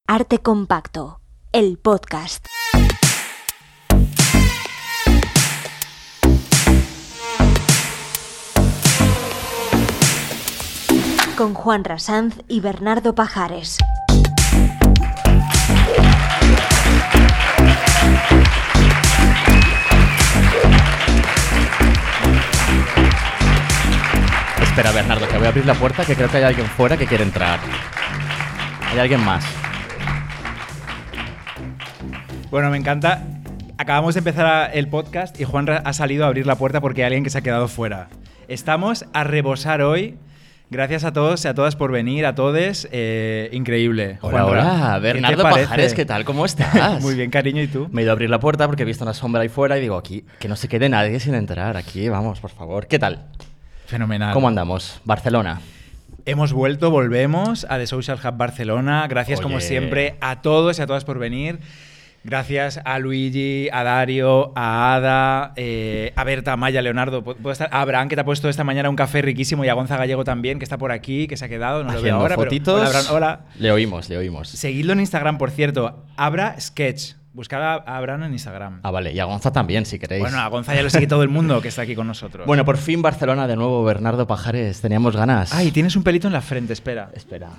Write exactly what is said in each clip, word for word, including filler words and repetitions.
Arte Compacto, el podcast. Con Juan Rasanz y Bernardo Pajares. Espera, Bernardo, que voy a abrir la puerta, que creo que hay alguien fuera que quiere entrar. Hay alguien más. Bueno, me encanta. Acabamos de empezar el podcast y Juan ha salido a abrir la puerta porque hay alguien que se ha quedado fuera. Estamos a rebosar hoy. Gracias a todos y a todas por venir, a todos. Eh, increíble. Hola, hola, Bernardo Pajares, ¿qué tal? ¿Cómo estás? Muy bien, cariño, ¿y tú? Me he ido a abrir la puerta porque he visto una sombra ahí fuera y digo, aquí, que no se quede nadie sin entrar. Aquí, vamos, por favor. ¿Qué tal? Fenomenal. ¿Cómo andamos? Barcelona. Hemos vuelto, volvemos a The Social Hub Barcelona. Gracias, Oye. como siempre, a todos y a todas por venir. Gracias a Luigi, a Dario, a Ada, eh, a Berta, a Maya, a Leonardo, ¿puedo estar? A Abraham, que te ha puesto esta mañana un café riquísimo, y a Gonza Gallego también, que está por aquí, que se ha quedado, no lo veo ahora. Fotitos. Pero, hola, Abraham, hola. Le oímos, le oímos. Seguidlo en Instagram, por cierto, Abra Sketch. Buscad a Abraham en Instagram. Ah, vale. Y a Gonza también, si queréis. Bueno, a Gonza ya lo sigue todo el mundo que está aquí con nosotros. Bueno, por fin Barcelona de nuevo, Bernardo Pajares. Teníamos ganas. Ay, tienes un pelito en la frente, espera. Espera.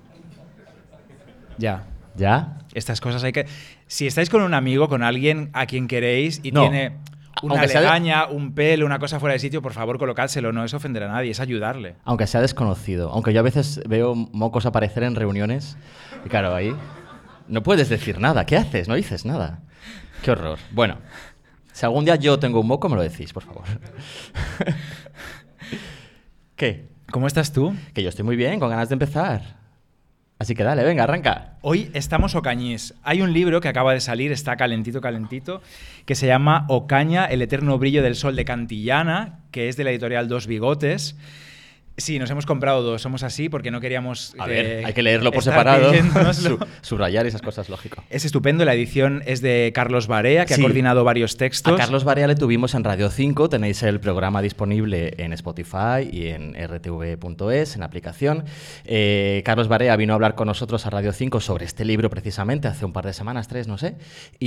Ya. ¿Ya? Estas cosas hay que... Si estáis con un amigo, con alguien a quien queréis y no. tiene una Aunque legaña, de... un pelo, una cosa fuera de sitio, por favor, colocádselo. No es ofender a nadie, es ayudarle. Aunque sea desconocido. Aunque yo a veces veo mocos aparecer en reuniones. Y claro, ahí no puedes decir nada. ¿Qué haces? No dices nada. Qué horror. Bueno, si algún día yo tengo un moco, me lo decís, por favor. ¿Qué? ¿Cómo estás tú? Que yo estoy muy bien, con ganas de empezar. Así que dale, venga, arranca. Hoy estamos Ocañís. Hay un libro que acaba de salir, está calentito, calentito, que se llama Ocaña, el eterno brillo del sol de Cantillana, que es de la editorial Dos Bigotes. Sí, nos hemos comprado dos, somos así porque no queríamos... A eh, ver, hay que leerlo por separado, Sub, subrayar esas cosas, lógico. Es estupendo, la edición es de Carlos Barea, que sí. ha coordinado varios textos. A Carlos Barea le tuvimos en Radio cinco, tenéis el programa disponible en Spotify y en r t v punto es, en la aplicación. Eh, Carlos Barea vino a hablar con nosotros a Radio cinco sobre este libro precisamente, hace un par de semanas, tres, no sé,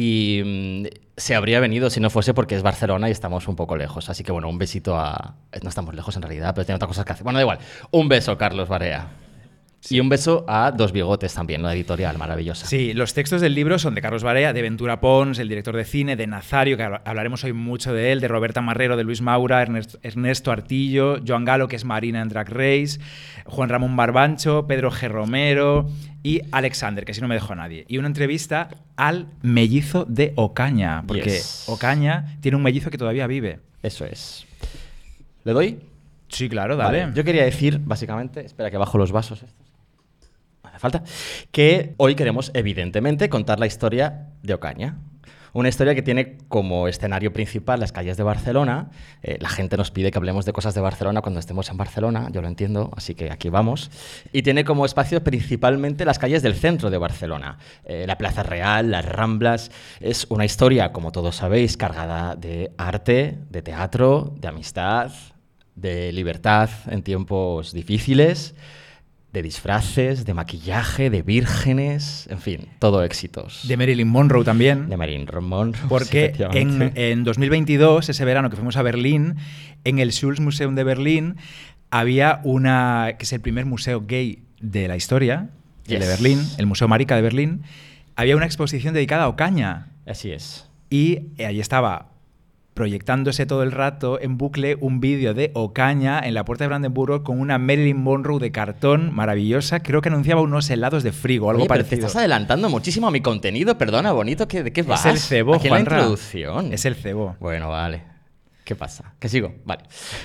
y mmm, se habría venido si no fuese porque es Barcelona y estamos un poco lejos. Así que bueno, un besito a... No estamos lejos en realidad, pero tiene otras cosas que hacer. Bueno, da igual. Un beso, Carlos Barea. Sí. Y un beso a Dos Bigotes también, la editorial maravillosa. Sí, los textos del libro son de Carlos Barea, de Ventura Pons, el director de cine, de Nazario, que hablaremos hoy mucho de él, de Roberta Marrero, de Luis Maura, Ernesto, Ernesto Artillo, Joan Galo, que es Marina en Drag Race, Juan Ramón Barbancho, Pedro G. Romero y Alexander, que si no me dejó a nadie. Y una entrevista al mellizo de Ocaña, porque yes. Ocaña tiene un mellizo que todavía vive. Eso es. ¿Le doy? Sí, claro, dale. Vale. Yo quería decir, básicamente, espera que bajo los vasos estos. No hace falta. Que hoy queremos, evidentemente, contar la historia de Ocaña. Una historia que tiene como escenario principal las calles de Barcelona. Eh, la gente nos pide que hablemos de cosas de Barcelona cuando estemos en Barcelona, yo lo entiendo, así que aquí vamos. Y tiene como espacio principalmente las calles del centro de Barcelona. Eh, la Plaza Real, las Ramblas. Es una historia, como todos sabéis, cargada de arte, de teatro, de amistad, de libertad en tiempos difíciles, de disfraces, de maquillaje, de vírgenes, en fin, todo éxitos. De Marilyn Monroe también. De Marilyn Monroe, porque sí, en, en dos mil veintidós, ese verano que fuimos a Berlín, en el Schulz-Museum de Berlín, había una, que es el primer museo gay de la historia, yes. el de Berlín, el Museo Marica de Berlín, había una exposición dedicada a Ocaña. Así es. Y allí estaba proyectándose todo el rato en bucle un vídeo de Ocaña en la puerta de Brandenburgo con una Marilyn Monroe de cartón maravillosa. Creo que anunciaba unos helados de frigo, algo Oye, pero parecido. Te estás adelantando muchísimo a mi contenido. Perdona, bonito, ¿de qué vas? Es el cebo, Aquí Juanra. La introducción. Es el cebo. Bueno, vale. ¿Qué pasa? ¿Que sigo? Vale.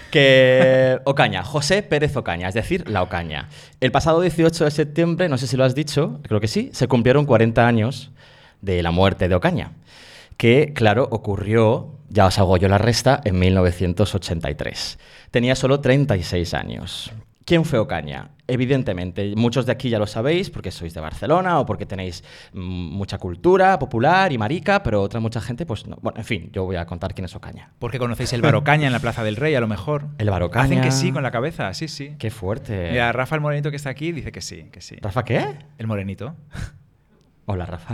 Que Ocaña, José Pérez Ocaña, es decir, la Ocaña. El pasado dieciocho de septiembre, no sé si lo has dicho, creo que sí, se cumplieron cuarenta años de la muerte de Ocaña, que, claro, ocurrió, ya os hago yo la resta, en mil novecientos ochenta y tres. Tenía solo treinta y seis años. ¿Quién fue Ocaña? Evidentemente, muchos de aquí ya lo sabéis porque sois de Barcelona o porque tenéis mmm, mucha cultura popular y marica, pero otra mucha gente, pues no. Bueno, en fin, yo voy a contar quién es Ocaña. Porque conocéis el Bar Ocaña en la Plaza del Rey, a lo mejor. El Bar Ocaña. Hacen que sí con la cabeza, sí, sí. Qué fuerte. Mira, Rafa el morenito que está aquí dice que sí, que sí. ¿Rafa qué? El morenito. Hola, Rafa.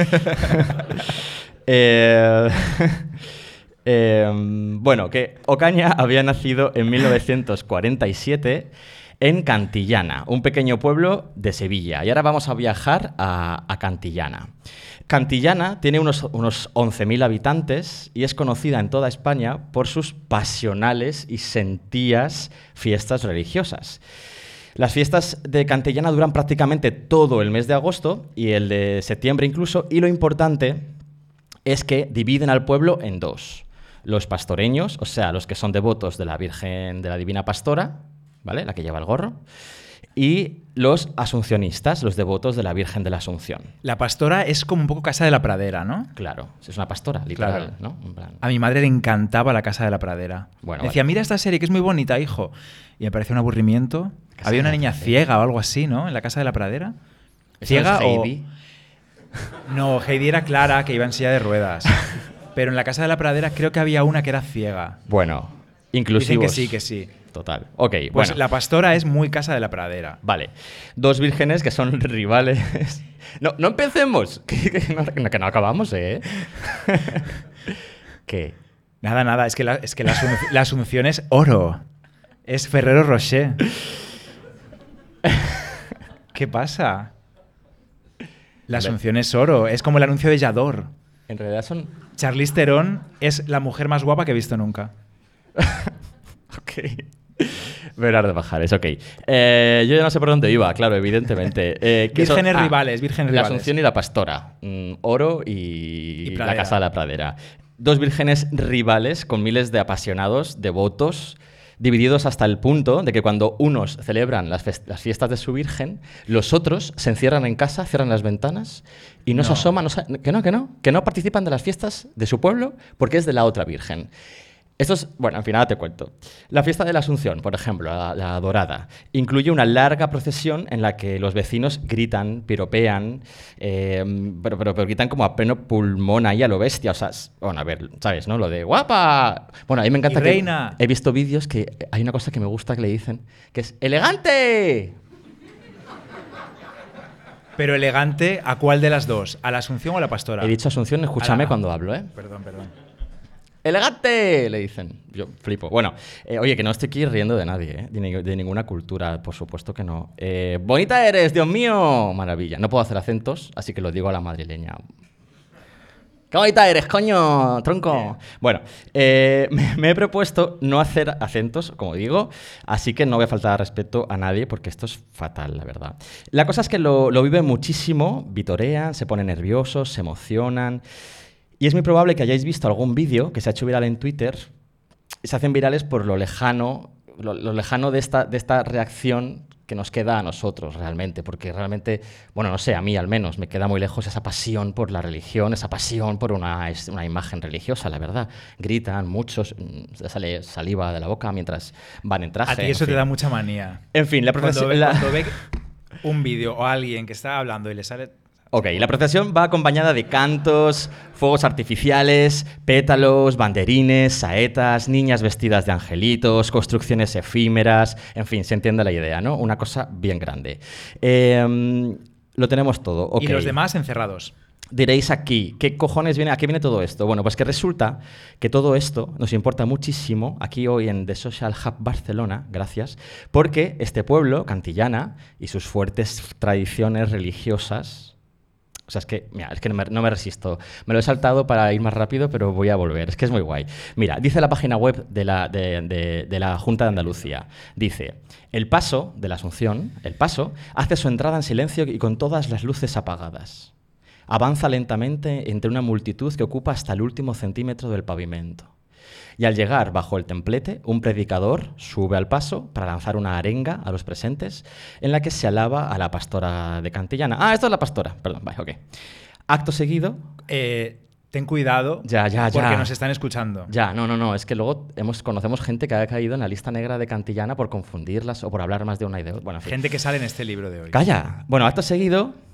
eh, eh, bueno, que Ocaña había nacido en mil novecientos cuarenta y siete en Cantillana, un pequeño pueblo de Sevilla. Y ahora vamos a viajar a, a Cantillana. Cantillana tiene unos, unos once mil habitantes y es conocida en toda España por sus pasionales y sentías fiestas religiosas. Las fiestas de Cantillana duran prácticamente todo el mes de agosto y el de septiembre incluso, y lo importante es que dividen al pueblo en dos. Los pastoreños, o sea, los que son devotos de la Virgen de la Divina Pastora, ¿vale? La que lleva el gorro, y los asuncionistas, los devotos de la Virgen de la Asunción. La pastora es como un poco Casa de la Pradera, ¿no? Claro, es una pastora, literal, Claro. ¿no? En plan... A mi madre le encantaba la Casa de la Pradera. Bueno, Decía, vale. mira esta serie que es muy bonita, hijo. Y me parecía un aburrimiento. Casa Había de una la niña Pradera. ciega o algo así, ¿no? En la Casa de la Pradera. ¿Eso ¿Ciega es Heidi? o...? No, Heidi era Clara, que iba en silla de ruedas. Pero en la Casa de la Pradera creo que había una que era ciega. Bueno, Dicen inclusivos. que sí, que sí. Total. Ok, Pues bueno. la pastora es muy Casa de la Pradera. Vale. Dos vírgenes que son rivales. No, no empecemos. Que, que no, que no acabamos, ¿eh? ¿Qué? Nada, nada, es que la, es que la, asunción, la Asunción es oro. Es Ferrero Rocher. ¿Qué pasa? La Asunción es oro. Es como el anuncio de Yador. En realidad son... Charlize Theron es la mujer más guapa que he visto nunca. Ok. Bernardo Pajares, ok. Eh, yo ya no sé por dónde iba, claro, evidentemente. Eh, ¿qué son? Vírgenes Ah, rivales, vírgenes La rivales. Asunción y la Pastora. Mm, oro y, Y la Pradera. Casa de la Pradera. Dos vírgenes rivales con miles de apasionados, devotos, divididos hasta el punto de que cuando unos celebran las, fest- las fiestas de su virgen, los otros se encierran en casa, cierran las ventanas y no, se No. asoman, no sa- que no, que no, que no participan de las fiestas de su pueblo porque es de la otra virgen. Esto es, bueno, en fin, ahora te cuento. La fiesta de la Asunción, por ejemplo, la, la dorada, incluye una larga procesión en la que los vecinos gritan, piropean, eh, pero, pero, pero gritan como a pleno pulmón ahí a lo bestia. O sea, es- bueno, a ver, ¿sabes, no? Lo de guapa. Bueno, a mí me encanta Y que reina. he visto vídeos que hay una cosa que me gusta que le dicen, que es ¡elegante! Pero elegante, ¿a cuál de las dos? ¿A la Asunción o a la pastora? He dicho Asunción, escúchame A la- cuando hablo, ¿eh? Perdón, perdón. ¡Elegante! Le dicen. Yo flipo. Bueno, eh, oye, que no estoy aquí riendo de nadie, ¿eh? de, ni- de ninguna cultura, por supuesto que no. Eh, ¡Bonita eres, Dios mío! Maravilla. No puedo hacer acentos, así que lo digo a la madrileña. ¡Qué bonita eres, coño, tronco! Bueno, eh, me, me he propuesto no hacer acentos, como digo, así que no voy a faltar respeto a nadie porque esto es fatal, la verdad. La cosa es que lo, lo viven muchísimo, vitorean, se ponen nerviosos, se emocionan. Y es muy probable que hayáis visto algún vídeo que se ha hecho viral en Twitter y se hacen virales por lo lejano, lo, lo lejano de esta, de esta reacción que nos queda a nosotros realmente, porque realmente, bueno, no sé, a mí al menos me queda muy lejos esa pasión por la religión, esa pasión por una, es- una imagen religiosa, la verdad. Gritan muchos, mm, se sale saliva de la boca mientras van en traje. A ti en eso te fin. da mucha manía. En fin, la Cuando procesión... ve, la- cuando ve un vídeo o alguien que está hablando y le sale... Ok, la procesión va acompañada de cantos, fuegos artificiales, pétalos, banderines, saetas, niñas vestidas de angelitos, construcciones efímeras, en fin, se entiende la idea, ¿no? Una cosa bien grande. Eh, lo tenemos todo, ok. Y los demás encerrados. Diréis aquí, ¿qué cojones viene? ¿A qué viene todo esto? Bueno, pues que resulta que todo esto nos importa muchísimo aquí hoy en The Social Hub Barcelona, gracias, porque este pueblo, Cantillana, y sus fuertes tradiciones religiosas... O sea, es que, mira, es que no me, no me resisto. Me lo he saltado para ir más rápido, pero voy a volver. Es que es muy guay. Mira, dice la página web de la, de, de- de la Junta de Andalucía. Dice, el paso de la Asunción, el paso, hace su entrada en silencio y con todas las luces apagadas. Avanza lentamente entre una multitud que ocupa hasta el último centímetro del pavimento. Y al llegar bajo el templete, un predicador sube al paso para lanzar una arenga a los presentes en la que se alaba a la pastora de Cantillana. Ah, esto es la pastora, perdón, vale, ok. Acto seguido... Eh, ten cuidado Ya, ya, ya. porque nos están escuchando. Ya, no, no, no, es que luego hemos, conocemos gente que ha caído en la lista negra de Cantillana por confundirlas o por hablar más de una y de otra. Bueno, en fin. Gente que sale en este libro de hoy. Calla. Bueno, acto seguido,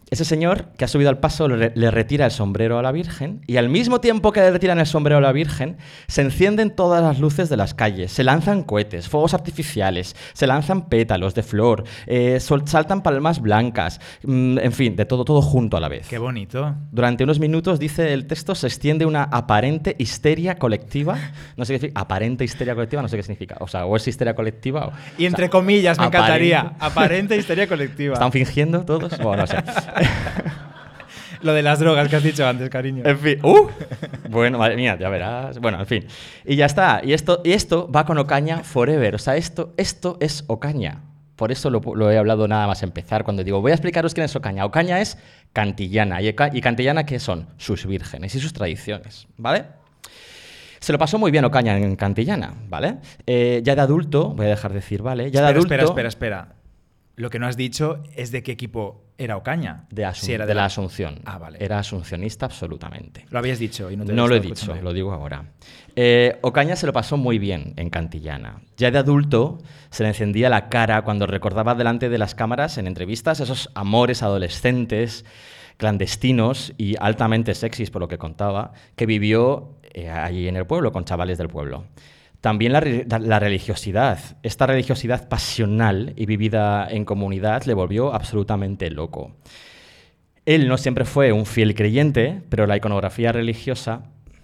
Ese señor que ha subido al paso le, le retira el sombrero a la Virgen y al mismo tiempo que le retiran el sombrero a la Virgen, se encienden todas las luces de las calles, se lanzan cohetes, fuegos artificiales, se lanzan pétalos de flor, eh, sol, saltan palmas blancas, mmm, en fin, de todo, todo junto a la vez. ¡Qué bonito! Durante unos minutos, dice el texto, se extiende una aparente histeria colectiva. No sé qué significa. Aparente histeria colectiva, no sé qué significa. O sea, o es histeria colectiva o... Y entre o sea, comillas, me aparente. encantaría. Aparente histeria colectiva. ¿Están fingiendo todos? Bueno, no sé. Lo de las drogas que has dicho antes, cariño. En fin. ¡Uh! Bueno, madre mía, ya verás. Bueno, en fin. Y ya está. Y esto, y esto va con Ocaña forever. O sea, esto, esto es Ocaña. Por eso lo, lo he hablado nada más empezar. Cuando digo, voy a explicaros quién es Ocaña. Ocaña es cantillana. ¿Y, y cantillana qué son? Sus vírgenes y sus tradiciones, ¿vale? Se lo pasó muy bien Ocaña en Cantillana, ¿vale? Eh, ya de adulto, voy a dejar de decir, ¿vale? Ya de espera, adulto... espera, espera, espera. Lo que no has dicho es de qué equipo era Ocaña. De, Asun si era de de la la Asunción. Ah, vale. Era asuncionista absolutamente. Lo habías dicho y no te No lo he estado dicho, escuchando. lo digo ahora. Eh, Ocaña se lo pasó muy bien en Cantillana. Ya de adulto se le encendía la cara cuando recordaba delante de las cámaras en entrevistas esos amores adolescentes, clandestinos y altamente sexys, por lo que contaba, que vivió eh, allí en el pueblo, con chavales del pueblo. También la, la religiosidad, esta religiosidad pasional y vivida en comunidad le volvió absolutamente loco. Él no siempre fue un fiel creyente, pero la iconografía religiosa...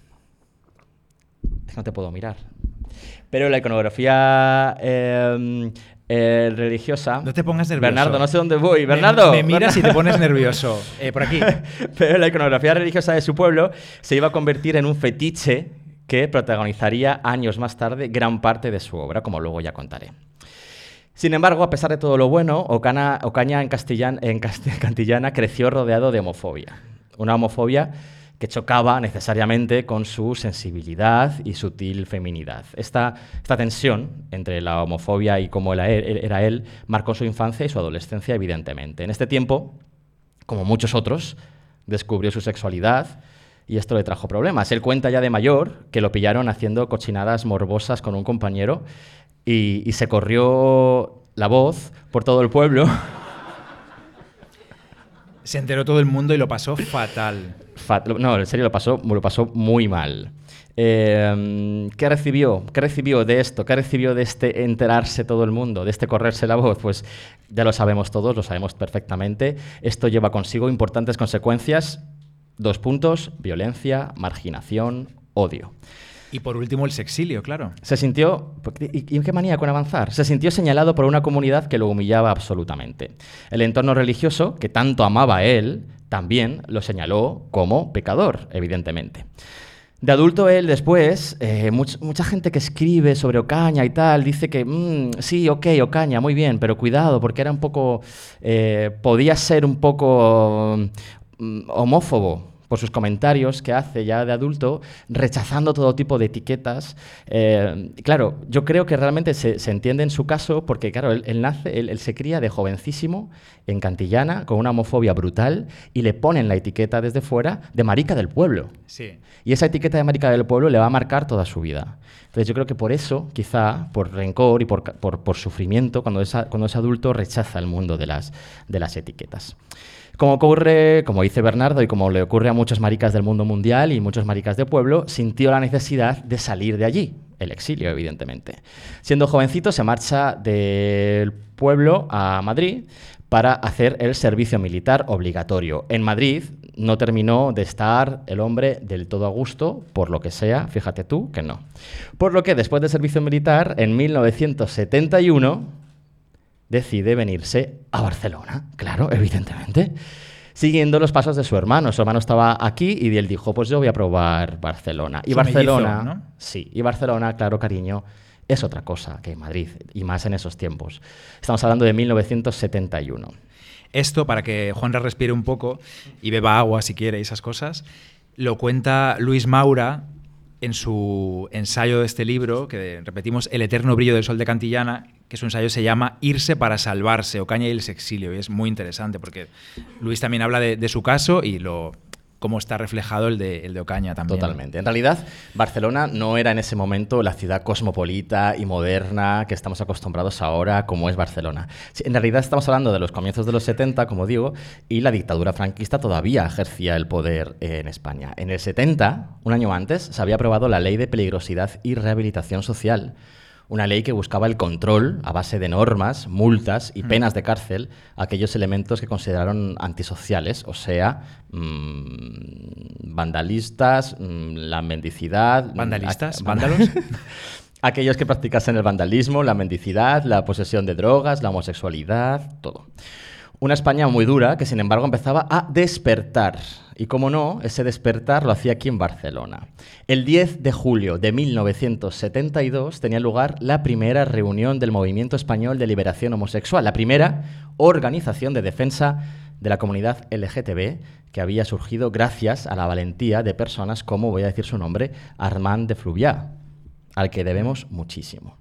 No te puedo mirar. Pero la iconografía eh, eh, religiosa... No te pongas nervioso. Bernardo, no sé dónde voy. Bernardo. Me, me miras y te pones nervioso. Eh, por aquí. Pero la iconografía religiosa de su pueblo se iba a convertir en un fetiche que protagonizaría años más tarde gran parte de su obra, como luego ya contaré. Sin embargo, a pesar de todo lo bueno, Ocana, Ocaña en, Castellán, en Cantillana creció rodeado de homofobia. Una homofobia que chocaba necesariamente con su sensibilidad y sutil feminidad. Esta, esta tensión entre la homofobia y cómo era él, era él marcó su infancia y su adolescencia, evidentemente. En este tiempo, como muchos otros, descubrió su sexualidad y esto le trajo problemas. Él cuenta ya de mayor que lo pillaron haciendo cochinadas morbosas con un compañero y, y se corrió la voz por todo el pueblo. Se enteró todo el mundo y lo pasó fatal. Fat, no, en serio, lo pasó, lo pasó muy mal. Eh, ¿Qué recibió? ¿Qué recibió de esto? ¿Qué recibió de este enterarse todo el mundo, de este correrse la voz? Pues ya lo sabemos todos, lo sabemos perfectamente. Esto lleva consigo importantes consecuencias. Dos puntos: violencia, marginación, odio. Y por último, el sexilio, claro. Se sintió... ¿Y qué manía con avanzar? Se sintió señalado por una comunidad que lo humillaba absolutamente. El entorno religioso, que tanto amaba a él, también lo señaló como pecador, evidentemente. De adulto él después, eh, much, mucha gente que escribe sobre Ocaña y tal, dice que mmm, sí, ok, Ocaña, muy bien, pero cuidado, porque era un poco... Eh, podía ser un poco mm, homófobo por sus comentarios que hace ya de adulto, rechazando todo tipo de etiquetas. Eh, claro, yo creo que realmente se, se entiende en su caso porque, claro, él, él nace, él, él se cría de jovencísimo en Cantillana con una homofobia brutal y le ponen la etiqueta desde fuera de marica del pueblo. Sí. Y esa etiqueta de marica del pueblo le va a marcar toda su vida. Entonces yo creo que por eso, quizá, por rencor y por, por, por sufrimiento, cuando es, cuando es adulto, rechaza el mundo de las, de las etiquetas. Como ocurre, como dice Bernardo, y como le ocurre a muchos maricas del mundo mundial y muchos maricas de pueblo, sintió la necesidad de salir de allí, el exilio, evidentemente. Siendo jovencito, se marcha del pueblo a Madrid para hacer el servicio militar obligatorio. En Madrid no terminó de estar el hombre del todo a gusto, por lo que sea, fíjate tú que no. Por lo que después del servicio militar, en mil novecientos setenta y uno... decide venirse a Barcelona, claro, evidentemente, siguiendo los pasos de su hermano. Su hermano estaba aquí y él dijo, pues yo voy a probar Barcelona. Y Su Barcelona, mellizo, ¿no? Sí, y Barcelona, claro, cariño, es otra cosa que Madrid, y más en esos tiempos. Estamos hablando de mil novecientos setenta y uno. Esto, para que Juanra respire un poco y beba agua si quiere y esas cosas, lo cuenta Luis Maura en su ensayo de este libro, que repetimos, El eterno brillo del sol de Cantillana, que su ensayo se llama Irse para salvarse, Ocaña y el sexilio, y es muy interesante porque Luis también habla de, de su caso y lo, cómo está reflejado el de, el de Ocaña también. Totalmente. En realidad, Barcelona no era en ese momento la ciudad cosmopolita y moderna que estamos acostumbrados ahora como es Barcelona. Sí, en realidad estamos hablando de los comienzos de los setenta, como digo, y la dictadura franquista todavía ejercía el poder en España. En el setenta, un año antes, se había aprobado la Ley de Peligrosidad y Rehabilitación Social, una ley que buscaba el control a base de normas, multas y penas de cárcel a aquellos elementos que consideraron antisociales, o sea, mmm, vandalistas, mmm, la mendicidad... ¿Vandalistas? A, ¿Vándalos? Aquellos que practicasen el vandalismo, la mendicidad, la posesión de drogas, la homosexualidad, todo. Una España muy dura que, sin embargo, empezaba a despertar. Y, como no, ese despertar lo hacía aquí en Barcelona. El diez de julio de mil novecientos setenta y dos tenía lugar la primera reunión del Movimiento Español de Liberación Homosexual, la primera organización de defensa de la comunidad L G T B que había surgido gracias a la valentía de personas como, voy a decir su nombre, Armand de Fluvià, al que debemos muchísimo.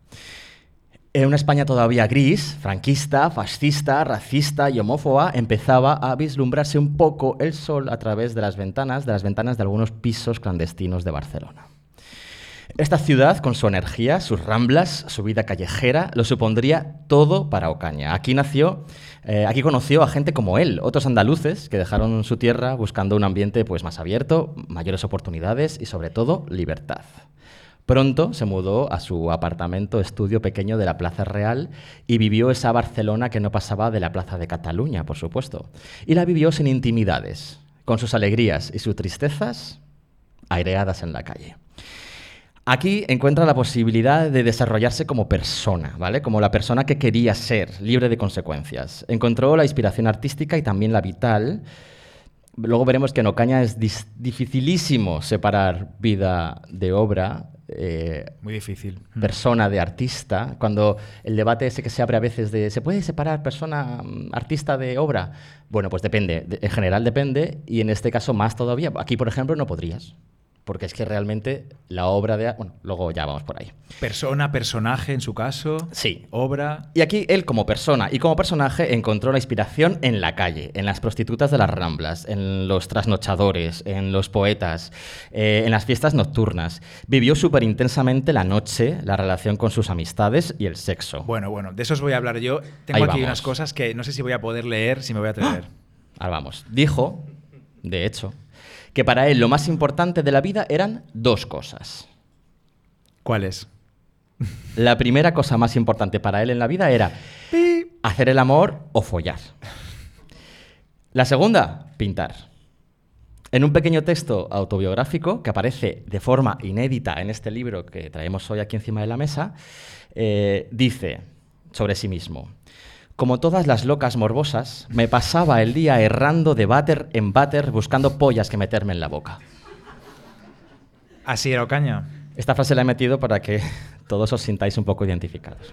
En una España todavía gris, franquista, fascista, racista y homófoba, empezaba a vislumbrarse un poco el sol a través de las ventanas, de las ventanas de algunos pisos clandestinos de Barcelona. Esta ciudad, con su energía, sus ramblas, su vida callejera, lo supondría todo para Ocaña. Aquí nació, eh, aquí conoció a gente como él, otros andaluces que dejaron su tierra buscando un ambiente pues, más abierto, mayores oportunidades y, sobre todo, libertad. Pronto se mudó a su apartamento estudio pequeño de la Plaza Real y vivió esa Barcelona que no pasaba de la Plaza de Cataluña, por supuesto. Y la vivió sin intimidades, con sus alegrías y sus tristezas aireadas en la calle. Aquí encuentra la posibilidad de desarrollarse como persona, ¿vale? Como la persona que quería ser, libre de consecuencias. Encontró la inspiración artística y también la vital. Luego veremos que en Ocaña es dificilísimo separar vida de obra. Eh, Muy difícil. Persona de artista. Cuando el debate ese que se abre a veces de ¿se puede separar persona artista de obra? Bueno, pues depende. En general depende y en este caso más todavía. Aquí, por ejemplo, no podrías. Porque es que realmente la obra de... Bueno, luego ya vamos por ahí. Persona, personaje en su caso. Sí. Obra. Y aquí él como persona y como personaje encontró la inspiración en la calle, en las prostitutas de las Ramblas, en los trasnochadores, en los poetas, eh, en las fiestas nocturnas. Vivió súper intensamente la noche, la relación con sus amistades y el sexo. Bueno, bueno, de eso os voy a hablar yo. Tengo Ahí aquí vamos. unas cosas que no sé si voy a poder leer, si me voy a atrever. Ahora vamos. Dijo, de hecho, que para él lo más importante de la vida eran dos cosas. ¿Cuáles? La primera cosa más importante para él en la vida era hacer el amor o follar. La segunda, pintar. En un pequeño texto autobiográfico que aparece de forma inédita en este libro que traemos hoy aquí encima de la mesa, eh, dice sobre sí mismo: como todas las locas morbosas, me pasaba el día errando de váter en váter buscando pollas que meterme en la boca. Así era Ocaña. Esta frase la he metido para que todos os sintáis un poco identificados.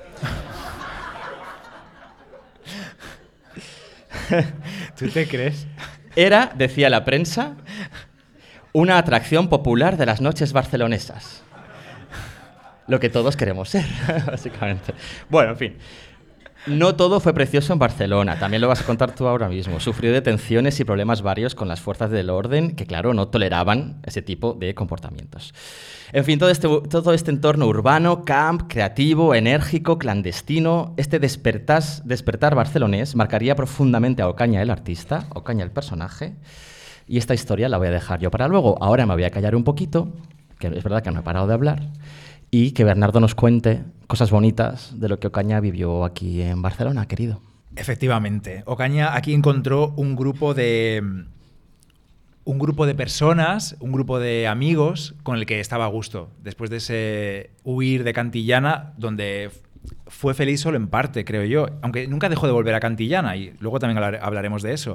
¿Tú te crees? Era, decía la prensa, una atracción popular de las noches barcelonesas. Lo que todos queremos ser, básicamente. Bueno, en fin. No todo fue precioso en Barcelona, también lo vas a contar tú ahora mismo. Sufrió detenciones y problemas varios con las fuerzas del orden que, claro, no toleraban ese tipo de comportamientos. En fin, todo este, todo este entorno urbano, camp, creativo, enérgico, clandestino, este despertar, despertar barcelonés marcaría profundamente a Ocaña el artista, Ocaña el personaje, y esta historia la voy a dejar yo para luego. Ahora me voy a callar un poquito, que es verdad que no he parado de hablar, y que Bernardo nos cuente cosas bonitas de lo que Ocaña vivió aquí en Barcelona, querido. Efectivamente. Ocaña aquí encontró un grupo de... un grupo de personas, un grupo de amigos con el que estaba a gusto. Después de ese huir de Cantillana, donde fue feliz solo en parte, creo yo. Aunque nunca dejó de volver a Cantillana, y luego también hablar, hablaremos de eso.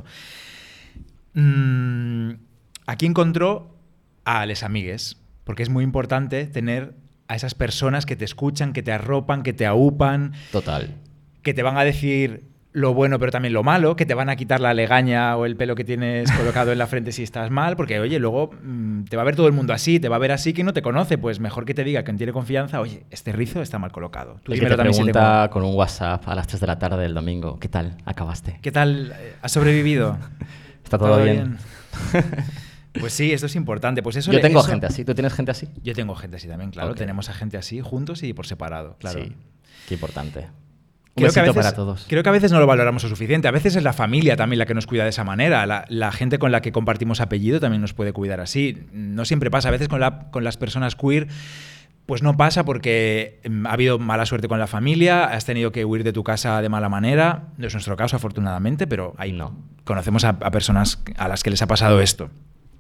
Mm, aquí encontró a les amigues, porque es muy importante tener a esas personas que te escuchan, que te arropan, que te aupan. Total. Que te van a decir lo bueno pero también lo malo, que te van a quitar la legaña o el pelo que tienes colocado en la frente si estás mal, porque oye, luego mmm, te va a ver todo el mundo así, te va a ver así que no te conoce, pues mejor que te diga que no tiene confianza, oye, este rizo está mal colocado. Tú el que te pregunta si tengo... con un WhatsApp a las tres de la tarde del domingo, ¿qué tal? ¿Acabaste? ¿Qué tal? ¿Has sobrevivido? ¿Está todo, ¿Todo bien? bien? Pues sí, esto es importante. Pues eso Yo le- tengo eso- gente así. ¿Tú tienes gente así? Yo tengo gente así también, claro. Ok. Tenemos a gente así, juntos y por separado, claro. Sí. Qué importante. Un Creo que, a besito veces, para todos. creo que a veces no lo valoramos lo suficiente. A veces es la familia también la que nos cuida de esa manera. La, la gente con la que compartimos apellido también nos puede cuidar así. No siempre pasa. A veces con, la, con las personas queer, pues no pasa porque mm, ha habido mala suerte con la familia, has tenido que huir de tu casa de mala manera. No es nuestro caso, afortunadamente, pero ahí No. conocemos a, a personas a las que les ha pasado esto.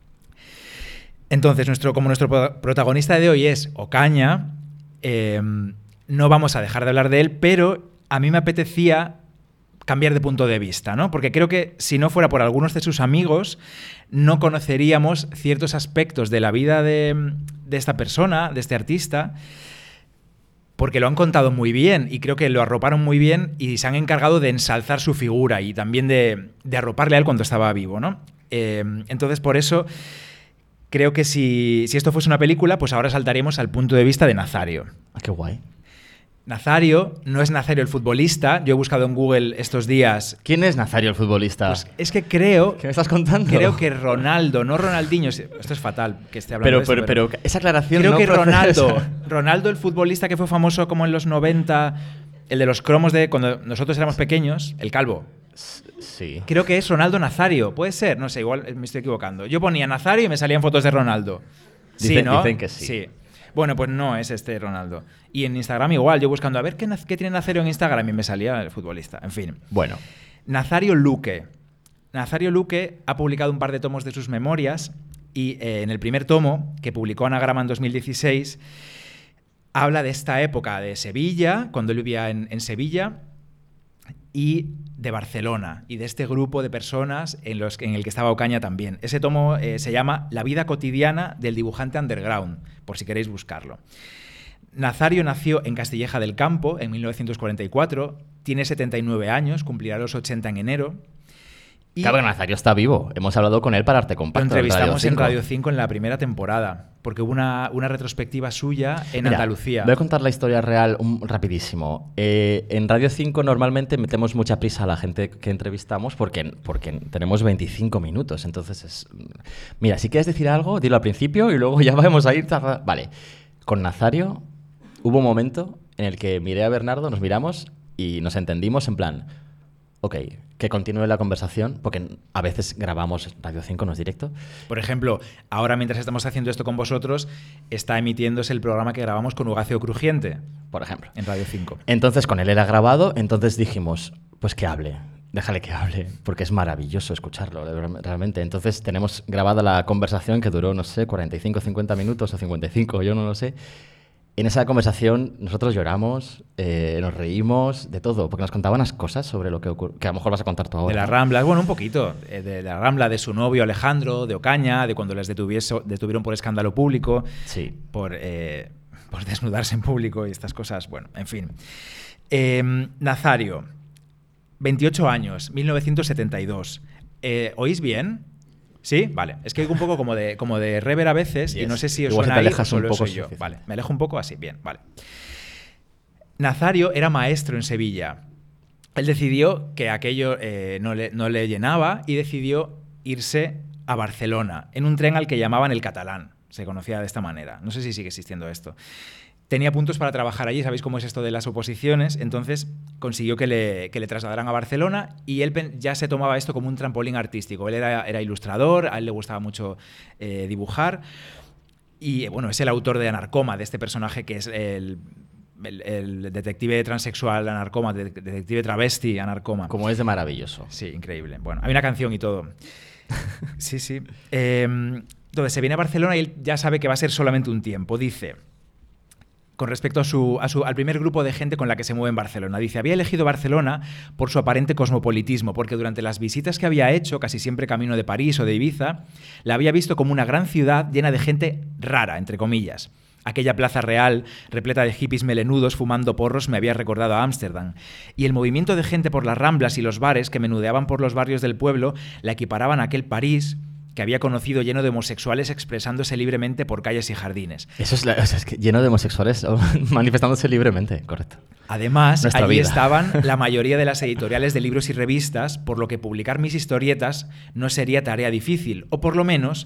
Entonces, nuestro, como nuestro pro- protagonista de hoy es Ocaña, eh, no vamos a dejar de hablar de él, pero a mí me apetecía cambiar de punto de vista, ¿no? Porque creo que si no fuera por algunos de sus amigos, no conoceríamos ciertos aspectos de la vida de, de esta persona, de este artista, porque lo han contado muy bien y creo que lo arroparon muy bien y se han encargado de ensalzar su figura y también de, de arroparle a él cuando estaba vivo, ¿no? Eh, entonces, por eso, creo que si, si esto fuese una película, pues ahora saltaríamos al punto de vista de Nazario. Ah, qué guay. Nazario no es Nazario el futbolista. Yo he buscado en Google estos días. ¿Quién es Nazario el futbolista? Pues es que creo, ¿Qué me estás contando? creo que Ronaldo, no Ronaldinho. Esto es fatal que esté hablando Pero, de esto, pero, pero esa aclaración creo no que procede. Ronaldo, Ronaldo el futbolista que fue famoso como en los noventa, el de los cromos de cuando nosotros éramos pequeños, el calvo. Sí. Creo que es Ronaldo Nazario. Puede ser, no sé, igual me estoy equivocando. Yo ponía Nazario y me salían fotos de Ronaldo. Sí, Dicen- ¿no? dicen que sí. Sí. Bueno, pues no es este Ronaldo. Y en Instagram igual, yo buscando a ver qué, naz- qué tiene Nazario en Instagram y me salía el futbolista. En fin. Bueno, Nazario Luque. Nazario Luque ha publicado un par de tomos de sus memorias y eh, en el primer tomo, que publicó Anagrama en dos mil dieciséis, habla de esta época de Sevilla, cuando él vivía en, en Sevilla, y de Barcelona, y de este grupo de personas en, los, en el que estaba Ocaña también. Ese tomo eh, se llama La vida cotidiana del dibujante underground, por si queréis buscarlo. Nazario nació en Castilleja del Campo en mil novecientos cuarenta y cuatro, tiene setenta y nueve años, cumplirá los ochenta en enero. Y claro, Nazario está vivo. Hemos hablado con él para Arte lo Compacto. entrevistamos en cinco. Radio cinco en la primera temporada, porque hubo una, una retrospectiva suya en Mira, Andalucía. Voy a contar la historia real un, rapidísimo. Eh, en Radio cinco normalmente metemos mucha prisa a la gente que entrevistamos porque, porque tenemos veinticinco minutos. Entonces es... Mira, si quieres decir algo, dilo al principio y luego ya vamos a ir... tarda- Vale. Con Nazario hubo un momento en el que miré a Bernardo, nos miramos y nos entendimos en plan... Ok, que continúe la conversación, porque a veces grabamos Radio cinco, no es directo. Por ejemplo, ahora mientras estamos haciendo esto con vosotros, está emitiéndose el programa que grabamos con Ugacio Crujiente Por ejemplo. en Radio cinco. Entonces con él era grabado, entonces dijimos, pues que hable, déjale que hable, porque es maravilloso escucharlo, de verdad, realmente. Entonces tenemos grabada la conversación que duró, no sé, cuarenta y cinco, cincuenta minutos o cincuenta y cinco, yo no lo sé. En esa conversación nosotros lloramos, eh, nos reímos, de todo, porque nos contaban unas cosas sobre lo que ocurre, que a lo mejor vas a contar tú ahora. De la Rambla, bueno, un poquito. eh, De la Rambla, de su novio Alejandro, de Ocaña, de cuando les detuviese- detuvieron por escándalo público, Sí. por, eh, por desnudarse en público y estas cosas. Bueno, en fin. Eh, Nazario, veintiocho años, mil novecientos setenta y dos. Eh, ¿Oís bien? ¿Sí? Vale. Es que oigo un poco como de, como de rever a veces y Yes. no sé si os Igual si suena te ahí o alejas un solo poco soy yo. suficiente. Vale, me alejo un poco así. Bien, vale. Nazario era maestro en Sevilla. Él decidió que aquello eh, no, le, no le llenaba y decidió irse a Barcelona en un tren al que llamaban el Catalán. Se conocía de esta manera. No sé si sigue existiendo esto. Tenía puntos para trabajar allí, sabéis cómo es esto de las oposiciones, entonces consiguió que le, que le trasladaran a Barcelona y él pen- ya se tomaba esto como un trampolín artístico. Él era, era ilustrador, a él le gustaba mucho eh, dibujar y eh, bueno, es el autor de Anarcoma, de este personaje que es el, el, el detective transexual Anarcoma, de- detective travesti Anarcoma. Como es de maravilloso. Sí, increíble. Bueno, hay una canción y todo. Sí, sí. Eh, entonces se viene a Barcelona y él ya sabe que va a ser solamente un tiempo. Dice, con respecto a su, a su, al primer grupo de gente con la que se mueve en Barcelona, dice, había elegido Barcelona por su aparente cosmopolitismo, porque durante las visitas que había hecho, casi siempre camino de París o de Ibiza, la había visto como una gran ciudad llena de gente rara, entre comillas. Aquella plaza real, repleta de hippies melenudos fumando porros, me había recordado a Ámsterdam. Y el movimiento de gente por las ramblas y los bares que menudeaban por los barrios del pueblo la equiparaban a aquel París que había conocido lleno de homosexuales expresándose libremente por calles y jardines. Eso es, la- o sea, es que lleno de homosexuales manifestándose libremente, correcto. Además, Nuestra allí vida. estaban la mayoría de las editoriales de libros y revistas, por lo que publicar mis historietas no sería tarea difícil, o por lo menos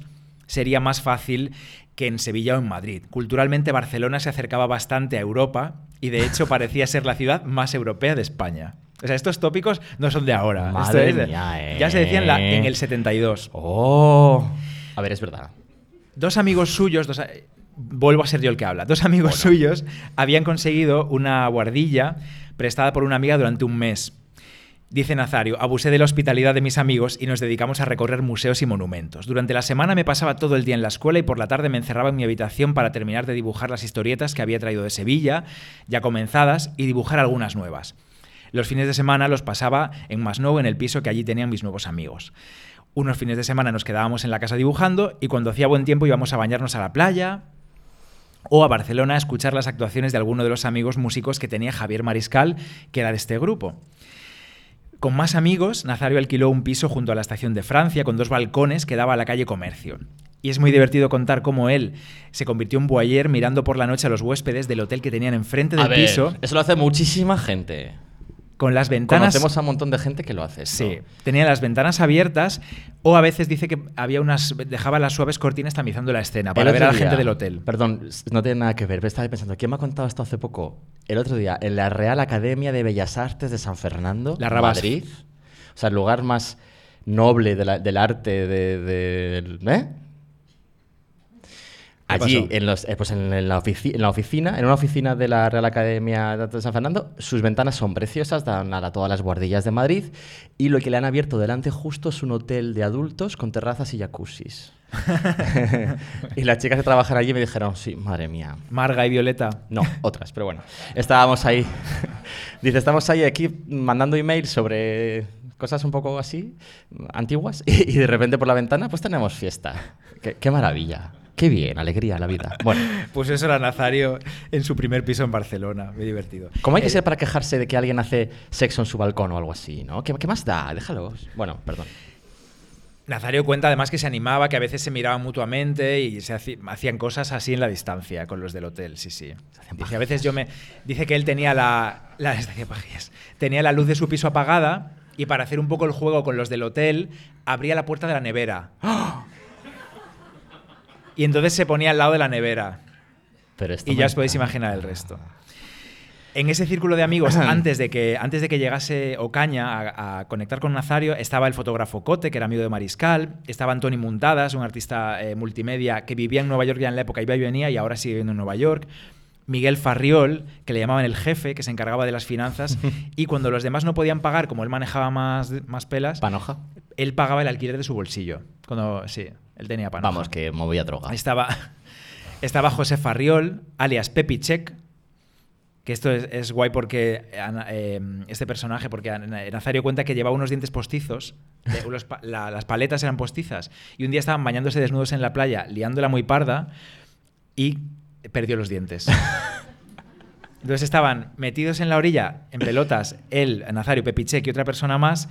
sería más fácil que en Sevilla o en Madrid. Culturalmente, Barcelona se acercaba bastante a Europa y, de hecho, parecía ser la ciudad más europea de España. O sea, estos tópicos no son de ahora. Madre Esto es, mía, ¿eh? Ya se decía en, la, en el setenta y dos. ¡Oh! A ver, es verdad. Dos amigos suyos, dos, vuelvo a ser yo el que habla, dos amigos Bueno. suyos habían conseguido una guardilla prestada por una amiga durante un mes. Dice Nazario, abusé de la hospitalidad de mis amigos y nos dedicamos a recorrer museos y monumentos. Durante la semana me pasaba todo el día en la escuela y por la tarde me encerraba en mi habitación para terminar de dibujar las historietas que había traído de Sevilla, ya comenzadas, y dibujar algunas nuevas. Los fines de semana los pasaba en Masnou, en el piso que allí tenían mis nuevos amigos. Unos fines de semana nos quedábamos en la casa dibujando y cuando hacía buen tiempo íbamos a bañarnos a la playa o a Barcelona a escuchar las actuaciones de alguno de los amigos músicos que tenía Javier Mariscal, que era de este grupo. Con más amigos, Nazario alquiló un piso junto a la estación de Francia con dos balcones que daba a la calle Comercio. Y es muy divertido contar cómo él se convirtió en voyeur mirando por la noche a los huéspedes del hotel que tenían enfrente del A ver, piso. eso lo hace muchísima gente. Con las ventanas... Conocemos a un montón de gente que lo hace. Esto. Sí, tenía las ventanas abiertas o a veces dice que había unas dejaba las suaves cortinas tamizando la escena para El ver a otro la gente día- del hotel. Perdón, no tiene nada que ver, pero estaba pensando, ¿quién me ha contado esto hace poco? El otro día, en la Real Academia de Bellas Artes de San Fernando, La Rabás. Madrid. O sea, el lugar más noble de la- del arte de... de- ¿eh? ¿Qué Allí, pasó? en, los, eh, pues en, en la ofici- en la oficina, en una oficina de la Real Academia de San Fernando, sus ventanas son preciosas, dan a todas las guardillas de Madrid, y lo que le han abierto delante justo es un hotel de adultos con terrazas y jacuzzis. Y las chicas que trabajan allí me dijeron, sí, madre mía. Marga y Violeta. No, otras, pero bueno. Estábamos ahí. Dice, estamos ahí aquí mandando emails sobre cosas un poco así, antiguas, y, y de repente por la ventana pues tenemos fiesta. Qué, qué maravilla. Qué bien, alegría la vida. Bueno, Pues eso era Nazario en su primer piso en Barcelona. Muy divertido. ¿cómo hay que Eh, ser para quejarse de que alguien hace sexo en su balcón o algo así, no? ¿Qué, qué más da? Déjalos. Bueno, perdón. Nazario cuenta además que se animaba, que a veces se miraban mutuamente y se haci- hacían cosas así en la distancia con los del hotel, sí, sí. hacían Dice, a veces yo me... Dice que él tenía la, la, se hacía pajillas. tenía la luz de su piso apagada y para hacer un poco el juego con los del hotel, abría la puerta de la nevera. Y entonces se ponía al lado de la nevera. Pero esto Y me ya os podéis encanta. imaginar el resto. En ese círculo de amigos, antes de que, antes de que llegase Ocaña a, a conectar con Nazario, estaba el fotógrafo Cote, que era amigo de Mariscal, estaba Antoni Muntadas, un artista eh, multimedia que vivía en Nueva York ya en la época, iba y venía y ahora sigue viviendo en Nueva York, Miguel Farriol, que le llamaban el jefe, que se encargaba de las finanzas, y cuando los demás no podían pagar, como él manejaba más, más pelas, Panoja. él pagaba el alquiler de su bolsillo. Cuando, sí, él tenía panoja. Vamos, que movía droga. Estaba, estaba José Farriol, alias Pepi Check, que esto es, es guay porque ana- eh, este personaje, porque Ana- Nazario cuenta que llevaba unos dientes postizos, de- los pa- la- las paletas eran postizas, y un día estaban bañándose desnudos en la playa, liándola muy parda, y perdió los dientes. Entonces estaban metidos en la orilla, en pelotas, él, Nazario, Pepi Check y otra persona más,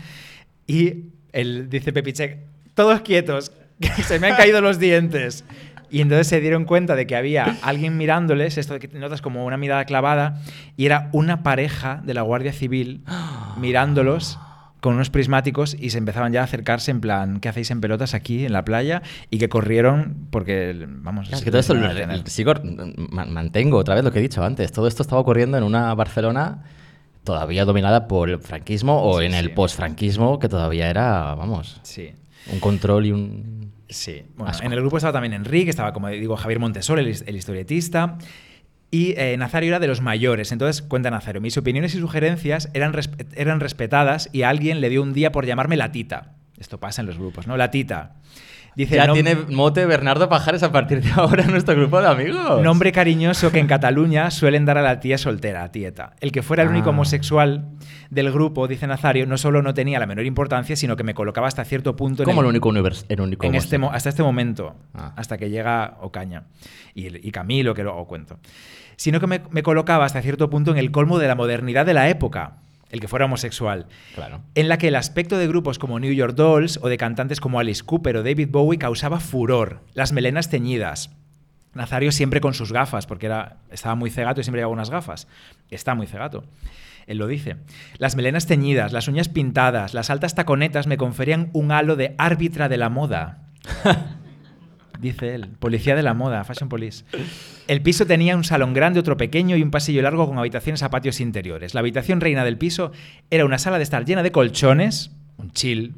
y él dice Pepi Check, todos quietos, que se me han caído los dientes. Y entonces se dieron cuenta de que había alguien mirándoles, esto de que notas como una mirada clavada, y era una pareja de la Guardia Civil mirándolos con unos prismáticos y se empezaban ya a acercarse en plan, ¿qué hacéis en pelotas aquí en la playa? Y que corrieron porque, vamos... Claro, es que todo esto, no lo- iban a tener. sigo, ma- mantengo otra vez lo que he dicho antes. Todo esto estaba ocurriendo en una Barcelona todavía dominada por el franquismo o Sí, en el sí. posfranquismo que todavía era, vamos, Sí. un control y un... Sí, bueno, Asco. en el grupo estaba también Enrique, estaba, como digo, Javier Montesol, el, his- el historietista, y eh, Nazario era de los mayores. Entonces, cuenta Nazario, mis opiniones y sugerencias eran, respe- eran respetadas y a alguien le dio un día por llamarme la tita. Esto pasa en los grupos, ¿no? La tita. Dice, Ya "Nom- tiene mote Bernardo Pajares a partir de ahora en nuestro grupo de amigos. nombre cariñoso que en Cataluña suelen dar a la tía soltera, a tieta. El que fuera el único Ah. homosexual del grupo, dice Nazario, no solo no tenía la menor importancia, sino que me colocaba hasta cierto punto en Como el- el único universo. El único en este, mo- homosexual. hasta este momento, Ah. hasta que llega Ocaña y, y Camilo, que luego cuento. Sino que me, me colocaba hasta cierto punto en el colmo de la modernidad de la época, el que fuera homosexual, Claro. en la que el aspecto de grupos como New York Dolls o de cantantes como Alice Cooper o David Bowie causaba furor, las melenas teñidas. Nazario siempre con sus gafas, porque era, estaba muy cegato y siempre llevaba unas gafas. Está muy cegato. Él lo dice. Las melenas teñidas, las uñas pintadas, las altas taconetas me conferían un halo de árbitra de la moda. dice él. Policía de la moda, fashion police. El piso tenía un salón grande, otro pequeño y un pasillo largo con habitaciones a patios interiores. La habitación reina del piso era una sala de estar llena de colchones, un chill,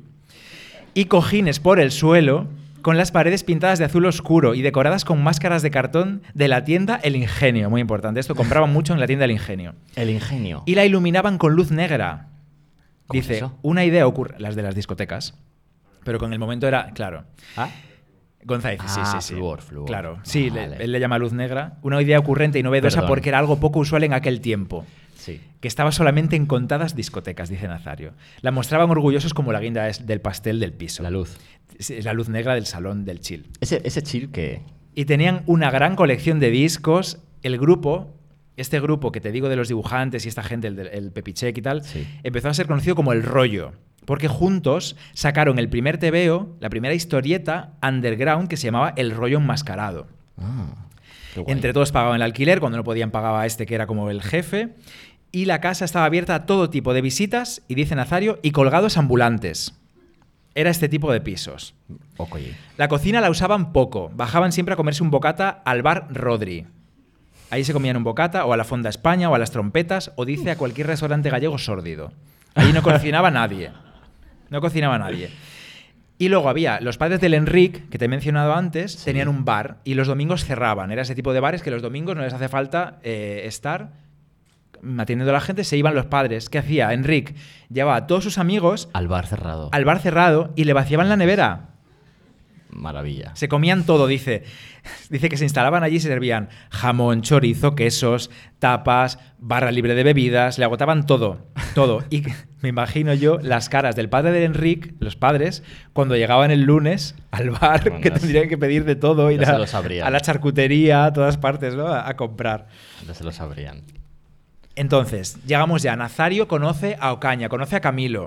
y cojines por el suelo, con las paredes pintadas de azul oscuro y decoradas con máscaras de cartón de la tienda El Ingenio. Muy importante, esto compraban mucho en la tienda El Ingenio. El Ingenio. Y la iluminaban con luz negra. ¿Cómo Dice, es eso? una idea ocurre, las de las discotecas, pero con el momento era, claro. ¿Ah? González, sí, Ah, sí, sí. flúor, flúor. Claro, sí, Vale. le- él le llama luz negra. Una idea ocurrente y novedosa Perdón. porque era algo poco usual en aquel tiempo. Sí. Que estaba solamente en contadas discotecas, dice Nazario. La mostraban orgullosos como la guinda es- del pastel del piso. La luz. Sí, es la luz negra del salón del chill. Ese, ese chill que... Y tenían una gran colección de discos. El grupo, este grupo que te digo de los dibujantes y esta gente, el, del- el Pepichek y tal, Sí. empezó a ser conocido como El Rollo. Porque juntos sacaron el primer tebeo, la primera historieta underground que se llamaba El Rollo Enmascarado. Ah, qué guay. Entre todos pagaban el alquiler, cuando no podían pagaba a este que era como el jefe. Y la casa estaba abierta a todo tipo de visitas, y dice Nazario, y colgados ambulantes. Era este tipo de pisos. Ok. La cocina la usaban poco. Bajaban siempre a comerse un bocata al bar Rodri. Ahí se comían un bocata, o a la Fonda España, o a las Trompetas, o dice a cualquier restaurante gallego sórdido. Allí no cocinaba nadie. No cocinaba nadie. Y luego había los padres del Enric, que te he mencionado antes, Sí. tenían un bar y los domingos cerraban. Era ese tipo de bares que los domingos no les hace falta eh, estar atendiendo a la gente, se iban los padres. ¿Qué hacía? Enric llevaba a todos sus amigos Al bar cerrado. al bar cerrado y le vaciaban la nevera. Maravilla. Se comían todo, dice. Dice que se instalaban allí y se servían jamón, chorizo, quesos, tapas, barra libre de bebidas, le agotaban todo, todo. Y me imagino yo las caras del padre de Enric, los padres, cuando llegaban el lunes al bar, Bueno, que ya tendrían que pedir de todo, ya ir se a, lo sabrían. a la charcutería, a todas partes, ¿no? A, a comprar. Ya se lo sabrían. Entonces, llegamos ya. Nazario conoce a Ocaña, conoce a Camilo.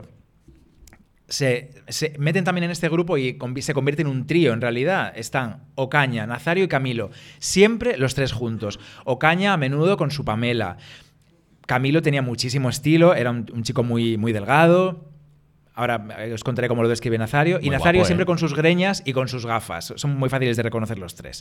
Se, se meten también en este grupo y convi- se convierte en un trío, en realidad. Están Ocaña, Nazario y Camilo. Siempre los tres juntos. Ocaña a menudo con su Pamela. Camilo tenía muchísimo estilo, era un, un chico muy, muy delgado. Ahora eh, os contaré cómo lo describe Nazario. Y Muy Nazario guapo, siempre ¿eh? con sus greñas y con sus gafas. Son muy fáciles de reconocer los tres.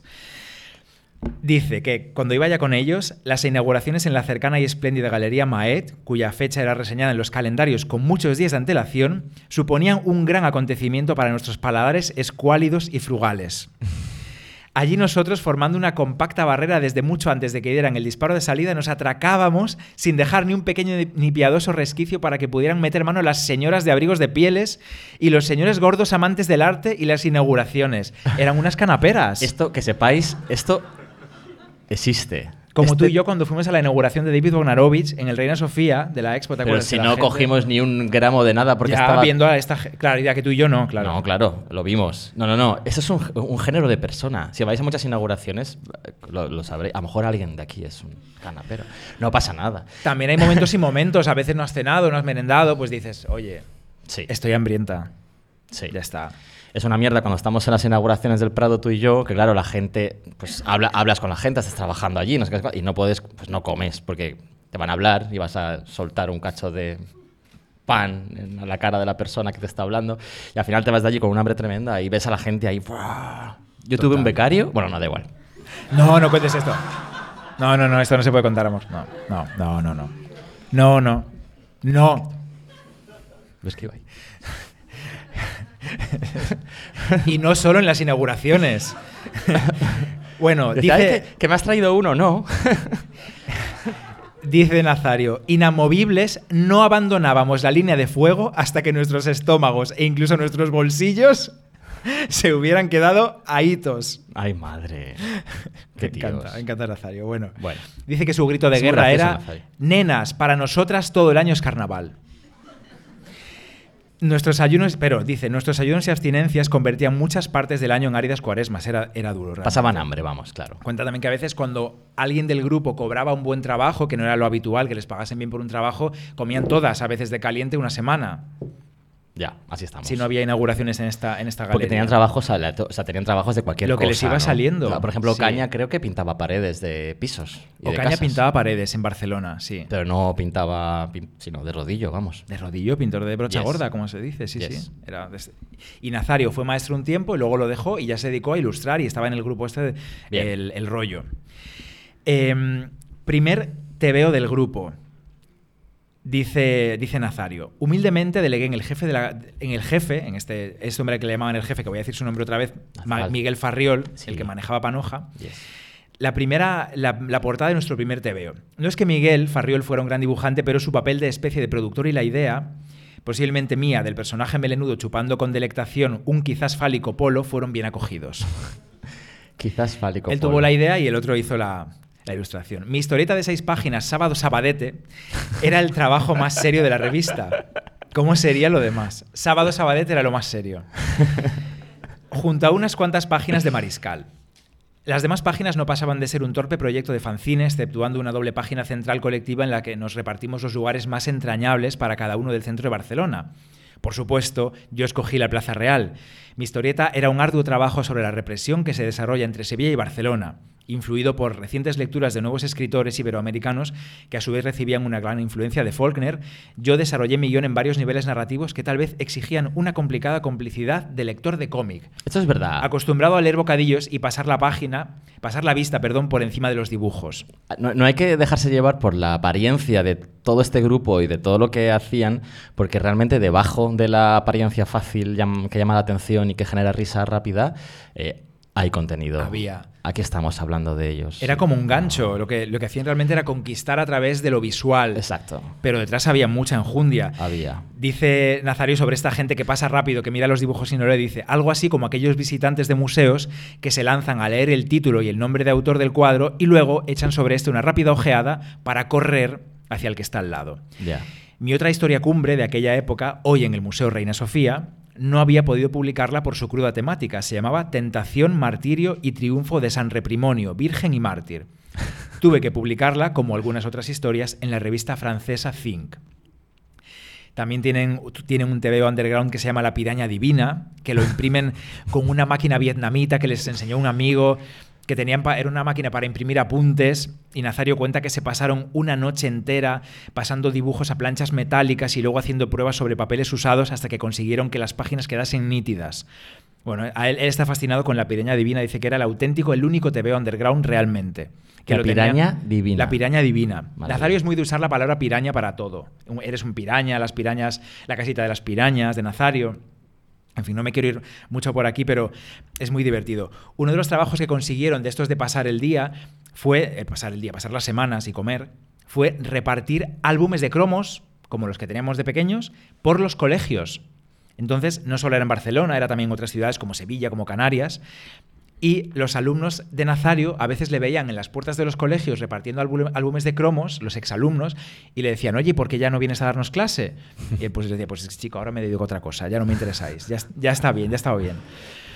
Dice que cuando iba ya con ellos, las inauguraciones en la cercana y espléndida Galería Maet, cuya fecha era reseñada en los calendarios con muchos días de antelación, suponían un gran acontecimiento para nuestros paladares escuálidos y frugales. Allí nosotros, formando una compacta barrera desde mucho antes de que dieran el disparo de salida, nos atracábamos sin dejar ni un pequeño ni piadoso resquicio para que pudieran meter mano las señoras de abrigos de pieles y los señores gordos amantes del arte y las inauguraciones. Eran unas canaperas. Esto, que sepáis, esto existe. Como Este- tú y yo cuando fuimos a la inauguración de David Bogdanovich en el Reina Sofía de la Expo, ¿te Pero acuerdas? si Que la no gente- cogimos ni un gramo de nada porque ya estaba... viendo a esta... ge- Claro, ya que tú y yo no, claro. No, claro, lo vimos. No, no, no. Eso es un, un género de persona. Si vais a muchas inauguraciones, lo, lo sabréis. A lo mejor alguien de aquí es un canapero. No pasa nada. También hay momentos y momentos. A veces no has cenado, no has merendado, pues dices, oye, Sí. estoy hambrienta. Sí. Ya está. Es una mierda cuando estamos en las inauguraciones del Prado tú y yo, que claro, la gente, pues habla, hablas con la gente, estás trabajando allí, no sé qué, y no puedes, pues no comes, porque te van a hablar y vas a soltar un cacho de pan en la cara de la persona que te está hablando, y al final te vas de allí con un hambre tremenda y ves a la gente ahí. ¡buah! Yo tuve un becario, bueno, no, da igual. No, no cuentes esto. No, no, no, esto no se puede contar, amor. No, no, no, no, no. No, no. No. Lo escribo ahí. Y no solo en las inauguraciones. Bueno, Decía, "Ay, dice... que, que me has traído uno, ¿no?" Dice Nazario, inamovibles, no abandonábamos la línea de fuego hasta que nuestros estómagos e incluso nuestros bolsillos se hubieran quedado ahitos. Ay, madre. Qué Me tíos. encanta, me encanta Nazario. Bueno, Bueno. dice que su grito de Es muy guerra gracioso, era, Nazario. nenas, para nosotras todo el año es carnaval. Nuestros ayunos, pero dice, nuestros ayunos y abstinencias convertían muchas partes del año en áridas cuaresmas. Era, era duro. realmente. Pasaban hambre, vamos, claro. Cuenta también que a veces cuando alguien del grupo cobraba un buen trabajo, que no era lo habitual, que les pagasen bien por un trabajo, comían todas, a veces de caliente, una semana. Ya, así estamos. Si no había inauguraciones en esta, en esta galería. Porque tenían trabajos, o sea, tenían trabajos de cualquier Lo cosa. que les iba ¿no? saliendo. O sea, por ejemplo, Sí. Ocaña creo que pintaba paredes de pisos. Y de Ocaña casas. pintaba paredes en Barcelona, sí. Pero no pintaba, pin- sino de rodillo, vamos. De rodillo, pintor de brocha Yes. gorda, como se dice, sí, Yes. sí. Era des- y Nazario fue maestro un tiempo y luego lo dejó y ya se dedicó a ilustrar y estaba en el grupo este de Bien. el, el rollo. Em, primer tebeo del grupo. Dice, dice Nazario, humildemente delegué en el jefe, de la, en el jefe, en este, este hombre que le llamaban el jefe, que voy a decir su nombre otra vez, Ma- Nazario. Miguel Farriol, Sí. el que manejaba Panoja, Yes. la primera, la, la portada de nuestro primer tebeo. No es que Miguel Farriol fuera un gran dibujante, pero su papel de especie de productor y la idea, posiblemente mía, del personaje melenudo chupando con delectación un quizás fálico polo, fueron bien acogidos. Quizás fálico. Él tuvo la idea y el otro hizo la, la ilustración. Mi historieta de seis páginas, Sábado Sabadete, era el trabajo más serio de la revista. ¿Cómo sería lo demás? Sábado Sabadete era lo más serio. Junto a unas cuantas páginas de Mariscal. Las demás páginas no pasaban de ser un torpe proyecto de fanzine, exceptuando una doble página central colectiva en la que nos repartimos los lugares más entrañables para cada uno del centro de Barcelona. Por supuesto, yo escogí la Plaza Real. Mi historieta era un arduo trabajo sobre la represión que se desarrolla entre Sevilla y Barcelona, influido por recientes lecturas de nuevos escritores iberoamericanos que a su vez recibían una gran influencia de Faulkner. Yo desarrollé mi guión en varios niveles narrativos que tal vez exigían una complicada complicidad de lector de cómic, Esto es verdad. acostumbrado a leer bocadillos y pasar la página, pasar la vista, perdón, por encima de los dibujos. No, no hay que dejarse llevar por la apariencia de todo este grupo y de todo lo que hacían, porque realmente debajo de la apariencia fácil llam- que llama la atención y que genera risa rápida, eh, hay contenido. Había. Aquí estamos hablando de ellos. Era como un gancho, lo que, lo que hacían realmente era conquistar a través de lo visual. Exacto. Pero detrás había mucha enjundia. Había. Dice Nazario sobre esta gente que pasa rápido, que mira los dibujos y no le dice, algo así como aquellos visitantes de museos que se lanzan a leer el título y el nombre de autor del cuadro y luego echan sobre este una rápida ojeada para correr hacia el que está al lado. Ya. Mi otra historia cumbre de aquella época, hoy en el Museo Reina Sofía, no había podido publicarla por su cruda temática. Se llamaba Tentación, Martirio y Triunfo de San Reprimonio, Virgen y Mártir. Tuve que publicarla, como algunas otras historias, en la revista francesa Think. También tienen, tienen un tebeo underground que se llama La Piraña Divina, que lo imprimen con una máquina vietnamita que les enseñó un amigo, que tenían pa- era una máquina para imprimir apuntes, y Nazario cuenta que se pasaron una noche entera pasando dibujos a planchas metálicas y luego haciendo pruebas sobre papeles usados hasta que consiguieron que las páginas quedasen nítidas. Bueno, a él, él está fascinado con La Piraña Divina, dice que era el auténtico, el único tebeo underground realmente. Que La lo tenía- Piraña Divina. La Piraña Divina. Maravilla. Nazario es muy de usar la palabra piraña para todo. Un- Eres un piraña, las pirañas, la casita de las pirañas de Nazario. En fin, no me quiero ir mucho por aquí, pero es muy divertido. Uno de los trabajos que consiguieron de estos de pasar el día fue, eh, pasar el día, pasar las semanas y comer, fue repartir álbumes de cromos, como los que teníamos de pequeños, por los colegios. Entonces, no solo era en Barcelona, era también en otras ciudades como Sevilla, como Canarias. Y los alumnos de Nazario a veces le veían en las puertas de los colegios repartiendo álbum- álbumes de cromos, los exalumnos, y le decían, oye, ¿por qué ya no vienes a darnos clase? Y él pues decía, pues chico, ahora me dedico a otra cosa, ya no me interesáis, ya, ya está bien, ya está bien.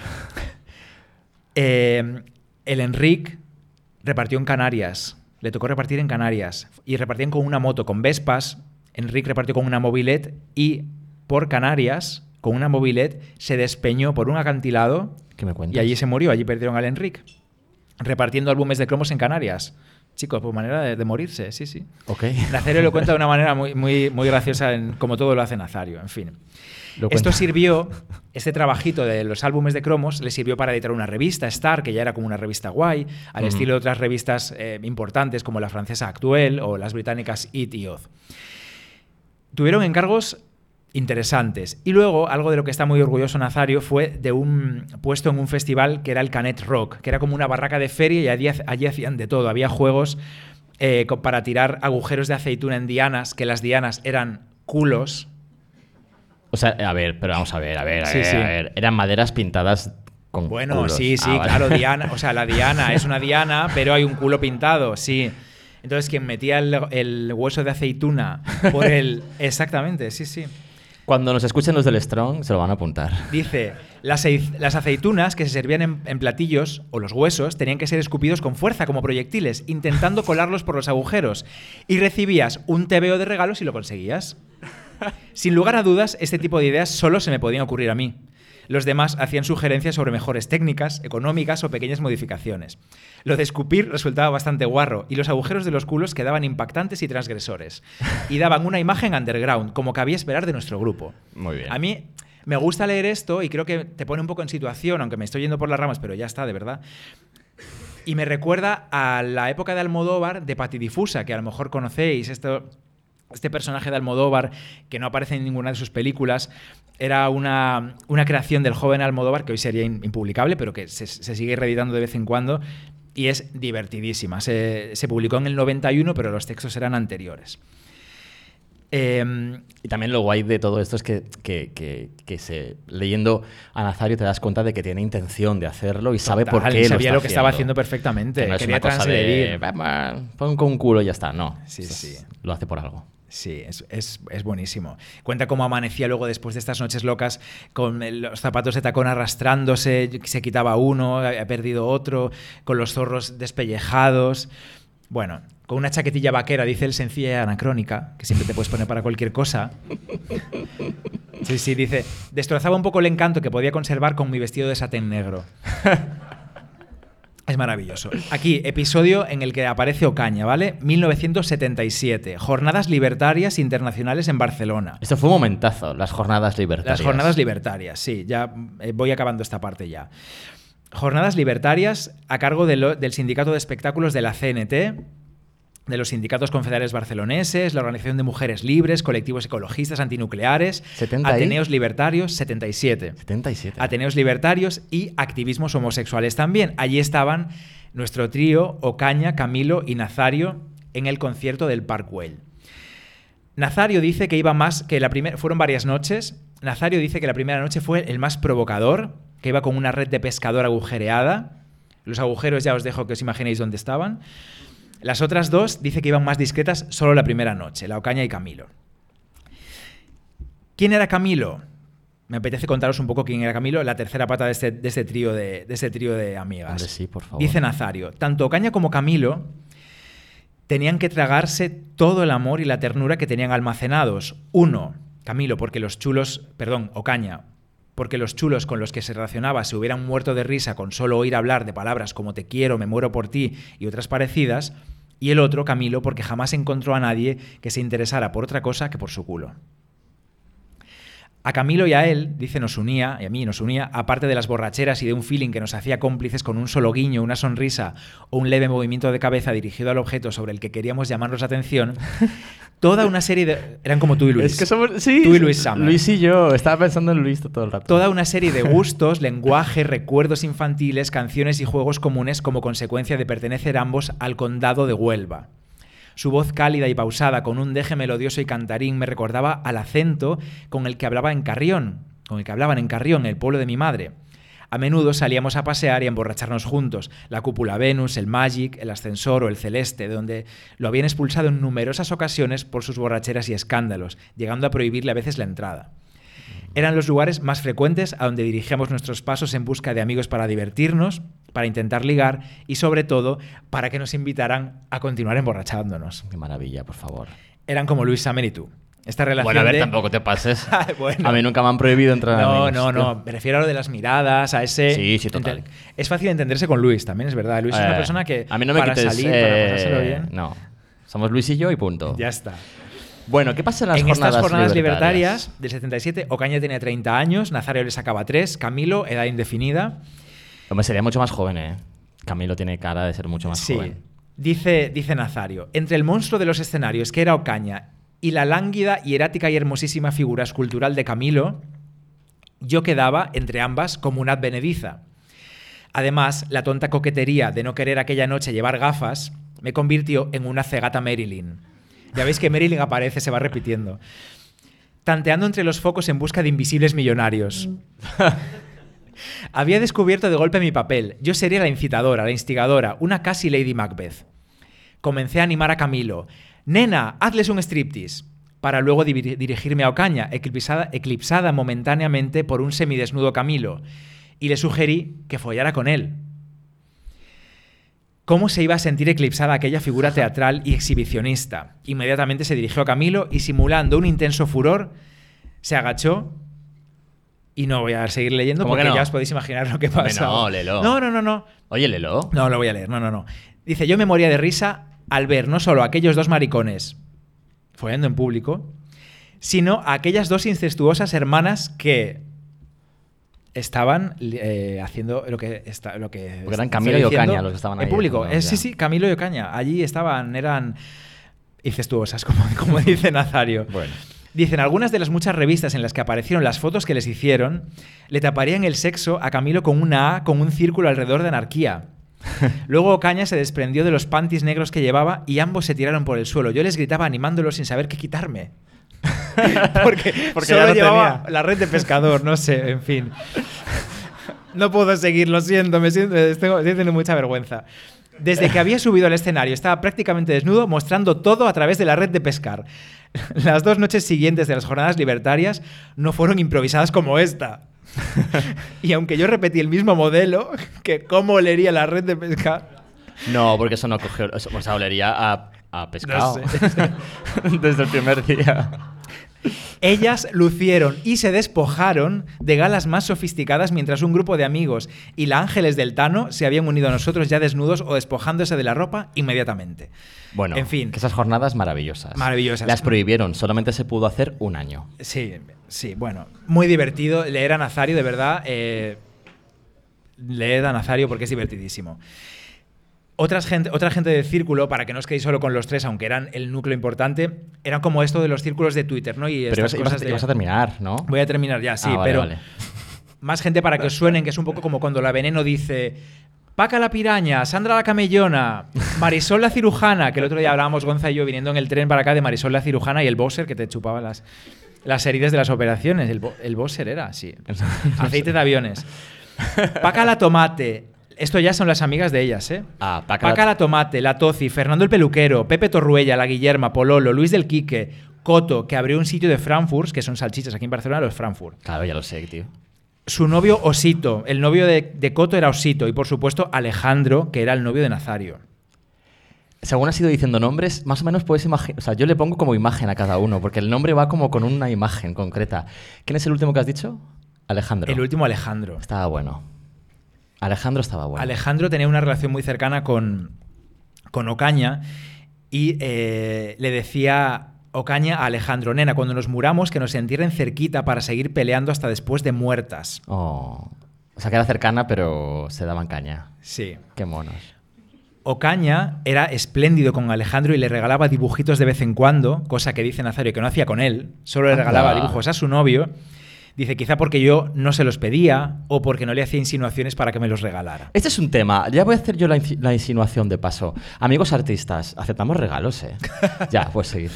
Eh, el Enric repartió en Canarias, le tocó repartir en Canarias, y repartían con una moto, con Vespas. Enric repartió con una mobilet y por Canarias, con una mobilet, se despeñó por un acantilado. ¿Qué me cuentas? Y allí se murió, allí perdieron al Enric, repartiendo álbumes de cromos en Canarias. Chicos, pues manera de, de morirse, sí, sí. Ok. Nazario lo cuenta de una manera muy, muy, muy graciosa, en, como todo lo hace Nazario, en fin. Lo Esto cuenta. sirvió, este trabajito de los álbumes de cromos, le sirvió para editar una revista, Star, que ya era como una revista guay, al Mm. estilo de otras revistas eh, importantes como la francesa Actuel o las británicas It y Oz. Tuvieron encargos interesantes. Y luego, algo de lo que está muy orgulloso Nazario fue de un puesto en un festival que era el Canet Rock, que era como una barraca de feria y allí, allí hacían de todo. Había juegos eh, co- para tirar agujeros de aceituna en dianas, que las dianas eran culos. O sea, a ver, pero vamos a ver, a ver, a Sí, ver, sí. a ver. Eran maderas pintadas con Bueno, culos. sí, sí, Ah, vale. claro, diana. O sea, la diana es una diana, pero hay un culo pintado, sí. Entonces, quien metía el, el hueso de aceituna por el... Exactamente, sí, sí. Cuando nos escuchen los del Strong, se lo van a apuntar. Dice, las, acei- las aceitunas que se servían en, en platillos, o los huesos, tenían que ser escupidos con fuerza, como proyectiles, intentando colarlos por los agujeros. Y recibías un tebeo de regalo si lo conseguías. Sin lugar a dudas, este tipo de ideas solo se me podían ocurrir a mí. Los demás hacían sugerencias sobre mejores técnicas, económicas o pequeñas modificaciones. Lo de escupir resultaba bastante guarro y los agujeros de los culos quedaban impactantes y transgresores. Y daban una imagen underground, como cabía esperar de nuestro grupo. Muy bien. A mí me gusta leer esto y creo que te pone un poco en situación, aunque me estoy yendo por las ramas, pero ya está, de verdad. Y me recuerda a la época de Almodóvar de Patidifusa, que a lo mejor conocéis. Esto, este personaje de Almodóvar, que no aparece en ninguna de sus películas, era una, una creación del joven Almodóvar, que hoy sería impublicable, pero que se, se sigue reeditando de vez en cuando, y es divertidísima. Se, se publicó en el noventa y uno, pero los textos eran anteriores. Eh, y también lo guay de todo esto es que, que, que, que se, leyendo a Nazario te das cuenta de que tiene intención de hacerlo y sabe total, por qué lo sabía está lo que estaba haciendo. haciendo perfectamente. Que no es Quería una cosa transgredir. de pon con un culo y ya está. No, Sí, sí. Lo hace por algo. Sí, es, es, es buenísimo. Cuenta cómo amanecía luego después de estas noches locas con los zapatos de tacón arrastrándose, se quitaba uno, había perdido otro, con los zorros despellejados. Bueno, con una chaquetilla vaquera, dice él, sencilla y anacrónica, que siempre te puedes poner para cualquier cosa. Sí, sí, dice, destrozaba un poco el encanto que podía conservar con mi vestido de satén negro. Es maravilloso. Aquí, episodio en el que aparece Ocaña, ¿vale? mil novecientos setenta y siete. Jornadas Libertarias Internacionales en Barcelona. Esto fue un momentazo, las jornadas libertarias. Las jornadas libertarias, sí. Ya eh, voy acabando esta parte ya. Jornadas libertarias a cargo de lo, del Sindicato de Espectáculos de la C N T, de los sindicatos confederales barceloneses, la Organización de Mujeres Libres, colectivos ecologistas antinucleares, setenta Ateneos Libertarios, setenta y siete. setenta y siete. Ateneos Libertarios y activismos homosexuales también. Allí estaban nuestro trío Ocaña, Camilo y Nazario en el concierto del Park Güell. Nazario dice que iba más que la primera, fueron varias noches. Nazario dice que la primera noche fue el más provocador, que iba con una red de pescador agujereada. Los agujeros ya os dejo que os imaginéis dónde estaban. Las otras dos dice que iban más discretas solo la primera noche, la Ocaña y Camilo. ¿Quién era Camilo? Me apetece contaros un poco quién era Camilo, la tercera pata de este, de este, trío, de, de este trío de amigas. Hombre, sí, por favor. Dice Nazario, tanto Ocaña como Camilo tenían que tragarse todo el amor y la ternura que tenían almacenados. Uno, Camilo, porque los chulos, perdón, Ocaña, porque los chulos con los que se relacionaba se hubieran muerto de risa con solo oír hablar de palabras como te quiero, me muero por ti y otras parecidas, y el otro, Camilo, porque jamás encontró a nadie que se interesara por otra cosa que por su culo. A Camilo y a él, dice, nos unía, y a mí nos unía, aparte de las borracheras y de un feeling que nos hacía cómplices con un solo guiño, una sonrisa o un leve movimiento de cabeza dirigido al objeto sobre el que queríamos llamarnos la atención, toda una serie de... Eran como tú y Luis. Es que somos... Sí, tú y Luis Summer. Luis y yo. Estaba pensando en Luis todo el rato. Toda una serie de gustos, lenguaje, recuerdos infantiles, canciones y juegos comunes como consecuencia de pertenecer ambos al condado de Huelva. Su voz cálida y pausada, con un deje melodioso y cantarín, me recordaba al acento con el que hablaba en Carrión, con el que hablaban en Carrión, el pueblo de mi madre. A menudo salíamos a pasear y a emborracharnos juntos. La cúpula Venus, el Magic, el ascensor o el Celeste, donde lo habían expulsado en numerosas ocasiones por sus borracheras y escándalos, llegando a prohibirle a veces la entrada. Eran los lugares más frecuentes a donde dirigíamos nuestros pasos en busca de amigos para divertirnos, para intentar ligar y, sobre todo, para que nos invitaran a continuar emborrachándonos. Qué maravilla, por favor. Eran como Luis Summer y tú. Esta relación bueno, a ver, de... tampoco te pases. Bueno. A mí nunca me han prohibido entrar No, a no, no. Me refiero a lo de las miradas, a ese... Sí, sí, total. Es fácil entenderse con Luis, también es verdad. Luis Eh, es una persona que a mí no me para quites, salir, eh, para pasárselo bien... No. Somos Luis y yo y punto. Ya está. Bueno, ¿qué pasa en las en jornadas estas jornadas libertarias? libertarias del setenta y siete, Ocaña tenía treinta años, Nazario le sacaba tres, Camilo, edad indefinida. Hombre, sería mucho más joven, ¿eh? Camilo tiene cara de ser mucho más Sí. joven. Dice, dice Nazario, entre el monstruo de los escenarios que era Ocaña y la lánguida, hierática y hermosísima figura escultural de Camilo, yo quedaba entre ambas como una advenediza. Además, la tonta coquetería de no querer aquella noche llevar gafas me convirtió en una cegata Marilyn. Ya veis que Marilyn aparece, se va repitiendo. Tanteando entre los focos en busca de invisibles millonarios. Había descubierto de golpe mi papel. Yo sería la incitadora, la instigadora, una casi Lady Macbeth. Comencé a animar a Camilo. «Nena, hazles un striptease», para luego dir- dirigirme a Ocaña, eclipsada, eclipsada momentáneamente por un semidesnudo Camilo, y le sugerí que follara con él. cómo se iba a sentir eclipsada aquella figura teatral y exhibicionista. Inmediatamente se dirigió a Camilo y, simulando un intenso furor, se agachó. Y no voy a seguir leyendo porque no? ya os podéis imaginar lo que pasa. No, léelo. No, no, no, no. Oye, léelo. No, lo voy a leer. No, no, no. Dice, yo me moría de risa al ver no solo a aquellos dos maricones follando en público, sino a aquellas dos incestuosas hermanas que estaban eh, haciendo lo que está, lo que porque eran Camilo y Ocaña los que estaban ahí. En público. Eh, sí, sí, Camilo y Ocaña. Allí estaban, eran incestuosas, como, como dice Nazario. Bueno. Dicen, algunas de las muchas revistas en las que aparecieron las fotos que les hicieron le taparían el sexo a Camilo con una A con un círculo alrededor de anarquía. Luego Ocaña se desprendió de los panties negros que llevaba y ambos se tiraron por el suelo. Yo les gritaba animándolos sin saber qué quitarme. Porque, Porque solo no llevaba tenía. La red de pescador, no sé, en fin. No puedo seguir, lo siento, me siento, tengo, estoy teniendo mucha vergüenza. Desde que había subido al escenario estaba prácticamente desnudo, mostrando todo a través de la red de pescar. Las dos noches siguientes de las jornadas libertarias no fueron improvisadas como esta. Y aunque yo repetí el mismo modelo, que cómo olería la red de pescar... No, porque eso no cogió... O sea, olería a, a pescado. No sé. Desde el primer día. Ellas lucieron y se despojaron de galas más sofisticadas mientras un grupo de amigos y la Ángeles del Tano se habían unido a nosotros ya desnudos o despojándose de la ropa inmediatamente. Bueno, en fin, que esas jornadas maravillosas. Maravillosas. Las prohibieron, solamente se pudo hacer un año. Sí, sí, bueno, muy divertido leer a Nazario, de verdad. Eh, leed a Nazario porque es divertidísimo. Otras gente, otra gente del círculo, para que no os quedéis solo con los tres, aunque eran el núcleo importante, eran como esto de los círculos de Twitter, ¿no? Y pero estas ibas, cosas ibas, de... ibas a terminar, ¿no? Voy a terminar ya, sí, ah, vale, pero vale. Más gente para que os suenen, que es un poco como cuando la Veneno dice Paca la piraña, Sandra la camellona, Marisol la cirujana, que el otro día hablábamos Gonza y yo viniendo en el tren para acá de Marisol la cirujana y el Bosser que te chupaba las, las heridas de las operaciones. El, el Bosser era, sí. Aceite de aviones. Paca la tomate. Esto ya son las amigas de ellas, ¿eh? Ah, Paca, Paca la Tomate, la Tozi, Fernando el Peluquero, Pepe Torruella, la Guillerma, Pololo, Luis del Quique, Coto, que abrió un sitio de Frankfurt, que son salchichas aquí en Barcelona, los Frankfurt. Claro, ya lo sé, tío. Su novio Osito, el novio de, de Coto era Osito, y por supuesto Alejandro, que era el novio de Nazario. Según has ido diciendo nombres, más o menos puedes imaginar... O sea, yo le pongo como imagen a cada uno, porque el nombre va como con una imagen concreta. ¿Quién es el último que has dicho? Alejandro. El último Alejandro. Estaba bueno. Alejandro estaba bueno. Alejandro tenía una relación muy cercana con, con Ocaña y eh, le decía Ocaña a Alejandro, nena, cuando nos muramos que nos entierren cerquita para seguir peleando hasta después de muertas. Oh. O sea, que era cercana, pero se daban caña. Sí. Qué monos. Ocaña era espléndido con Alejandro y le regalaba dibujitos de vez en cuando, cosa que dice Nazario que no hacía con él, solo le regalaba Anda. dibujos a su novio. Dice, quizá porque yo no se los pedía o porque no le hacía insinuaciones para que me los regalara. Este es un tema. Ya voy a hacer yo la, insi- la insinuación de paso. Amigos artistas, aceptamos regalos, ¿eh? Ya, puedes seguir.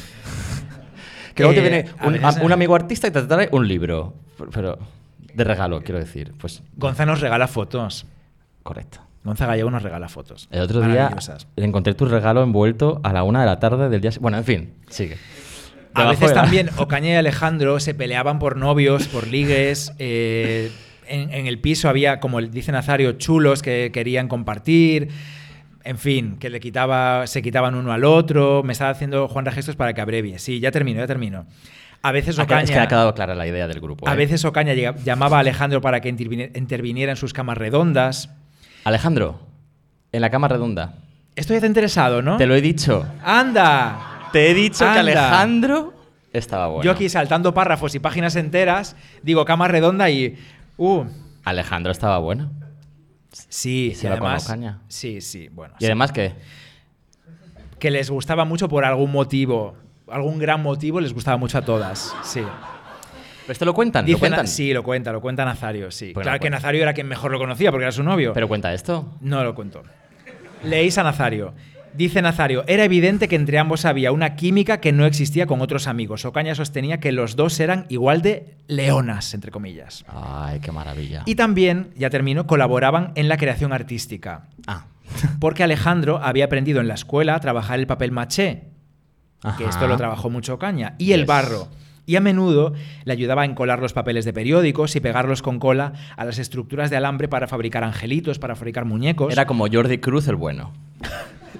Que luego Eh, te viene a un, veces- a- un amigo artista y te trae un libro. Pero de regalo, quiero decir. Pues Gonza nos regala fotos. correcto. Gonza Gallego nos regala fotos. El otro día Maravillosas. encontré tu regalo envuelto a la una de la tarde del día... Bueno, en fin, sigue. A Debajo veces de la- también Ocaña y Alejandro se peleaban por novios, por ligues. eh, en, en el piso había, como dice Nazario, chulos que querían compartir. En fin, que le quitaba, se quitaban uno al otro. Me estaba haciendo Juan Regestos para que abrevie. Sí, ya termino, ya termino. A veces Ha quedado- Ocaña, es que ha quedado clara la idea del grupo. a ¿eh? veces Ocaña llega- llamaba a Alejandro para que intervine- interviniera en sus camas redondas. Alejandro, en la cama redonda. Esto ya te ha interesado, ¿no? Te lo he dicho. ¡Anda! Te he dicho Anda. que Alejandro estaba bueno. Yo aquí saltando párrafos y páginas enteras, digo cama redonda y... Uh, Alejandro estaba bueno. sí, ¿Y se y va con además... Ocaña? Sí, sí, bueno. ¿Y sí. además qué? Que les gustaba mucho por algún motivo. Algún gran motivo les gustaba mucho a todas, sí. ¿Pero esto lo cuentan? ¿Lo Dicen- cuentan? Sí, lo cuenta, lo cuenta Nazario, sí. Bueno, claro que pues- Nazario era quien mejor lo conocía porque era su novio. ¿Pero cuenta esto? No lo cuento. Leéis a Nazario. Dice Nazario, era evidente que entre ambos había una química que no existía con otros amigos. Ocaña sostenía que los dos eran igual de leonas, entre comillas. Ay, qué maravilla. Y también, ya termino, colaboraban en la creación artística. Ah. Porque Alejandro había aprendido en la escuela a trabajar el papel maché, que Ajá. esto lo trabajó mucho Ocaña, y el Yes. barro. Y a menudo le ayudaba a encolar los papeles de periódicos y pegarlos con cola a las estructuras de alambre para fabricar angelitos, para fabricar muñecos. Era como Jordi Cruz el bueno.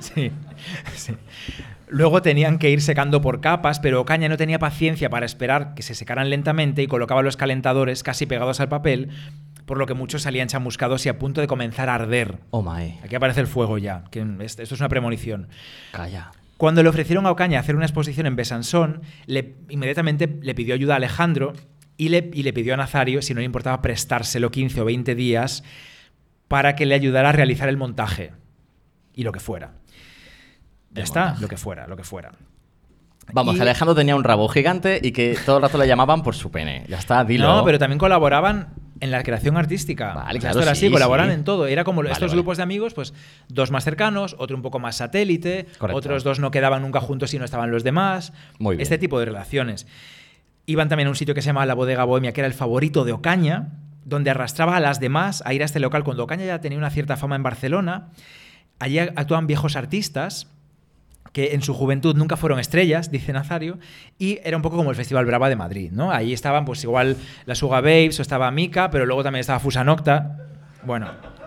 Sí, sí. Luego tenían que ir secando por capas, pero Ocaña no tenía paciencia para esperar que se secaran lentamente y colocaba los calentadores casi pegados al papel, por lo que muchos salían chamuscados y a punto de comenzar a arder. Oh my. Aquí aparece el fuego ya, que esto es una premonición. Calla. Cuando le ofrecieron a Ocaña hacer una exposición en Besançon, le, inmediatamente le pidió ayuda a Alejandro y le, y le pidió a Nazario si no le importaba prestárselo quince o veinte días para que le ayudara a realizar el montaje. Y lo que fuera. Ya El está, montaje. lo que fuera, lo que fuera. Vamos, Y- Alejandro tenía un rabo gigante y que todo el rato le llamaban por su pene. Ya está, dilo. No, pero también colaboraban en la creación artística. Vale, O sea, claro, esto era sí, así, colaboraban sí. en todo. Era como Vale, estos vale. grupos de amigos, pues dos más cercanos, otro un poco más satélite, Correcto. otros dos no quedaban nunca juntos y no estaban los demás. Muy bien. Este tipo de relaciones. Iban también a un sitio que se llama La Bodega Bohemia, que era el favorito de Ocaña, donde arrastraba a las demás a ir a este local cuando Ocaña ya tenía una cierta fama en Barcelona. Allí actuaban viejos artistas que en su juventud nunca fueron estrellas, dice Nazario, y era un poco como el Festival Brava de Madrid, ¿no? Ahí estaban, pues igual la Suga Babes o estaba Mika, pero luego también estaba Fusa Nocta. Bueno.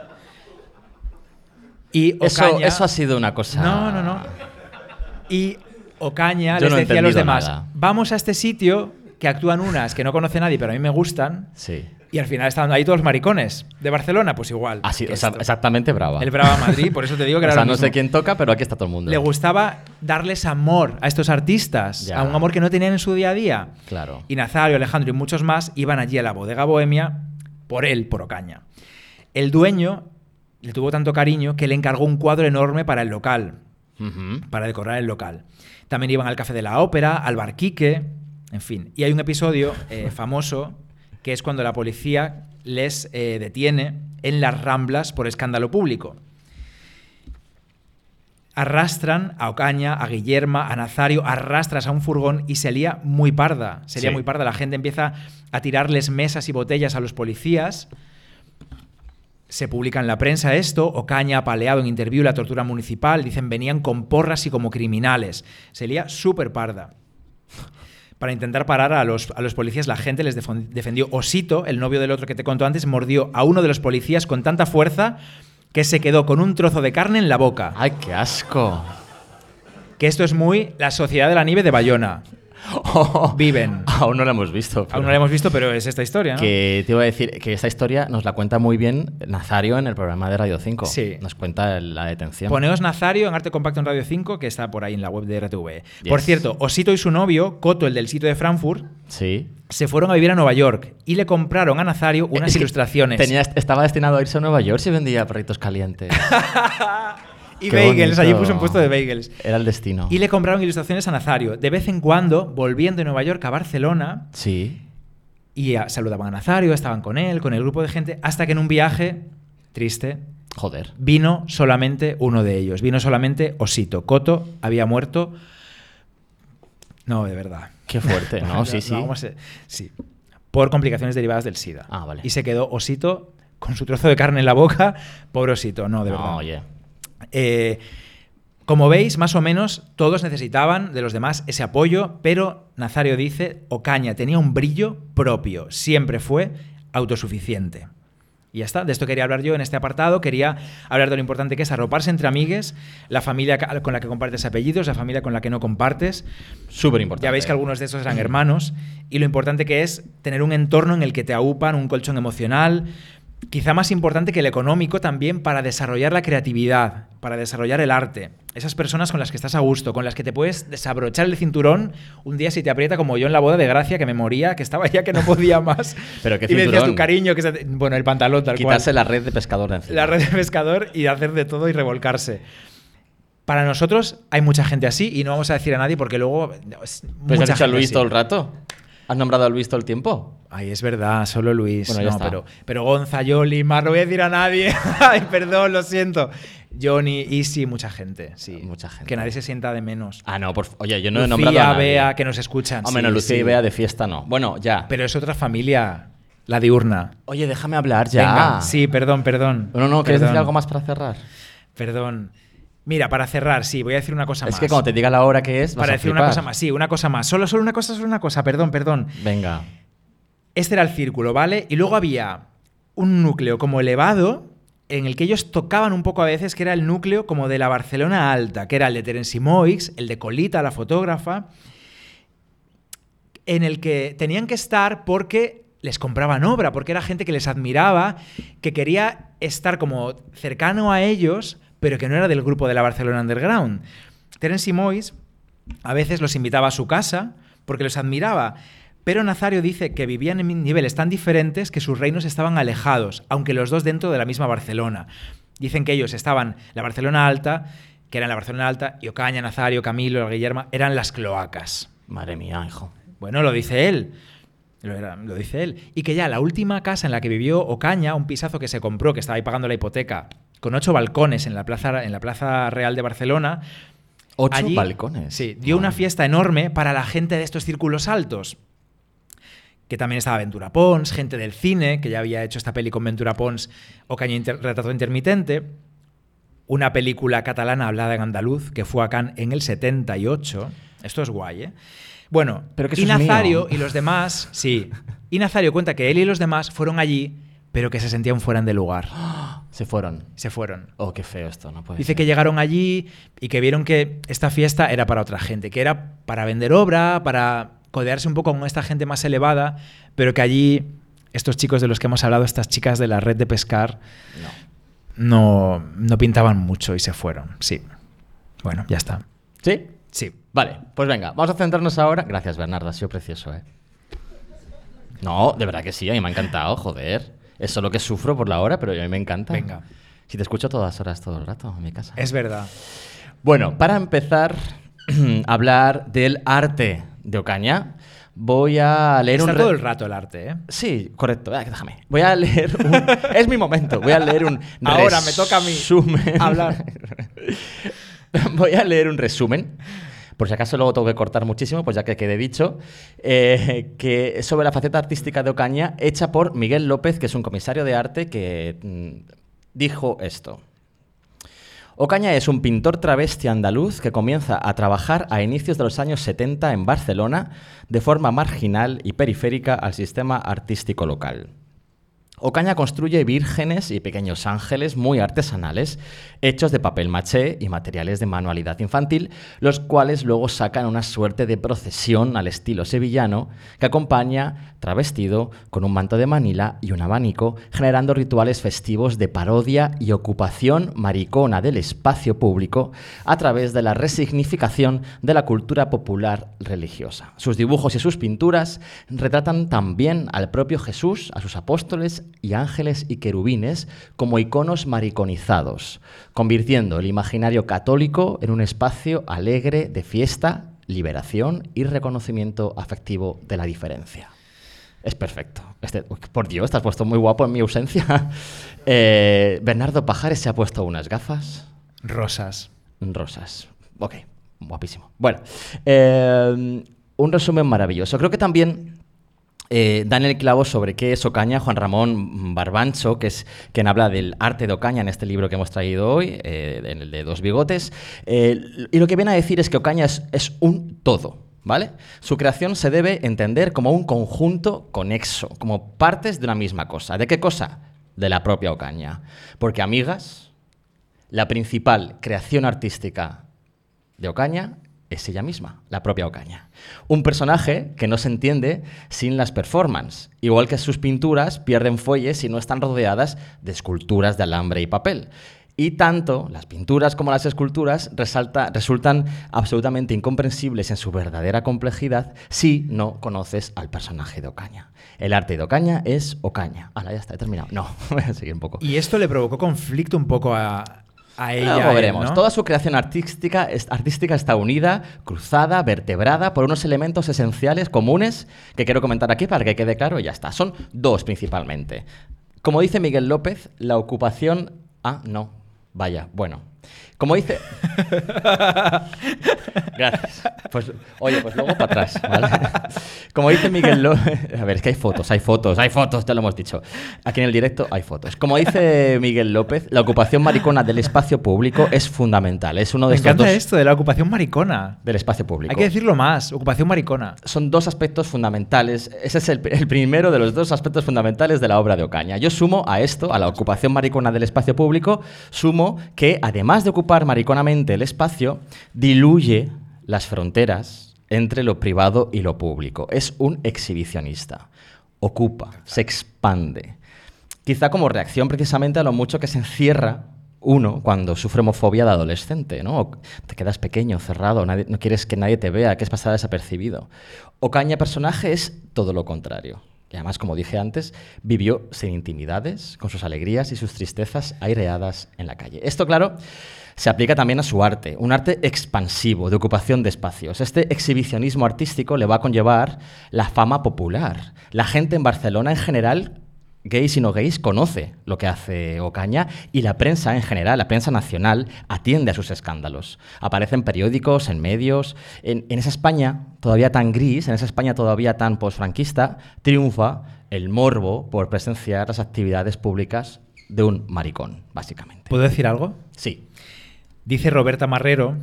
Y Ocaña... Eso, eso ha sido una cosa... No, no, no. Y Ocaña Yo les no he decía a los entendido demás, nada. vamos a este sitio que actúan unas que no conoce nadie, pero a mí me gustan, Sí. y al final estaban ahí todos los maricones. ¿De Barcelona? Pues igual. Así, que o sea, esto. exactamente brava. El Brava Madrid, por eso te digo que O era sea, lo no mismo. sé quién toca, pero aquí está todo el mundo. Le gustaba darles amor a estos artistas, Ya. a un amor que no tenían en su día a día. Claro. Y Nazario, Alejandro y muchos más iban allí a la Bodega Bohemia por él, por Ocaña. El dueño le tuvo tanto cariño que le encargó un cuadro enorme para el local, Ujú. para decorar el local. También iban al Café de la Ópera, al Bar Quique, en fin. Y hay un episodio eh, famoso que es cuando la policía les eh, detiene en las Ramblas por escándalo público. Arrastran a Ocaña, a Guillerma, a Nazario, arrastras a un furgón y se lía muy parda. Se lía Sí. muy parda. La gente empieza a tirarles mesas y botellas a los policías. Se publica en la prensa esto. Ocaña apaleado en interview la tortura municipal. Dicen venían con porras y como criminales. Se lía súper parda. Para intentar parar a los, a los policías, la gente les defon- defendió. Osito, el novio del otro que te contó antes, mordió a uno de los policías con tanta fuerza que se quedó con un trozo de carne en la boca. ¡Ay, qué asco! Que esto es muy la Sociedad de la Nieve de Bayona. Viven. Aún no lo hemos visto. Aún pero- no la hemos visto, pero es esta historia, ¿no? Que te iba a decir que esta historia nos la cuenta muy bien Nazario en el programa de Radio cinco. Sí. Nos cuenta la detención. Poneos Nazario en Arte Compacto en Radio cinco, que está por ahí en la web de R T V. Yes. Por cierto, Osito y su novio, Coto, el del sitio de Frankfurt, Sí. se fueron a vivir a Nueva York y le compraron a Nazario unas Es que ilustraciones. Tenía, estaba destinado a irse a Nueva York si vendía perritos calientes. y Qué bagels, bonito. allí puso un puesto de bagels. Era el destino. Y le compraron ilustraciones a Nazario. De vez en cuando, volviendo de Nueva York a Barcelona, Sí. y a- saludaban a Nazario, estaban con él, con el grupo de gente, hasta que en un viaje, triste, Joder. vino solamente uno de ellos. Vino solamente Osito. Coto había muerto. No, de verdad. Qué fuerte, ¿no? Sí, sí. vamos a- sí. Por complicaciones derivadas del SIDA. Ah, vale. Y se quedó Osito con su trozo de carne en la boca. Pobre Osito, no, de verdad. No, oye. Eh, como veis, más o menos todos necesitaban de los demás ese apoyo, pero Nazario dice, Ocaña tenía un brillo propio, siempre fue autosuficiente. Y ya está, de esto quería hablar yo en este apartado, quería hablar de lo importante que es arroparse entre amigues, la familia ca- con la que compartes apellidos, la familia con la que no compartes. Súper importante. Ya veis que algunos de estos eran hermanos, y lo importante que es tener un entorno en el que te aupan, un colchón emocional, quizá más importante que el económico también, para desarrollar la creatividad, para desarrollar el arte. Esas personas con las que estás a gusto, con las que te puedes desabrochar el cinturón un día si te aprieta, como yo en la boda de Gracia, que me moría, que estaba ya que no podía más. Pero qué y me decías cinturón. tu cariño, que se- bueno, el pantalón tal Quitarse cual. la red de pescador de encima. La red de pescador y hacer de todo y revolcarse. Para nosotros hay mucha gente así y no vamos a decir a nadie porque luego... es Pues has mucha dicho a gente Luis así. todo el rato. ¿Has nombrado a Luis todo el tiempo? Ay, es verdad, solo Luis. Bueno, ya no, está. pero, pero Gonza, Yoli, Mar, no voy a decir a nadie. Ay, perdón, lo siento. Johnny, Easy, mucha gente, sí. Mucha gente. Que nadie se sienta de menos. Ah, no, por... oye, yo no he Lucía, nombrado a nadie. Bea, que nos escuchan. Hombre, sí, no, Lucía sí. y Bea de fiesta no. Bueno, ya. Pero es otra familia, la diurna. Oye, déjame hablar ya. Venga, sí, perdón, perdón. No, no, ¿quieres Perdón, decir algo más para cerrar? Perdón. Mira, para cerrar, sí, voy a decir una cosa Es más. que cuando te diga la hora que es, vas Para a decir una flipar. cosa más, sí, una cosa más. Solo, solo una cosa, solo una cosa, perdón, perdón. Venga. Este era el círculo, ¿vale? Y luego había un núcleo como elevado en el que ellos tocaban un poco a veces, que era el núcleo como de la Barcelona alta, que era el de Terence Moix, el de Colita, la fotógrafa, en el que tenían que estar porque les compraban obra, porque era gente que les admiraba, que quería estar como cercano a ellos, pero que no era del grupo de la Barcelona Underground. Terence Moix a veces los invitaba a su casa porque los admiraba, pero Nazario dice que vivían en niveles tan diferentes que sus reinos estaban alejados, aunque los dos dentro de la misma Barcelona. Dicen que ellos estaban, la Barcelona Alta, que era la Barcelona Alta, y Ocaña, Nazario, Camilo, Guillermo, eran las cloacas. Madre mía, hijo. Bueno, lo dice él. Lo, era, lo dice él. Y que ya la última casa en la que vivió Ocaña, un pisazo que se compró, que estaba ahí pagando la hipoteca, con ocho balcones en la Plaza, en la plaza Real de Barcelona. ¿Ocho allí, balcones? Sí, dio una fiesta enorme para la gente de estos círculos altos. Que también estaba Ventura Pons, gente del cine, que ya había hecho esta peli con Ventura Pons, Ocaña inter Retrato Intermitente, una película catalana hablada en andaluz, que fue a Cannes en el setenta y ocho. Esto es guay, ¿eh? Bueno, pero que y Nazario y los demás, sí, y Nazario cuenta que él y los demás fueron allí, pero que se sentían fuera de lugar. Se fueron. Se fueron. Oh, qué feo esto, no puede Dice ser. que llegaron allí y que vieron que esta fiesta era para otra gente, que era para vender obra, para codearse un poco con esta gente más elevada, pero que allí estos chicos de los que hemos hablado, estas chicas de la red de pescar, no, no, no pintaban mucho y se fueron. Sí. Bueno, ya está. ¿Sí? Sí. Vale, pues venga, vamos a centrarnos ahora. Gracias, Bernardo, ha sido precioso, ¿eh? No, de verdad que sí, a mí me ha encantado, joder. Es solo que sufro por la hora, pero a mí me encanta. Venga. Si te escucho todas horas, todo el rato, en mi casa. Es verdad. Bueno, para empezar a hablar del arte de Ocaña, voy a leer Está un... todo el rato el arte, ¿eh? Sí, correcto. Ah, déjame. Voy a leer un... Es mi momento. Voy a leer un Ahora me toca a mí resumen. hablar. Voy a leer un resumen, por si acaso luego tengo que cortar muchísimo, pues ya que quede dicho, eh, que es sobre la faceta artística de Ocaña, hecha por Miguel López, que es un comisario de arte que mm, dijo esto. Ocaña es un pintor travesti andaluz que comienza a trabajar a inicios de los años setenta en Barcelona de forma marginal y periférica al sistema artístico local. Ocaña construye vírgenes y pequeños ángeles muy artesanales, hechos de papel maché y materiales de manualidad infantil, los cuales luego sacan una suerte de procesión al estilo sevillano que acompaña travestido con un manto de Manila y un abanico, generando rituales festivos de parodia y ocupación maricona del espacio público a través de la resignificación de la cultura popular religiosa. Sus dibujos y sus pinturas retratan también al propio Jesús, a sus apóstoles y ángeles y querubines como iconos mariconizados, convirtiendo el imaginario católico en un espacio alegre de fiesta, liberación y reconocimiento afectivo de la diferencia. Es perfecto. Este, por Dios, te has puesto muy guapo en mi ausencia. Eh, Bernardo Pajares se ha puesto unas gafas. Rosas. Rosas. Ok, guapísimo. Bueno, eh, un resumen maravilloso. Creo que también... Eh, dan el clavo sobre qué es Ocaña Juan Ramón Barbancho, que es quien habla del arte de Ocaña en este libro que hemos traído hoy, eh, en el de Dos Bigotes. Eh, y lo que viene a decir es que Ocaña es, es un todo, ¿vale? Su creación se debe entender como un conjunto conexo, como partes de una misma cosa. ¿De qué cosa? De la propia Ocaña. Porque, amigas, la principal creación artística de Ocaña es ella misma, la propia Ocaña. Un personaje que no se entiende sin las performances, igual que sus pinturas pierden fuelle si no están rodeadas de esculturas de alambre y papel. Y tanto las pinturas como las esculturas resalta, resultan absolutamente incomprensibles en su verdadera complejidad si no conoces al personaje de Ocaña. El arte de Ocaña es Ocaña. Ahora ya está, he terminado. No, voy a seguir un poco. Y esto le provocó conflicto un poco a... A ella, Luego veremos. Él, ¿no? Toda su creación artística, es, artística está unida, cruzada, vertebrada por unos elementos esenciales comunes que quiero comentar aquí para que quede claro y ya está. Son dos principalmente. Como dice Miguel López, la ocupación... Ah, no. Vaya, bueno. Como dice... Gracias. Pues, oye, pues luego para atrás, ¿vale? Como dice Miguel López... A ver, es que hay fotos, hay fotos, hay fotos, te lo hemos dicho. Aquí en el directo hay fotos. Como dice Miguel López, la ocupación maricona del espacio público es fundamental. Es uno de Me estos encanta dos... esto de la ocupación maricona. Del espacio público. Hay que decirlo más, ocupación maricona. Son dos aspectos fundamentales. Ese es el, el primero de los dos aspectos fundamentales de la obra de Ocaña. Yo sumo a esto, a la ocupación maricona del espacio público, sumo que, además de ocupar mariconamente el espacio, diluye las fronteras entre lo privado y lo público. Es un exhibicionista. Ocupa, se expande. Quizá como reacción precisamente a lo mucho que se encierra uno cuando sufre homofobia de adolescente, ¿no? Te quedas pequeño, cerrado, nadie, no quieres que nadie te vea, quieres pasar desapercibido. Ocaña, personaje, es todo lo contrario. Y además, como dije antes, vivió sin intimidades, con sus alegrías y sus tristezas aireadas en la calle. Esto, claro, se aplica también a su arte, un arte expansivo, de ocupación de espacios. Este exhibicionismo artístico le va a conllevar la fama popular. La gente en Barcelona, en general, gays y no gays, conoce lo que hace Ocaña, y la prensa en general, la prensa nacional, atiende a sus escándalos. Aparecen periódicos, en medios. En, en esa España todavía tan gris, en esa España todavía tan posfranquista, triunfa el morbo por presenciar las actividades públicas de un maricón, básicamente. ¿Puedo decir algo? Sí. Dice Roberta Marrero,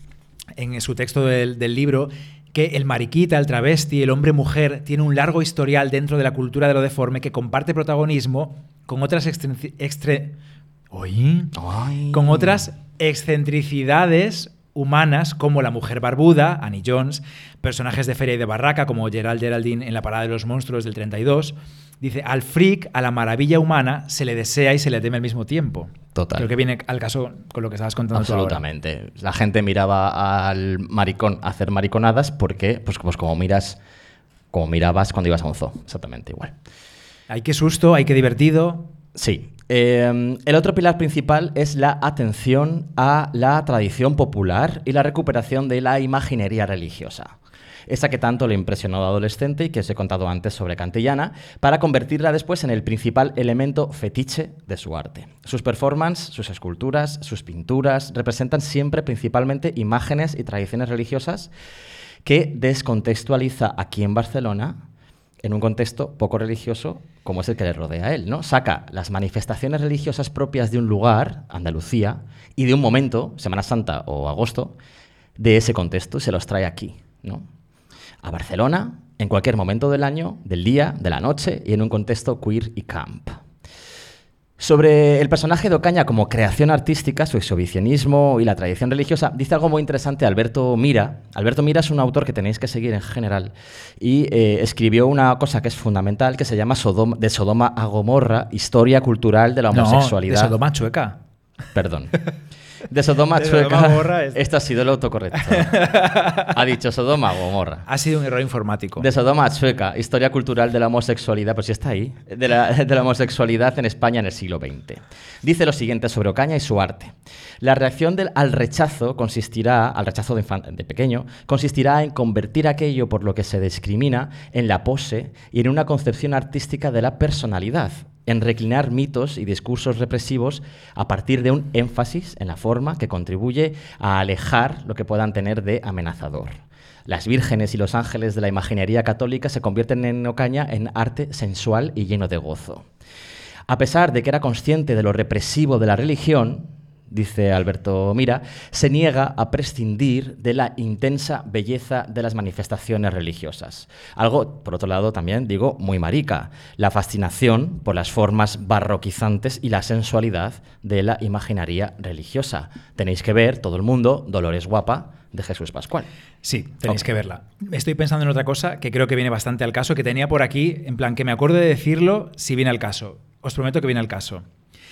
en su texto del, del libro, que el mariquita, el travesti, el hombre-mujer tiene un largo historial dentro de la cultura de lo deforme que comparte protagonismo con otras extre- extre- ¿Oye? Ay. con otras excentricidades humanas como la mujer barbuda, Annie Jones, personajes de feria y de barraca como Gerald Geraldine en La parada de los monstruos del treinta y dos. Dice, al freak, a la maravilla humana, se le desea y se le teme al mismo tiempo. Total. Creo que viene al caso con lo que estabas contando tú ahora. Absolutamente. La gente miraba al maricón a hacer mariconadas porque, pues, pues como miras, como mirabas cuando ibas a un zoo. Exactamente igual. Hay que susto, hay que divertido. Sí. Eh, el otro pilar principal es la atención a la tradición popular y la recuperación de la imaginería religiosa. Esa que tanto le impresionó de adolescente y que os he contado antes sobre Cantillana, para convertirla después en el principal elemento fetiche de su arte. Sus performances, sus esculturas, sus pinturas representan siempre principalmente imágenes y tradiciones religiosas que descontextualiza aquí en Barcelona en un contexto poco religioso como es el que le rodea a él, ¿no? Saca las manifestaciones religiosas propias de un lugar, Andalucía, y de un momento, Semana Santa o agosto, de ese contexto y se los trae aquí, ¿no? A Barcelona, en cualquier momento del año, del día, de la noche y en un contexto queer y camp. Sobre el personaje de Ocaña como creación artística, su exhibicionismo y la tradición religiosa, dice algo muy interesante Alberto Mira. Alberto Mira es un autor que tenéis que seguir en general y eh, escribió una cosa que es fundamental que se llama Sodoma, De Sodoma a Gomorra, historia cultural de la homosexualidad. No, de Sodoma Chueca. Perdón. De Sodoma a De Chueca. Sodoma a Gomorra es... Esto ha sido el autocorrecto. Ha dicho Sodoma a Gomorra. Ha sido un error informático. De Sodoma a Chueca, historia cultural de la homosexualidad, pues sí está ahí, de la, de la homosexualidad en España en el siglo veinte. Dice lo siguiente sobre Ocaña y su arte. La reacción del, al rechazo consistirá, al rechazo de, infan, de pequeño, consistirá en convertir aquello por lo que se discrimina en la pose y en una concepción artística de la personalidad, en reclinar mitos y discursos represivos a partir de un énfasis en la forma que contribuye a alejar lo que puedan tener de amenazador. Las vírgenes y los ángeles de la imaginería católica se convierten en Ocaña en arte sensual y lleno de gozo. A pesar de que era consciente de lo represivo de la religión, dice Alberto Mira, se niega a prescindir de la intensa belleza de las manifestaciones religiosas. Algo, por otro lado, también digo, muy marica, la fascinación por las formas barroquizantes y la sensualidad de la imaginaría religiosa. Tenéis que ver, todo el mundo, Dolores Guapa, de Jesús Pascual. Sí, tenéis Okay. que verla. Estoy pensando en otra cosa que creo que viene bastante al caso, que tenía por aquí, en plan, que me acuerdo de decirlo si viene al caso. Os prometo que viene al caso.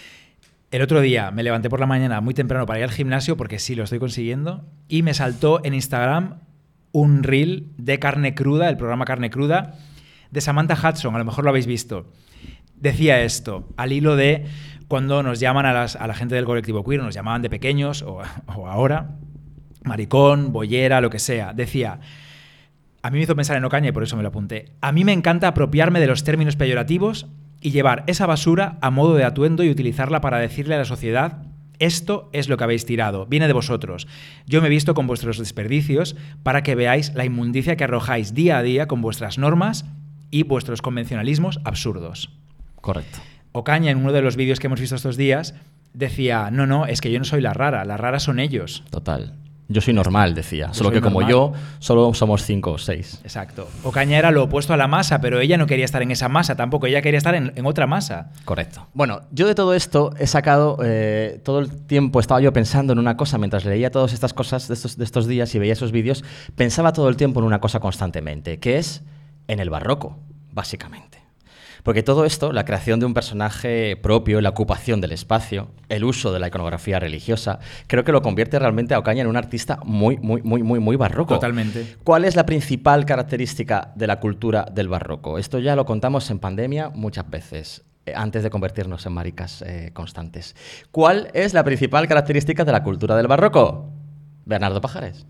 El otro día me levanté por la mañana muy temprano para ir al gimnasio, porque sí, lo estoy consiguiendo, y me saltó en Instagram un reel de Carne Cruda, el programa Carne Cruda, de Samantha Hudson, a lo mejor lo habéis visto. Decía esto, al hilo de cuando nos llaman a, las, a la gente del colectivo queer, nos llamaban de pequeños, o, o ahora, maricón, bollera, lo que sea. Decía, a mí me hizo pensar en Ocaña y por eso me lo apunté, a mí me encanta apropiarme de los términos peyorativos y llevar esa basura a modo de atuendo y utilizarla para decirle a la sociedad Esto es lo que habéis tirado, viene de vosotros. Yo me he visto con vuestros desperdicios para que veáis la inmundicia que arrojáis día a día con vuestras normas y vuestros convencionalismos absurdos. Correcto. Ocaña, en uno de los vídeos que hemos visto estos días, decía, no, no, es que yo no soy la rara, las raras son ellos. Total. Yo soy normal, decía. Yo Solo soy que como normal. yo, solo somos cinco o seis. Exacto. Ocaña era lo opuesto a la masa, pero ella no quería estar en esa masa tampoco, ella quería estar en, en otra masa. Correcto. Bueno, yo de todo esto he sacado, eh, todo el tiempo estaba yo pensando en una cosa, mientras leía todas estas cosas de estos, de estos días y veía esos vídeos, pensaba todo el tiempo en una cosa constantemente, que es en el barroco, básicamente. Porque todo esto, la creación de un personaje propio, la ocupación del espacio, el uso de la iconografía religiosa, creo que lo convierte realmente a Ocaña en un artista muy, muy, muy, muy, muy barroco. Totalmente. ¿Cuál es la principal característica de la cultura del barroco? Esto ya lo contamos en pandemia muchas veces, eh, antes de convertirnos en maricas eh, constantes. ¿Cuál es la principal característica de la cultura del barroco? Bernardo Pajares.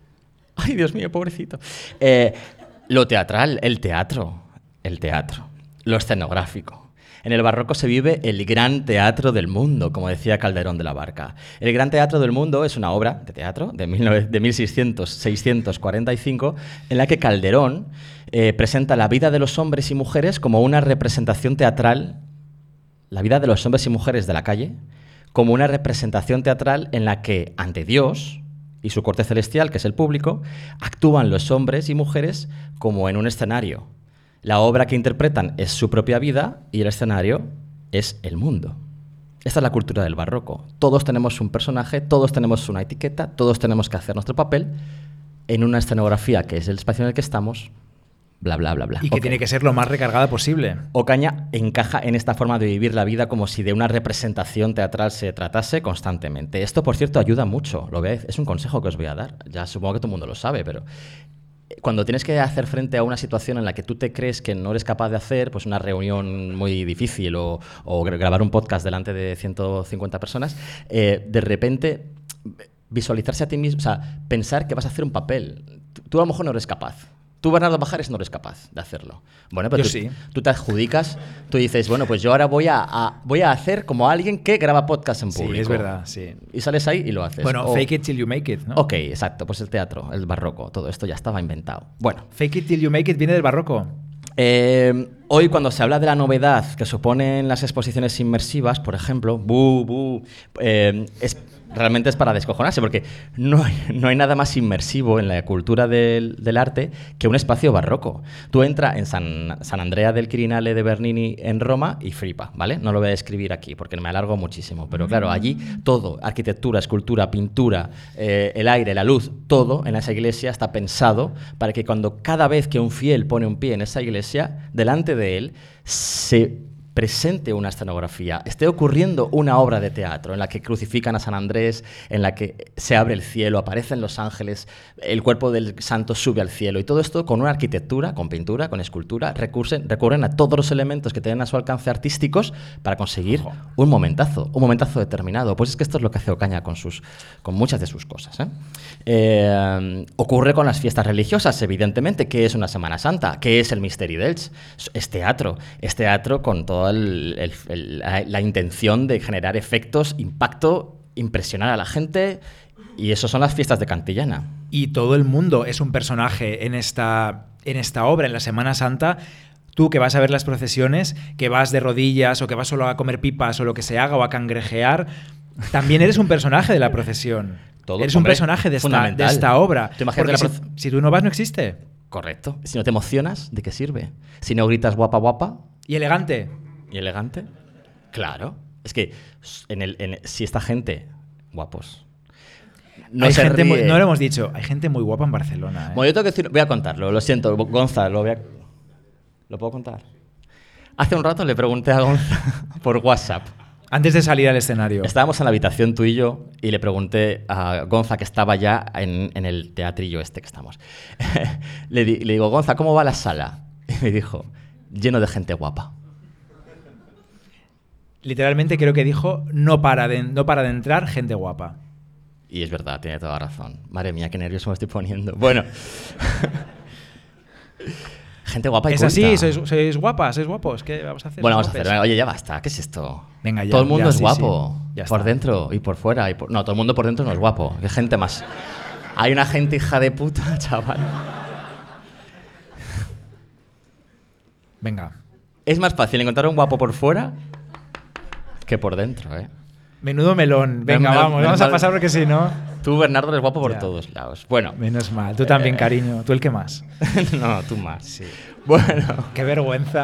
Ay, Dios mío, pobrecito. Eh, lo teatral, el teatro, el teatro. Lo escenográfico. En el barroco se vive el gran teatro del mundo, como decía Calderón de la Barca. El gran teatro del mundo es una obra de teatro de, mil seiscientos cuarenta y cinco en la que Calderón eh, presenta la vida de los hombres y mujeres como una representación teatral, la vida de los hombres y mujeres de la calle, como una representación teatral en la que, ante Dios y su corte celestial, que es el público, actúan los hombres y mujeres como en un escenario. La obra que interpretan es su propia vida y el escenario es el mundo. Esta es la cultura del barroco. Todos tenemos un personaje, todos tenemos una etiqueta, todos tenemos que hacer nuestro papel en una escenografía que es el espacio en el que estamos, bla, bla, bla, bla. Y que Okay. tiene que ser lo más recargada posible. Ocaña encaja en esta forma de vivir la vida como si de una representación teatral se tratase constantemente. Esto, por cierto, ayuda mucho. Lo veis, es un consejo que os voy a dar. Ya supongo que todo el mundo lo sabe, pero cuando tienes que hacer frente a una situación en la que tú te crees que no eres capaz de hacer, pues una reunión muy difícil o, o grabar un podcast delante de ciento cincuenta personas, eh, de repente visualizarse a ti mismo, o sea, pensar que vas a hacer un papel. Tú, tú a lo mejor no eres capaz. Tú, Bernardo Pajares, no eres capaz de hacerlo. Bueno, pero Yo tú, sí. tú te adjudicas, tú dices, bueno, pues yo ahora voy a, a, voy a hacer como alguien que graba podcast en público. Sí, es verdad, sí. Y sales ahí y lo haces. Bueno, O, fake it till you make it, ¿no? Ok, exacto, pues el teatro, el barroco, todo esto ya estaba inventado. Bueno. Fake it till you make it viene del barroco. Eh, hoy cuando se habla de la novedad que suponen las exposiciones inmersivas, por ejemplo, bu, bu, eh, es, realmente es para descojonarse, porque no hay, no hay nada más inmersivo en la cultura del, del arte que un espacio barroco. Tú entras en San, San Andrea del Quirinale de Bernini en Roma y flipa, ¿vale? No lo voy a describir aquí porque me alargo muchísimo, pero claro, allí todo, arquitectura, escultura, pintura, eh, el aire, la luz, todo en esa iglesia está pensado para que cuando cada vez que un fiel pone un pie en esa iglesia, delante de él se presente una escenografía, esté ocurriendo una obra de teatro en la que crucifican a San Andrés, en la que se abre el cielo, aparecen los ángeles, el cuerpo del santo sube al cielo, y todo esto con una arquitectura, con pintura, con escultura, recurren, recurren a todos los elementos que tienen a su alcance artísticos para conseguir Ojo. un momentazo, un momentazo determinado. Pues es que esto es lo que hace Ocaña con, sus, con muchas de sus cosas, ¿eh? Eh, ocurre con las fiestas religiosas, evidentemente. ¿Qué es una Semana Santa? ¿Qué es el Misteri d'Elx? Es teatro, es teatro con todo El, el, el, la, la intención de generar efectos, impacto, impresionar a la gente, y eso son las fiestas de Cantillana. Y todo el mundo es un personaje en esta, en esta obra, en la Semana Santa. Tú que vas a ver las procesiones, que vas de rodillas o que vas solo a comer pipas o lo que se haga o a cangrejear, también eres un personaje de la procesión. Todo, eres hombre, un personaje de esta, fundamental. de esta obra. ¿Te imaginas Porque la si, proce- si tú no vas, no existe. Correcto. Si no te emocionas, ¿de qué sirve? Si no gritas guapa, guapa Y elegante. y elegante, claro. Es que en el, en, si esta gente, guapos, no hay se gente muy- ríe. no lo hemos dicho, hay gente muy guapa en Barcelona. ¿eh? Bueno, yo tengo que decir, voy a contarlo, lo siento, Gonza, lo voy a... ¿Lo puedo contar? Hace un rato le pregunté a Gonza por WhatsApp. Antes de salir al escenario. Estábamos en la habitación tú y yo y le pregunté a Gonza, que estaba ya en, en el teatrillo este que estamos. le, di, le digo, Gonza, ¿cómo va la sala? Y me dijo, lleno de gente guapa. Literalmente creo que dijo, no para de, no para de entrar gente guapa. Y es verdad, tiene toda razón. Madre mía, qué nervioso me estoy poniendo. Bueno. Gente guapa y Es culta. así, sois, sois guapas, sois guapos. ¿Qué vamos a hacer? Bueno, vamos a Sois hacer. guapes. Oye, ya basta. ¿Qué es esto? Venga, ya. Todo el mundo ya, es sí, guapo. sí. Ya Por está. dentro y por fuera. Y por... No, todo el mundo por dentro no es guapo. Qué gente más. Hay una gente hija de puta, chaval. Venga. Es más fácil encontrar un guapo por fuera que por dentro, ¿eh? Menudo melón. Venga, Menos- vamos, menos vamos a mal. pasar porque si no... Tú, Bernardo, eres guapo por Ya. todos lados. Bueno. Menos mal. Tú también, Eh. cariño. ¿Tú el que más? No, tú más. Sí. Bueno. Qué vergüenza.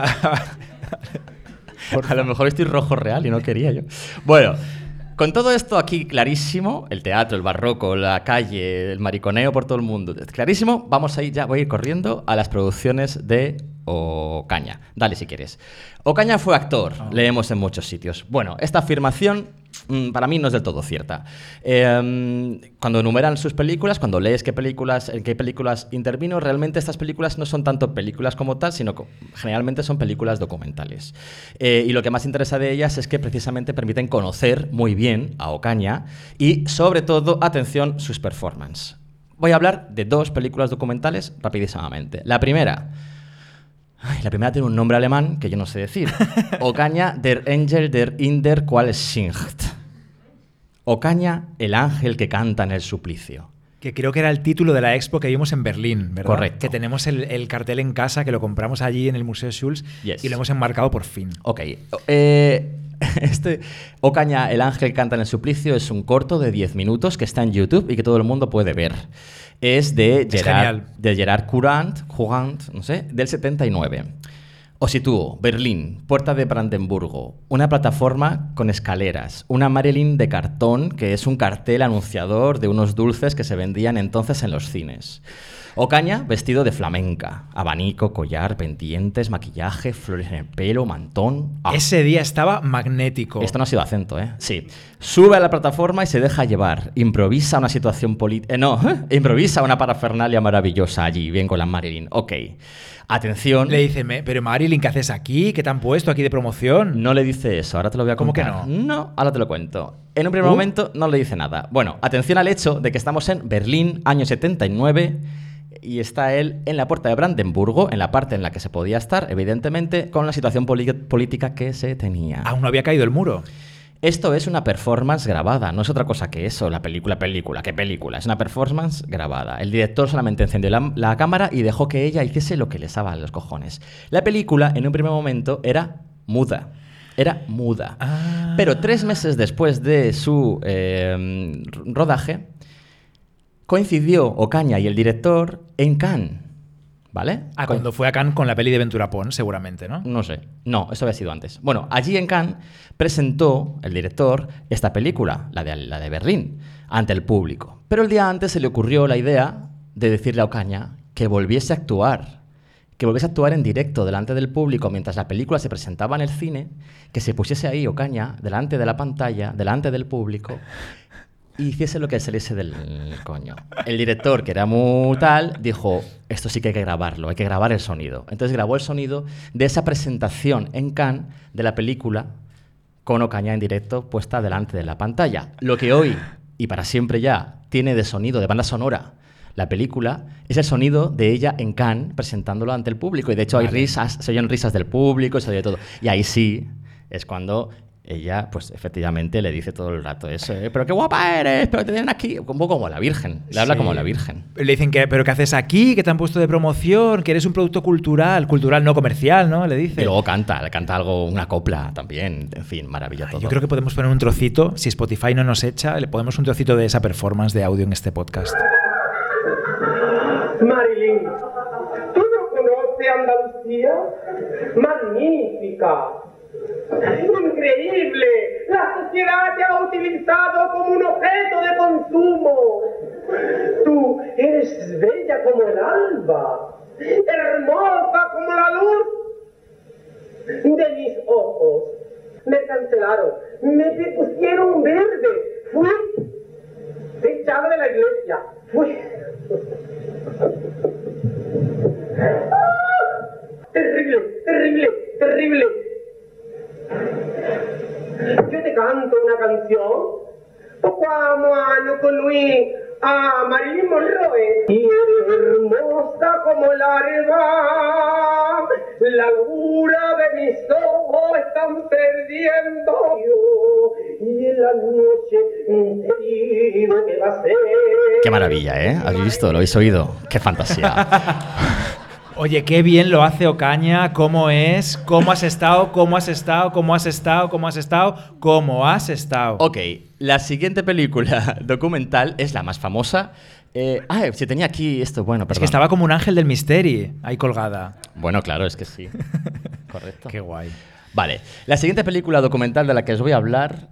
A lo mejor estoy rojo real y no quería yo. Bueno, con todo esto aquí clarísimo, el teatro, el barroco, la calle, el mariconeo por todo el mundo, clarísimo, vamos a ir ya, voy a ir corriendo a las producciones de Ocaña. Dale si quieres. Ocaña fue actor, Oh. leemos en muchos sitios. Bueno, esta afirmación mm, para mí no es del todo cierta. Eh, cuando enumeran sus películas, cuando lees qué películas, en qué películas intervino, realmente estas películas no son tanto películas como tal, sino que generalmente son películas documentales. Eh, y lo que más interesa de ellas es que precisamente permiten conocer muy bien a Ocaña y, sobre todo, atención, sus performances. Voy a hablar de dos películas documentales rapidísimamente. La primera... Ay, la primera tiene un nombre alemán que yo no sé decir. Ocaña der Engel der in der Qual singt. Ocaña, el ángel que canta en el suplicio. Que creo que era el título de la expo que vimos en Berlín, ¿verdad? Correcto. Que tenemos el, el cartel en casa, que lo compramos allí en el Museo Schulz Yes. y lo hemos enmarcado por fin. Ok. Eh, este Ocaña, el ángel que canta en el suplicio es un corto de diez minutos que está en YouTube y que todo el mundo puede ver. Es de Es Gerard, genial. de Gerard Courant, Courant, no sé, del setenta y nueve. Os sitúo, Berlín, Puerta de Brandenburgo, una plataforma con escaleras, una Marilyn de cartón, que es un cartel anunciador de unos dulces que se vendían entonces en los cines. Ocaña, vestido de flamenca, abanico, collar, pendientes, maquillaje, flores en el pelo, mantón... Ah. Ese día estaba magnético. Esto no ha sido acento, ¿eh? Sí. Sube a la plataforma y se deja llevar. Improvisa una situación política... Eh, no, improvisa una parafernalia maravillosa allí, bien con la Marilyn. Ok. Atención. Le dice, "Me- pero Marilyn, ¿qué haces aquí? ¿Qué te han puesto aquí de promoción? No le dice eso, ahora te lo voy a ¿Cómo que contar. no? No, ahora te lo cuento. En un primer Uh. momento no le dice nada. Bueno, atención al hecho de que estamos en Berlín, año setenta y nueve, y está él en la puerta de Brandenburgo, en la parte en la que se podía estar, evidentemente, con la situación poli- política que se tenía. Aún no había caído el muro. Esto es una performance grabada, no es otra cosa que eso, la película, película, ¿qué película? Es una performance grabada. El director solamente encendió la, la cámara y dejó que ella hiciese lo que le estaba a los cojones. La película, en un primer momento, era muda. Era muda. Ah. Pero tres meses después de su eh, rodaje, coincidió Ocaña y el director en Cannes, ¿vale? Ah, Co- cuando fue a Cannes con la peli de Ventura Pons, seguramente, ¿no? no sé. No, eso había sido antes. Bueno, allí en Cannes presentó el director esta película, la de, la de Berlín, ante el público. Pero el día antes se le ocurrió la idea de decirle a Ocaña que volviese a actuar, que volviese a actuar en directo delante del público mientras la película se presentaba en el cine, que se pusiese ahí Ocaña, delante de la pantalla, delante del público, y hiciese lo que saliese del coño. El director, que era muy tal, dijo, esto sí que hay que grabarlo, hay que grabar el sonido. Entonces grabó el sonido de esa presentación en Cannes de la película con Ocaña en directo puesta delante de la pantalla. Lo que hoy, y para siempre ya, tiene de sonido, de banda sonora, la película, es el sonido de ella en Cannes presentándolo ante el público. Y de hecho hay Vale. risas, se oyen risas del público, se oye todo. Y ahí sí es cuando ella, pues efectivamente, le dice todo el rato eso, ¿eh? Pero qué guapa eres, pero te tienen aquí. Un poco como la Virgen, le habla Sí. como la Virgen. Le dicen que, pero ¿qué haces aquí? ¿Qué te han puesto de promoción? Que eres un producto cultural, cultural no comercial, ¿no? Le dice. Y luego canta, le canta algo, una copla también, en fin, maravilla Ay, todo. yo creo que podemos poner un trocito, si Spotify no nos echa, le ponemos un trocito de esa performance de audio en este podcast. Marilyn, ¿tú no conoces Andalucía? Magnífica. Increíble. La sociedad te ha utilizado como un objeto de consumo. Tú eres bella como el alba, hermosa como la luz de mis ojos. Me cancelaron, me pusieron verde. Fui echada de la iglesia. Fui... ¡Ah! Terrible, terrible, terrible. Yo te canto una canción. Poco amo con lui a Marilyn Monroe. Y hermosa como la alba, la locura de mis ojos están perdiendo. Y en la noche te digo que va a ser. Qué maravilla, ¿eh? ¿Habéis visto? ¿Lo habéis oído? Qué fantasía. Oye, qué bien lo hace Ocaña, cómo es, cómo has estado, cómo has estado, cómo has estado, cómo has estado, cómo has estado. Ok, la siguiente película documental es la más famosa. Eh, ah, si tenía aquí esto, bueno, perdón. Es que estaba como un ángel del misteri ahí colgada. Bueno, claro, es que sí. Correcto. Qué guay. Vale, la siguiente película documental de la que os voy a hablar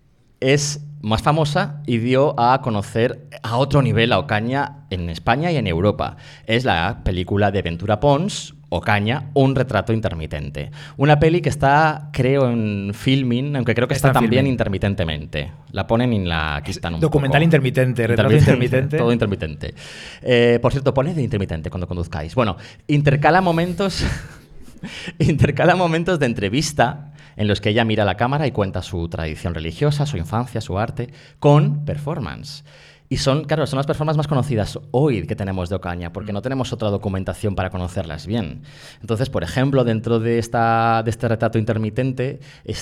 es más famosa y dio a conocer a otro nivel a Ocaña en España y en Europa. Es la película de Ventura Pons, Ocaña, un retrato intermitente. Una peli que está, creo, en Filmin, aunque creo que está, Está en también Filmin. intermitentemente. La ponen y la quitan un Documental poco. intermitente, retrato intermitente. Todo intermitente. Eh, por cierto, poned de intermitente cuando conduzcáis. Bueno, intercala momentos... intercala momentos de entrevista en los que ella mira a la cámara y cuenta su tradición religiosa, su infancia, su arte, con performance. Y son, claro, son las performances más conocidas hoy que tenemos de Ocaña, porque no tenemos otra documentación para conocerlas bien. Entonces, por ejemplo, dentro de, esta, de este retrato intermitente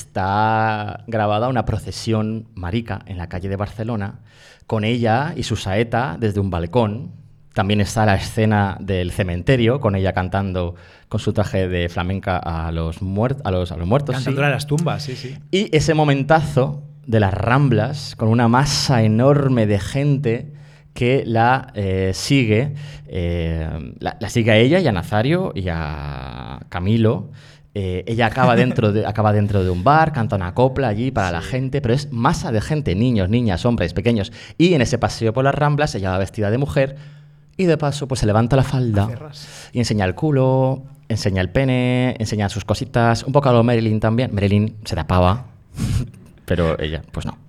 está grabada una procesión marica en la calle de Barcelona, con ella y su saeta desde un balcón. También está la escena del cementerio, con ella cantando con su traje de flamenca a los, muert a los, a los muertos. Cantándole sí. a las tumbas, sí, sí. Y ese momentazo de las Ramblas, con una masa enorme de gente que la eh, sigue, eh, la, la sigue a ella y a Nazario y a Camilo. Eh, ella acaba dentro, de, acaba dentro de un bar, canta una copla allí para sí. la gente, pero es masa de gente, niños, niñas, hombres, pequeños. Y en ese paseo por las Ramblas ella va vestida de mujer y de paso pues se levanta la falda y enseña el culo, enseña el pene, enseña sus cositas, un poco a lo Marilyn también. Marilyn se tapaba, pero ella pues no.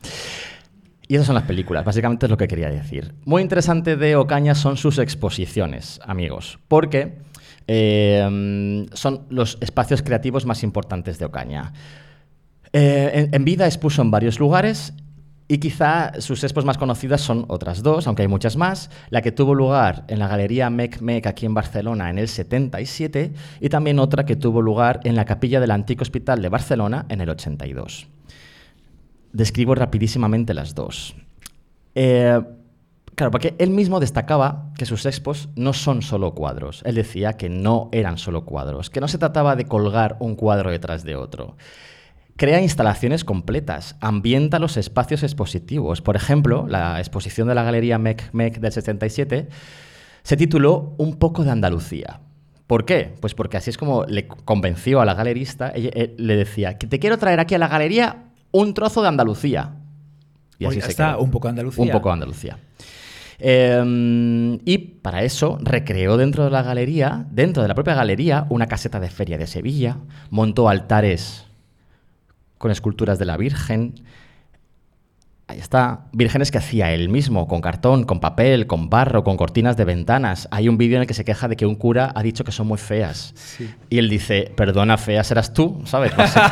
Y esas son las películas, básicamente es lo que quería decir. Muy interesante de Ocaña son sus exposiciones, amigos, porque eh, son los espacios creativos más importantes de Ocaña. Eh, en, en vida expuso en varios lugares. Y quizá sus expos más conocidas son otras dos, aunque hay muchas más. La que tuvo lugar en la Galería Mec Mec aquí en Barcelona en el setenta y siete y también otra que tuvo lugar en la Capilla del Antic Hospital de Barcelona en el ochenta y dos. Describo rapidísimamente las dos. Eh, claro, porque él mismo destacaba que sus expos no son solo cuadros. Él decía que no eran solo cuadros, que no se trataba de colgar un cuadro detrás de otro. Crea instalaciones completas, ambienta los espacios expositivos. Por ejemplo, la exposición de la Galería Mec Mec del setenta y siete se tituló Un poco de Andalucía. ¿Por qué? Pues porque así es como le convenció a la galerista. Ella, eh, le decía que te quiero traer aquí a la galería un trozo de Andalucía. Y así Oiga, se está, quedó. un poco de Andalucía. Un poco de Andalucía. Eh, y para eso recreó dentro de la galería, dentro de la propia galería, una caseta de feria de Sevilla, montó altares con esculturas de la Virgen. Ahí está. Vírgenes que hacía él mismo, con cartón, con papel, con barro, con cortinas de ventanas. Hay un vídeo en el que se queja de que un cura ha dicho que son muy feas. Sí. Y él dice, perdona, fea serás tú, ¿sabes?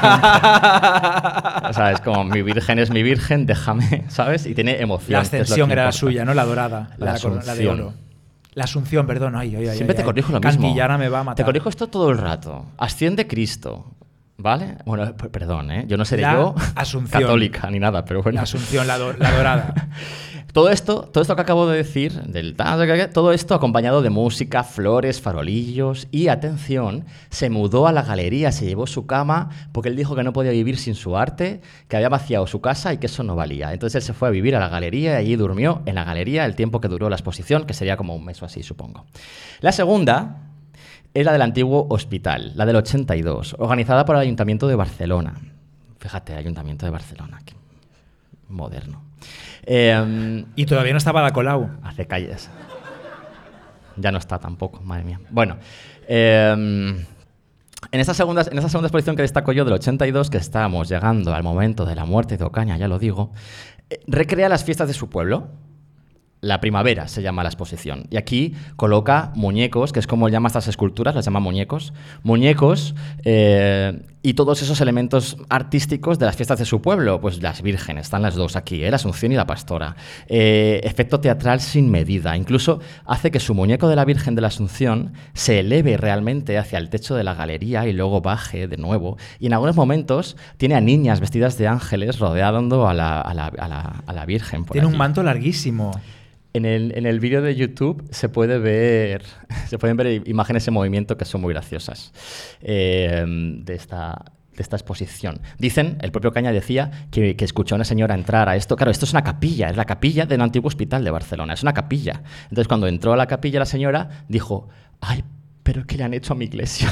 ¿Sabes? Como mi virgen es mi virgen, déjame, ¿sabes? Y tiene emoción. La ascensión era importa. La suya, ¿no? La dorada. La, la, asunción. la de oro. La asunción, perdón. Ay, ay, ay, Siempre ay, te corrijo ay. lo mismo. Cantillana me va a matar. Te corrijo esto todo el rato. Asciende Cristo. ¿Vale? Bueno, p- perdón, ¿eh? Yo no seré la yo asunción. católica ni nada, pero bueno. La asunción, la, do- la dorada. Todo esto, todo esto que acabo de decir, del todo esto acompañado de música, flores, farolillos y, atención, se mudó a la galería, se llevó su cama porque él dijo que no podía vivir sin su arte, que había vaciado su casa y que eso no valía. Entonces él se fue a vivir a la galería y allí durmió en la galería el tiempo que duró la exposición, que sería como un mes o así, supongo. La segunda es la del antiguo hospital, la del ochenta y dos, organizada por el Ayuntamiento de Barcelona. Fíjate, Ayuntamiento de Barcelona, qué moderno. Eh, y todavía no estaba Ada Colau. Hace calles. Ya no está tampoco, madre mía. Bueno, eh, en, esta segunda, en esta segunda exposición que destaco yo del ochenta y dos, que estábamos llegando al momento de la muerte de Ocaña, ya lo digo, eh, recrea las fiestas de su pueblo. La primavera se llama la exposición. Y aquí coloca muñecos, que es como llama estas esculturas, las llama muñecos. Muñecos eh, y todos esos elementos artísticos de las fiestas de su pueblo, pues las vírgenes, están las dos aquí, ¿eh? La Asunción y la Pastora. Eh, efecto teatral sin medida, incluso hace que su muñeco de la Virgen de la Asunción se eleve realmente hacia el techo de la galería y luego baje de nuevo. Y en algunos momentos tiene a niñas vestidas de ángeles rodeando a la, a la, a la, a la Virgen. Por Tiene allí. un manto larguísimo. En el, en el vídeo de YouTube se puede ver, se pueden ver imágenes en movimiento que son muy graciosas eh, de, esta, de esta exposición. Dicen, el propio Ocaña decía que, que escuchó a una señora entrar a esto. Claro, esto es una capilla, es la capilla del antiguo hospital de Barcelona, es una capilla. Entonces, cuando entró a la capilla la señora, dijo, ¡ay, pero qué le han hecho a mi iglesia!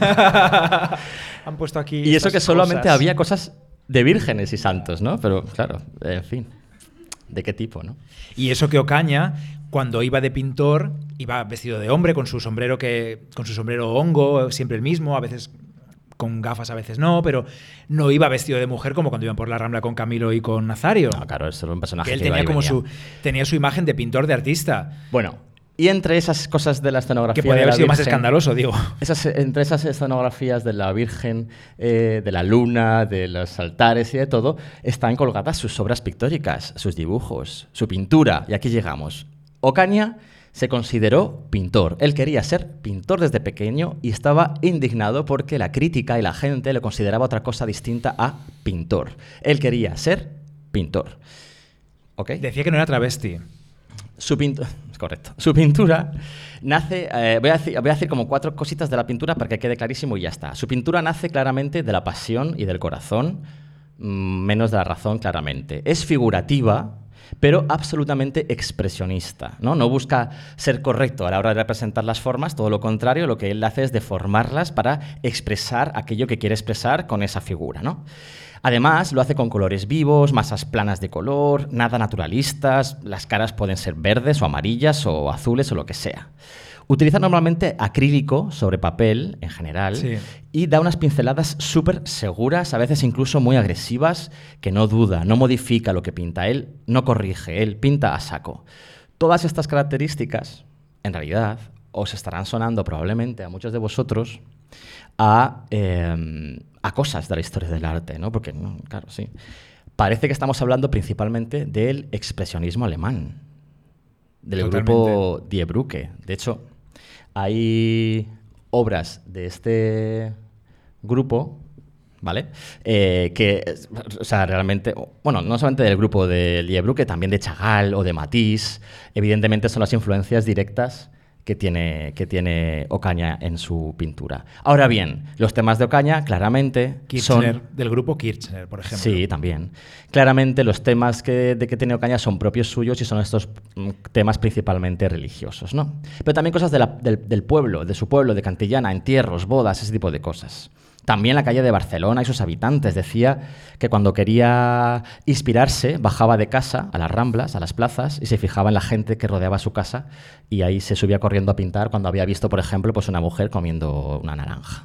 Han puesto aquí Y eso que solamente cosas. había cosas de vírgenes y santos, ¿no? Pero, claro, en fin, ¿de qué tipo, no? Y eso que Ocaña, cuando iba de pintor, iba vestido de hombre, con su sombrero que con su sombrero hongo, siempre el mismo, a veces con gafas, a veces no, pero no iba vestido de mujer como cuando iban por la Rambla con Camilo y con Nazario. No, claro, eso era un personaje Que él que iba tenía y como venía. su tenía su imagen de pintor, de artista, Bueno, y entre esas cosas de la escenografía que podía de haber la sido más Virgen, escandaloso, digo. Esas, entre esas escenografías de la Virgen, eh, de la Luna, de los altares y de todo, están colgadas sus obras pictóricas, sus dibujos, su pintura. Y aquí llegamos. Ocaña se consideró pintor. Él quería ser pintor desde pequeño y estaba indignado porque la crítica y la gente le consideraba otra cosa distinta a pintor. Él quería ser pintor. ¿Ok? Decía que no era travesti. Su pintura, correcto. Su pintura nace, eh, voy, a decir, voy a decir como cuatro cositas de la pintura para que quede clarísimo y ya está. Su pintura nace claramente de la pasión y del corazón, mmm, menos de la razón claramente. Es figurativa, pero absolutamente expresionista, ¿no? No busca ser correcto a la hora de representar las formas, todo lo contrario, lo que él hace es deformarlas para expresar aquello que quiere expresar con esa figura, ¿no? Además, lo hace con colores vivos, masas planas de color, nada naturalistas, las caras pueden ser verdes o amarillas o azules o lo que sea. Utiliza normalmente acrílico sobre papel, en general, Sí. y da unas pinceladas súper seguras, a veces incluso muy agresivas, que no duda, no modifica lo que pinta. Él no corrige, él pinta a saco. Todas estas características, en realidad, os estarán sonando probablemente a muchos de vosotros a, eh, a cosas de la historia del arte, ¿no? Porque, no, claro, sí. Parece que estamos hablando principalmente del expresionismo alemán, del Totalmente. grupo Die Brücke. De hecho, hay obras de este grupo, ¿vale? Eh, que, o sea, realmente, bueno, no solamente del grupo de Die Brücke, también de Chagall o de Matisse, evidentemente son las influencias directas que tiene, que tiene Ocaña en su pintura. Ahora bien, los temas de Ocaña claramente Kirchner, son... del grupo Kirchner, por ejemplo. Sí, también. Claramente los temas que, de que tiene Ocaña son propios suyos y son estos mm, temas principalmente religiosos, ¿no? Pero también cosas de la- del, del pueblo, de su pueblo, de Cantillana, entierros, bodas, ese tipo de cosas. También la calle de Barcelona y sus habitantes. Decía que cuando quería inspirarse bajaba de casa a las Ramblas, a las plazas, y se fijaba en la gente que rodeaba su casa y ahí se subía corriendo a pintar cuando había visto, por ejemplo, pues una mujer comiendo una naranja.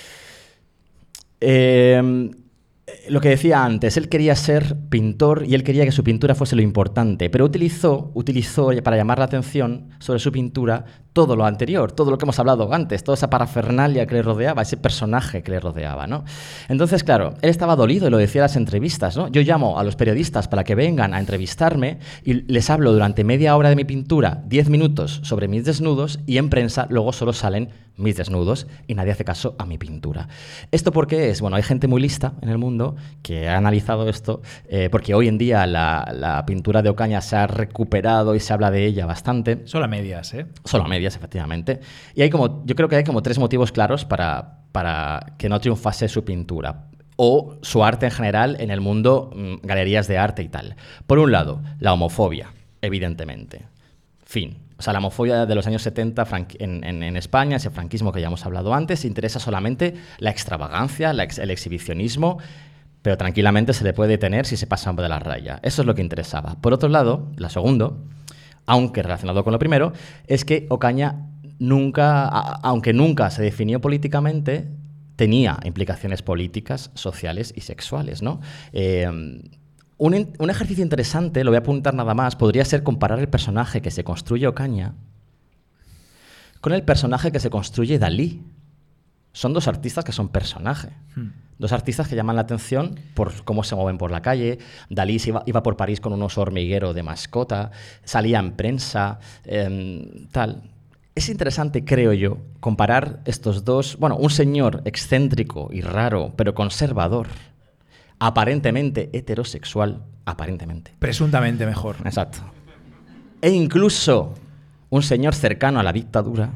Eh, lo que decía antes, él quería ser pintor y él quería que su pintura fuese lo importante, pero utilizó, utilizó para llamar la atención sobre su pintura todo lo anterior, todo lo que hemos hablado antes, toda esa parafernalia que le rodeaba, ese personaje que le rodeaba, ¿no? Entonces, claro, él estaba dolido y lo decía en las entrevistas, ¿no? Yo llamo a los periodistas para que vengan a entrevistarme y les hablo durante media hora de mi pintura, diez minutos sobre mis desnudos y en prensa luego solo salen mis desnudos y nadie hace caso a mi pintura. ¿Esto por qué es? Bueno, hay gente muy lista en el mundo que ha analizado esto, eh, porque hoy en día la, la pintura de Ocaña se ha recuperado y se habla de ella bastante. Solo a medias, ¿eh? Solo a medias, efectivamente. Y hay como, yo creo que hay como tres motivos claros para, para que no triunfase su pintura o su arte en general en el mundo, mm, galerías de arte y tal. Por un lado, la homofobia, evidentemente. Fin. O sea, la homofobia de los años setenta franqui- en, en, en España, ese franquismo que ya hemos hablado antes, interesa solamente la extravagancia, la ex- el exhibicionismo, pero tranquilamente se le puede detener si se pasa de la raya. Eso es lo que interesaba. Por otro lado, la segundo, aunque relacionado con lo primero, es que Ocaña nunca, a- aunque nunca se definió políticamente, tenía implicaciones políticas, sociales y sexuales, ¿no? Eh, un, in- un ejercicio interesante, lo voy a apuntar nada más, podría ser comparar el personaje que se construye Ocaña con el personaje que se construye Dalí. son dos artistas que son personaje. Hmm. Dos artistas que llaman la atención por cómo se mueven por la calle. Dalí iba, iba por París con un oso hormiguero de mascota, salía en prensa, eh, tal. Es interesante, creo yo, comparar estos dos... Bueno, un señor excéntrico y raro, pero conservador, aparentemente heterosexual, aparentemente. Presuntamente mejor. Exacto. E incluso un señor cercano a la dictadura,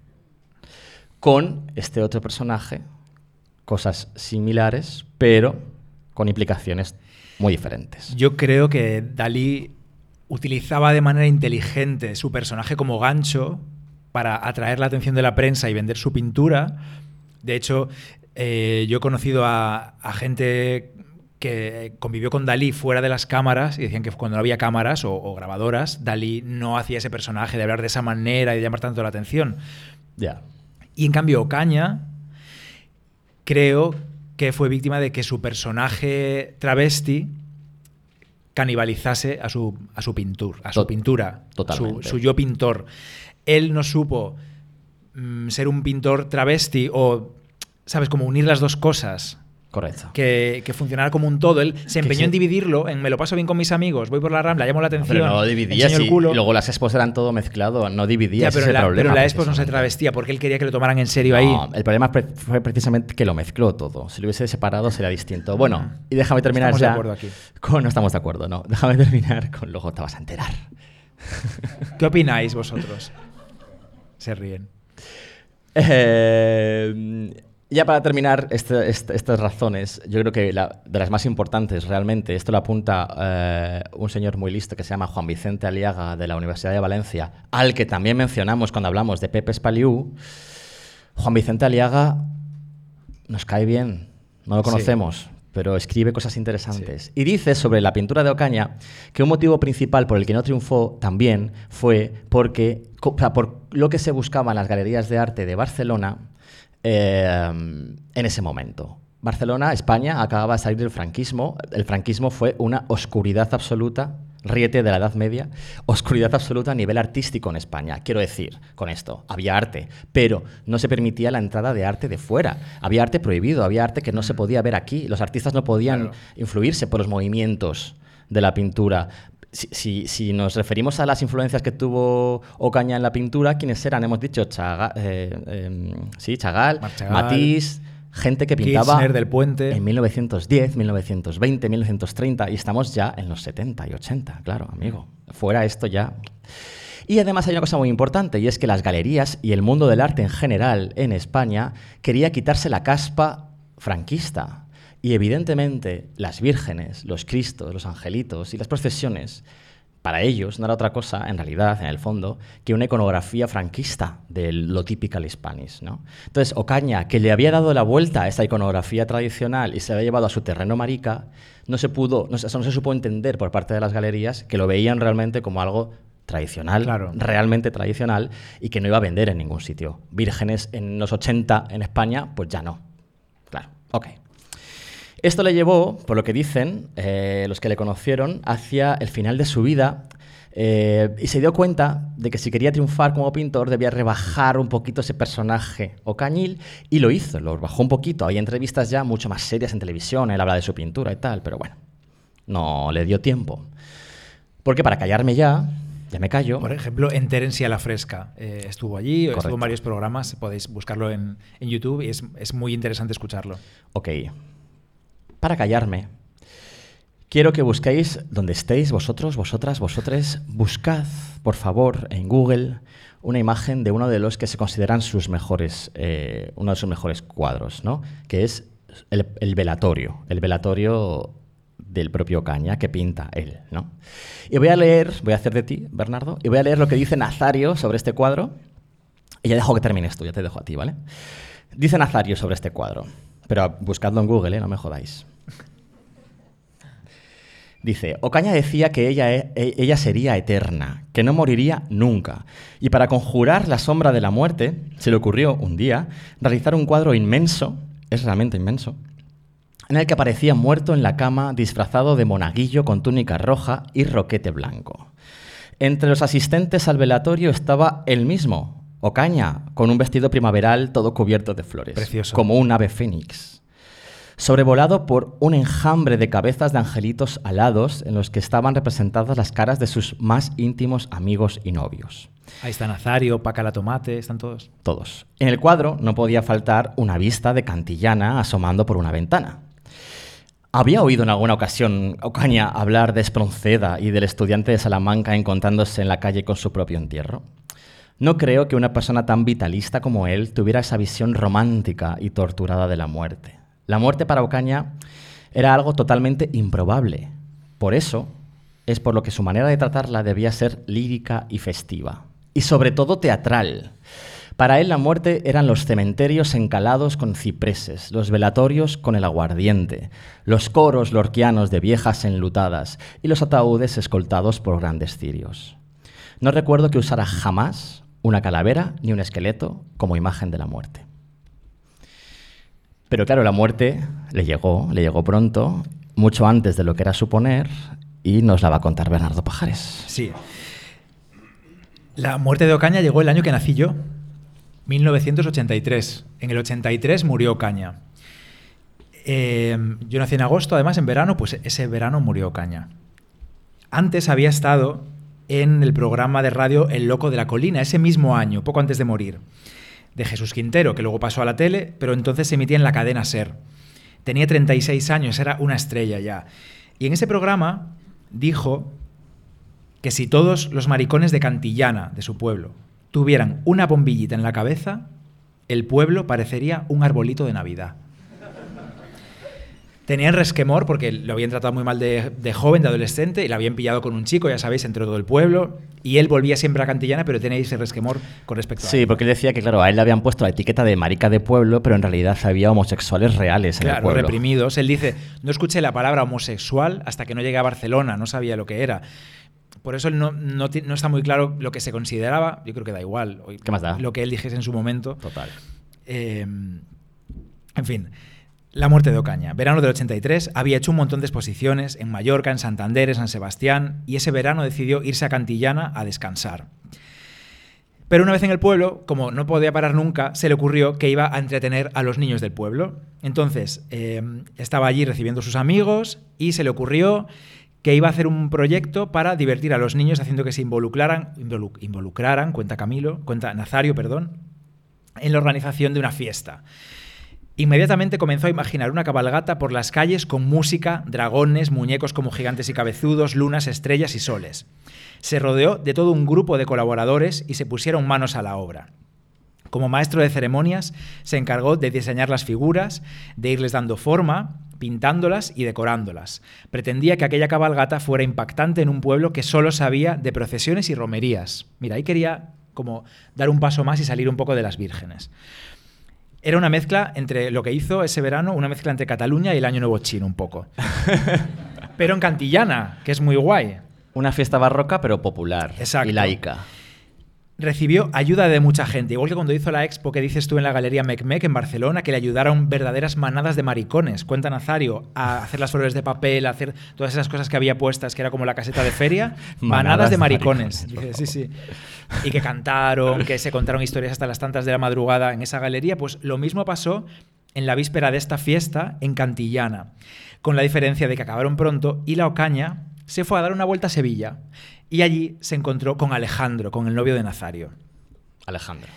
con este otro personaje, cosas similares, pero con implicaciones muy diferentes. Yo creo que Dalí utilizaba de manera inteligente su personaje como gancho para atraer la atención de la prensa y vender su pintura. De hecho, eh, yo he conocido a, a gente que convivió con Dalí fuera de las cámaras y decían que cuando no había cámaras o, o grabadoras, Dalí no hacía ese personaje de hablar de esa manera y de llamar tanto la atención. Ya. Yeah. Y en cambio, Ocaña creo que fue víctima de que su personaje travesti canibalizase a su, a su pintura, a su Tot- pintura, totalmente. Su, su yo pintor. Él no supo mm, ser un pintor travesti o, ¿sabes?, como unir las dos cosas. Correcto. Que, que funcionara como un todo. Él se empeñó sí. en dividirlo, en me lo paso bien con mis amigos, voy por la Rambla, llamo la atención, Pero no dividía, enseño sí, el culo. y luego las expos eran todo mezclado, no dividía, Ya, ese pero, es el la, problema. pero la expo no se precisamente. travestía porque él quería que lo tomaran en serio ahí. No, el problema pre- fue precisamente que lo mezcló todo. Si lo hubiese separado sería distinto. Bueno, y déjame terminar Estamos ya. de acuerdo aquí. Con, no estamos de acuerdo, no. Déjame terminar con luego te vas a enterar. ¿Qué opináis vosotros? Se ríen. Eh, ya para terminar este, este, estas razones, yo creo que la, de las más importantes realmente, esto lo apunta eh, un señor muy listo que se llama Juan Vicente Aliaga de la Universidad de Valencia, al que también mencionamos cuando hablamos de Pepe Spaliu. Juan Vicente Aliaga nos cae bien, no lo conocemos, sí, pero escribe cosas interesantes. Sí. Y dice sobre la pintura de Ocaña que un motivo principal por el que no triunfó también fue porque, o sea, por lo que se buscaba en las galerías de arte de Barcelona eh, en ese momento. Barcelona, España, acababa de salir del franquismo. El franquismo fue una oscuridad absoluta. Ríete de la Edad Media, oscuridad absoluta a nivel artístico en España. Quiero decir, con esto, había arte, pero no se permitía la entrada de arte de fuera. Había arte prohibido, había arte que no se podía ver aquí. Los artistas no podían claro. influirse por los movimientos de la pintura. Si, si, si nos referimos a las influencias que tuvo Ocaña en la pintura, ¿quiénes eran? Hemos dicho Chaga, eh, eh, sí, Chagall, Chagall, Matisse... Gente que pintaba Kirchner, Del Puente. En mil novecientos diez, mil novecientos veinte, mil novecientos treinta y estamos ya en los setenta y ochenta, claro, amigo. Fuera esto ya. Y además hay una cosa muy importante y es que las galerías y el mundo del arte en general en España quería quitarse la caspa franquista. Y evidentemente las vírgenes, los cristos, los angelitos y las procesiones, para ellos no era otra cosa, en realidad, en el fondo, que una iconografía franquista de lo typical Hispanis, ¿no? Entonces, Ocaña, que le había dado la vuelta a esa iconografía tradicional y se la había llevado a su terreno marica, no se pudo, no, eso no se supo entender por parte de las galerías que lo veían realmente como algo tradicional, claro. realmente tradicional, y que no iba a vender en ningún sitio. Vírgenes en los ochenta en España, pues ya no. Claro, ok. Esto le llevó, por lo que dicen eh, los que le conocieron, hacia el final de su vida eh, y se dio cuenta de que si quería triunfar como pintor debía rebajar un poquito ese personaje ocañil y lo hizo, lo bajó un poquito. Hay entrevistas ya mucho más serias en televisión, él habla de su pintura y tal, pero bueno, no le dio tiempo. Porque para callarme ya, ya me callo. Por ejemplo, en Terencia la Fresca eh, estuvo allí, Correcto. estuvo en varios programas, podéis buscarlo en, en YouTube y es, es muy interesante escucharlo. Ok. Para callarme, quiero que busquéis donde estéis vosotros, vosotras, vosotres, buscad, por favor, en Google una imagen de uno de los que se consideran sus mejores, eh, uno de sus mejores cuadros, ¿no? Que es el, el velatorio, el velatorio del propio Ocaña que pinta él, ¿no? Y voy a leer, voy a hacer de ti, Bernardo, y voy a leer lo que dice Nazario sobre este cuadro, y ya dejo que termines tú, ya te dejo a ti, ¿vale? Dice Nazario sobre este cuadro, pero buscadlo en Google, ¿eh? No me jodáis. Dice, Ocaña decía que ella, ella sería eterna, que no moriría nunca. Y para conjurar la sombra de la muerte, se le ocurrió un día realizar un cuadro inmenso, es realmente inmenso, en el que aparecía muerto en la cama, disfrazado de monaguillo con túnica roja y roquete blanco. Entre los asistentes al velatorio estaba él mismo, Ocaña, con un vestido primaveral todo cubierto de flores. Precioso. Como un ave fénix. Sobrevolado por un enjambre de cabezas de angelitos alados en los que estaban representadas las caras de sus más íntimos amigos y novios. Ahí está Nazario, Paca la Tomate, están todos. Todos. En el cuadro no podía faltar una vista de Cantillana asomando por una ventana. ¿Había oído en alguna ocasión Ocaña hablar de Espronceda y del estudiante de Salamanca encontrándose en la calle con su propio entierro? No creo que una persona tan vitalista como él tuviera esa visión romántica y torturada de la muerte. La muerte para Ocaña era algo totalmente improbable. Por eso es por lo que su manera de tratarla debía ser lírica y festiva. Y sobre todo teatral. Para él la muerte eran los cementerios encalados con cipreses, los velatorios con el aguardiente, los coros lorquianos de viejas enlutadas y los ataúdes escoltados por grandes cirios. No recuerdo que usara jamás una calavera ni un esqueleto como imagen de la muerte. Pero claro, la muerte le llegó, le llegó pronto, mucho antes de lo que era suponer, y nos la va a contar Bernardo Pajares. Sí. La muerte de Ocaña llegó el año que nací yo, mil novecientos ochenta y tres. En el ochenta y tres murió Ocaña. Eh, yo nací en agosto, además en verano, pues ese verano murió Ocaña. Antes había estado en el programa de radio El Loco de la Colina, ese mismo año, poco antes de morir, de Jesús Quintero, que luego pasó a la tele, pero entonces se emitía en la cadena SER. Tenía treinta y seis años, era una estrella ya. Y en ese programa dijo que si todos los maricones de Cantillana, de su pueblo, tuvieran una bombillita en la cabeza, el pueblo parecería un arbolito de Navidad. Tenían resquemor porque lo habían tratado muy mal de, de joven, de adolescente, y lo habían pillado con un chico, ya sabéis, entre todo el pueblo, y él volvía siempre a Cantillana, pero tenía ese resquemor con respecto a Sí, él. porque él decía que, claro, a él le habían puesto la etiqueta de marica de pueblo, pero en realidad había homosexuales reales en el Claro, pueblo. reprimidos. Él dice, no escuché la palabra homosexual hasta que no llegué a Barcelona, no sabía lo que era. Por eso él no, no, no está muy claro lo que se consideraba, yo creo que da igual, ¿Qué más da? Lo que él dijese en su momento. Total. Eh, en fin, la muerte de Ocaña. Verano del ochenta y tres, había hecho un montón de exposiciones en Mallorca, en Santander, en San Sebastián, y ese verano decidió irse a Cantillana a descansar. Pero una vez en el pueblo, como no podía parar nunca, se le ocurrió que iba a entretener a los niños del pueblo. Entonces, eh, estaba allí recibiendo a sus amigos y se le ocurrió que iba a hacer un proyecto para divertir a los niños haciendo que se involucraran, involu involucraran, cuenta Camilo, cuenta Nazario, perdón, en la organización de una fiesta. Inmediatamente comenzó a imaginar una cabalgata por las calles con música, dragones, muñecos como gigantes y cabezudos, lunas, estrellas y soles. Se rodeó de todo un grupo de colaboradores y se pusieron manos a la obra. Como maestro de ceremonias, se encargó de diseñar las figuras, de irles dando forma, pintándolas y decorándolas. Pretendía que aquella cabalgata fuera impactante en un pueblo que solo sabía de procesiones y romerías. Mira, ahí quería como dar un paso más y salir un poco de las vírgenes. Era una mezcla entre lo que hizo ese verano, una mezcla entre Cataluña y el Año Nuevo Chino, un poco. Pero en Cantillana, que es muy guay. Una fiesta barroca, pero popular. Exacto. Y laica. Recibió ayuda de mucha gente, igual que cuando hizo la expo que dices tú en la Galería Mecmec en Barcelona, que le ayudaron verdaderas manadas de maricones. Cuenta Nazario, a hacer las flores de papel, a hacer todas esas cosas que había puestas, que era como la caseta de feria. manadas, manadas de maricones. De maricones Dice, sí, sí. Y que cantaron, que se contaron historias hasta las tantas de la madrugada en esa galería. Pues lo mismo pasó en la víspera de esta fiesta en Cantillana, con la diferencia de que acabaron pronto y la Ocaña se fue a dar una vuelta a Sevilla. Y allí se encontró con Alejandro, con el novio de Nazario. Alejandro.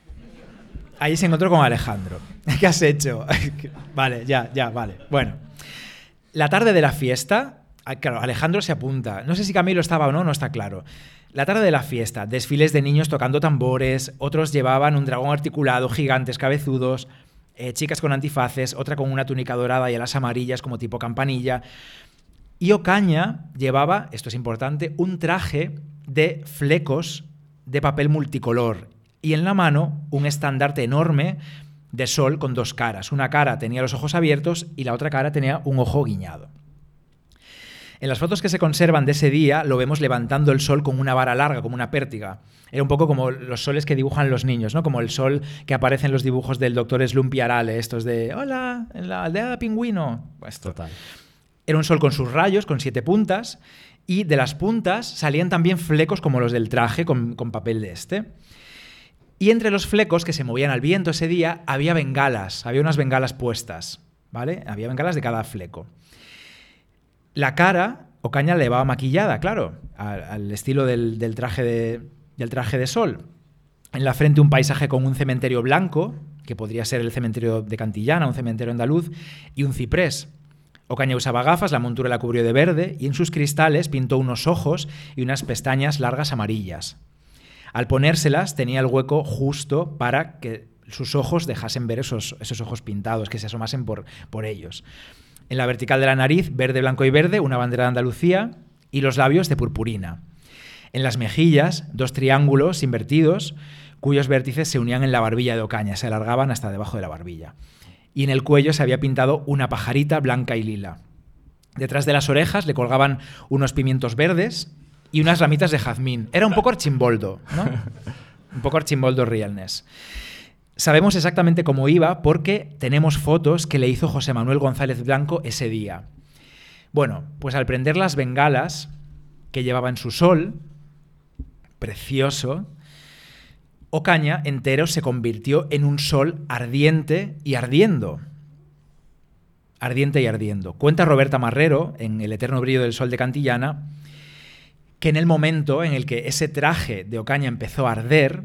Allí se encontró con Alejandro. ¿Qué has hecho? Vale, ya, ya, vale. Bueno, la tarde de la fiesta, claro, Alejandro se apunta. No sé si Camilo estaba o no, no está claro. La tarde de la fiesta, desfiles de niños tocando tambores, otros llevaban un dragón articulado, gigantes cabezudos, eh, chicas con antifaces, otra con una túnica dorada y alas amarillas como tipo campanilla. Y Ocaña llevaba, esto es importante, un traje de flecos de papel multicolor y en la mano un estandarte enorme de sol con dos caras. Una cara tenía los ojos abiertos y la otra cara tenía un ojo guiñado. En las fotos que se conservan de ese día lo vemos levantando el sol con una vara larga, como una pértiga. Era un poco como los soles que dibujan los niños, ¿no? Como el sol que aparece en los dibujos del doctor Slumpiarale, estos de «Hola, en la aldea pingüino». Pues Total. Era un sol con sus rayos, con siete puntas, y de las puntas salían también flecos como los del traje con, con papel de este. Y entre los flecos que se movían al viento ese día había bengalas, había unas bengalas puestas, ¿vale? Había bengalas de cada fleco. La cara, Ocaña la llevaba maquillada, claro, al, al estilo del, del, traje de, del traje de sol. En la frente un paisaje con un cementerio blanco, que podría ser el cementerio de Cantillana, un cementerio andaluz, y un ciprés. Ocaña usaba gafas, la montura la cubrió de verde y en sus cristales pintó unos ojos y unas pestañas largas amarillas. Al ponérselas tenía el hueco justo para que sus ojos dejasen ver esos, esos ojos pintados, que se asomasen por, por ellos. En la vertical de la nariz, verde, blanco y verde, una bandera de Andalucía y los labios de purpurina. En las mejillas, dos triángulos invertidos cuyos vértices se unían en la barbilla de Ocaña, se alargaban hasta debajo de la barbilla. Y en el cuello se había pintado una pajarita blanca y lila. Detrás de las orejas le colgaban unos pimientos verdes y unas ramitas de jazmín. Era un poco Archimboldo, ¿no? Un poco Archimboldo Realness. Sabemos exactamente cómo iba porque tenemos fotos que le hizo José Manuel González Blanco ese día. Bueno, pues al prender las bengalas que llevaba en su sol, precioso, Ocaña entero se convirtió en un sol ardiente y ardiendo. Ardiente y ardiendo. Cuenta Roberta Marrero, en El eterno brillo del sol de Cantillana, que en el momento en el que ese traje de Ocaña empezó a arder,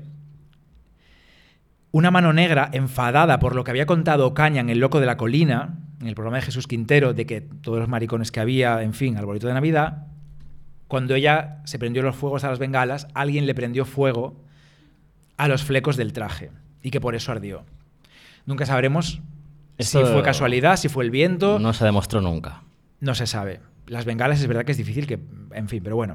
una mano negra, enfadada por lo que había contado Ocaña en El loco de la colina, en el programa de Jesús Quintero, de que todos los maricones que había, en fin, arbolito de Navidad, cuando ella se prendió los fuegos a las bengalas, alguien le prendió fuego a los flecos del traje y que por eso ardió. Nunca sabremos Esto si fue casualidad, si fue el viento. No se demostró nunca. No se sabe. Las bengalas es verdad que es difícil que... En fin, pero bueno.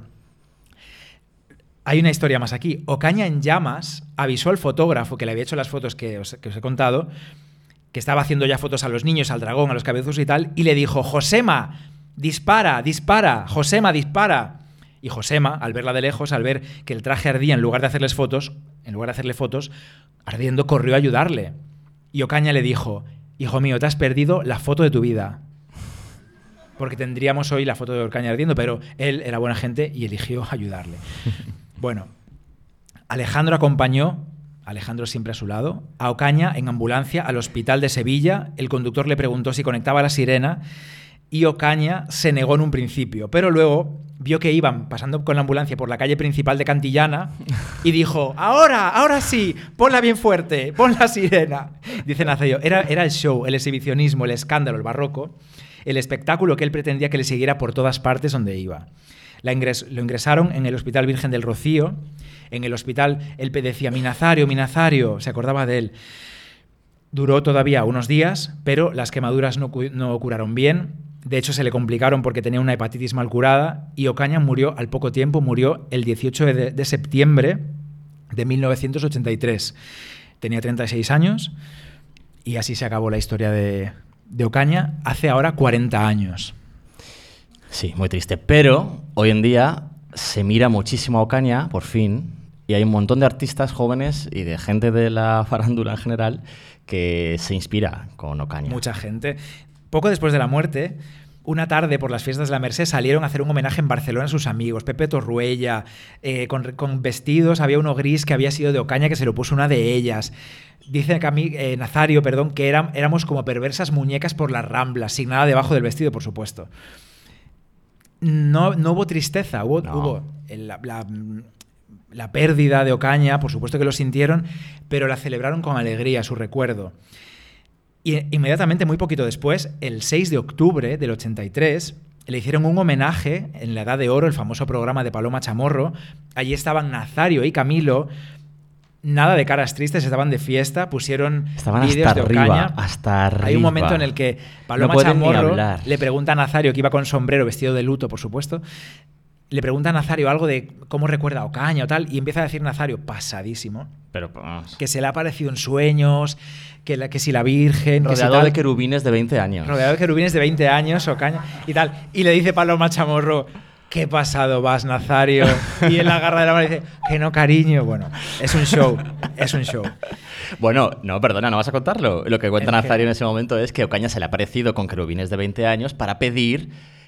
Hay una historia más aquí. Ocaña en llamas avisó al fotógrafo que le había hecho las fotos que os, que os he contado, que estaba haciendo ya fotos a los niños, al dragón, a los cabezos y tal, y le dijo: Josema, dispara, dispara, Josema, dispara. Y Josema, al verla de lejos, al ver que el traje ardía, en lugar de hacerles fotos, en lugar de hacerle fotos, ardiendo, corrió a ayudarle. Y Ocaña le dijo: hijo mío, te has perdido la foto de tu vida. Porque tendríamos hoy la foto de Ocaña ardiendo, pero él era buena gente y eligió ayudarle. Bueno, Alejandro acompañó, Alejandro siempre a su lado, a Ocaña en ambulancia al hospital de Sevilla. El conductor le preguntó si conectaba la sirena y Ocaña se negó en un principio, pero luego vio que iban pasando con la ambulancia por la calle principal de Cantillana y dijo: ahora, ahora sí, ponla bien fuerte, pon la sirena. Dice Nazario, era, era el show, el exhibicionismo, el escándalo, el barroco, el espectáculo que él pretendía que le siguiera por todas partes donde iba. La ingres, lo ingresaron en el Hospital Virgen del Rocío. En el hospital él decía: mi Nazario, mi Nazario, se acordaba de él. Duró todavía unos días, pero las quemaduras no, no curaron bien. De hecho, se le complicaron porque tenía una hepatitis mal curada y Ocaña murió al poco tiempo, murió el dieciocho de, de septiembre de mil novecientos ochenta y tres. Tenía treinta y seis años y así se acabó la historia de, de Ocaña hace ahora cuarenta años. Sí, muy triste. Pero hoy en día se mira muchísimo a Ocaña, por fin, y hay un montón de artistas jóvenes y de gente de la farándula en general que se inspira con Ocaña. Mucha gente. Poco después de la muerte, una tarde por las fiestas de la Merced salieron a hacer un homenaje en Barcelona a sus amigos. Pepe Torruella, eh, con, con vestidos, había uno gris que había sido de Ocaña, que se lo puso una de ellas. Dice que a mí, eh, Nazario, perdón, que eran, éramos como perversas muñecas por las Ramblas, sin nada debajo del vestido, por supuesto. No, no hubo tristeza, hubo, no. hubo la, la, la pérdida de Ocaña, por supuesto que lo sintieron, pero la celebraron con alegría, su recuerdo. Y inmediatamente, muy poquito después, el seis de octubre del ochenta y tres, le hicieron un homenaje en la Edad de Oro, el famoso programa de Paloma Chamorro. Allí estaban Nazario y Camilo, nada de caras tristes, estaban de fiesta, pusieron estaban vídeos hasta de arriba, Ocaña. Hasta arriba. Hay un momento en el que Paloma no pueden Chamorro ni hablar. le pregunta a Nazario, que iba con sombrero, vestido de luto, por supuesto, le pregunta a Nazario algo de cómo recuerda a Ocaña o tal, y empieza a decir Nazario, pasadísimo, Pero, vamos, que se le ha aparecido en sueños, que, la, que si la Virgen... rodeado que si tal, de querubines de veinte años. Rodeado de querubines de veinte años, Ocaña y tal. Y le dice Paloma Chamorro: ¿qué pasado vas, Nazario? Y él agarra de la mano y dice: que no, cariño. Bueno, es un show, es un show. Bueno, no, perdona, no vas a contarlo. Lo que cuenta Es que- Nazario en ese momento es que Ocaña se le ha aparecido con querubines de veinte años para pedir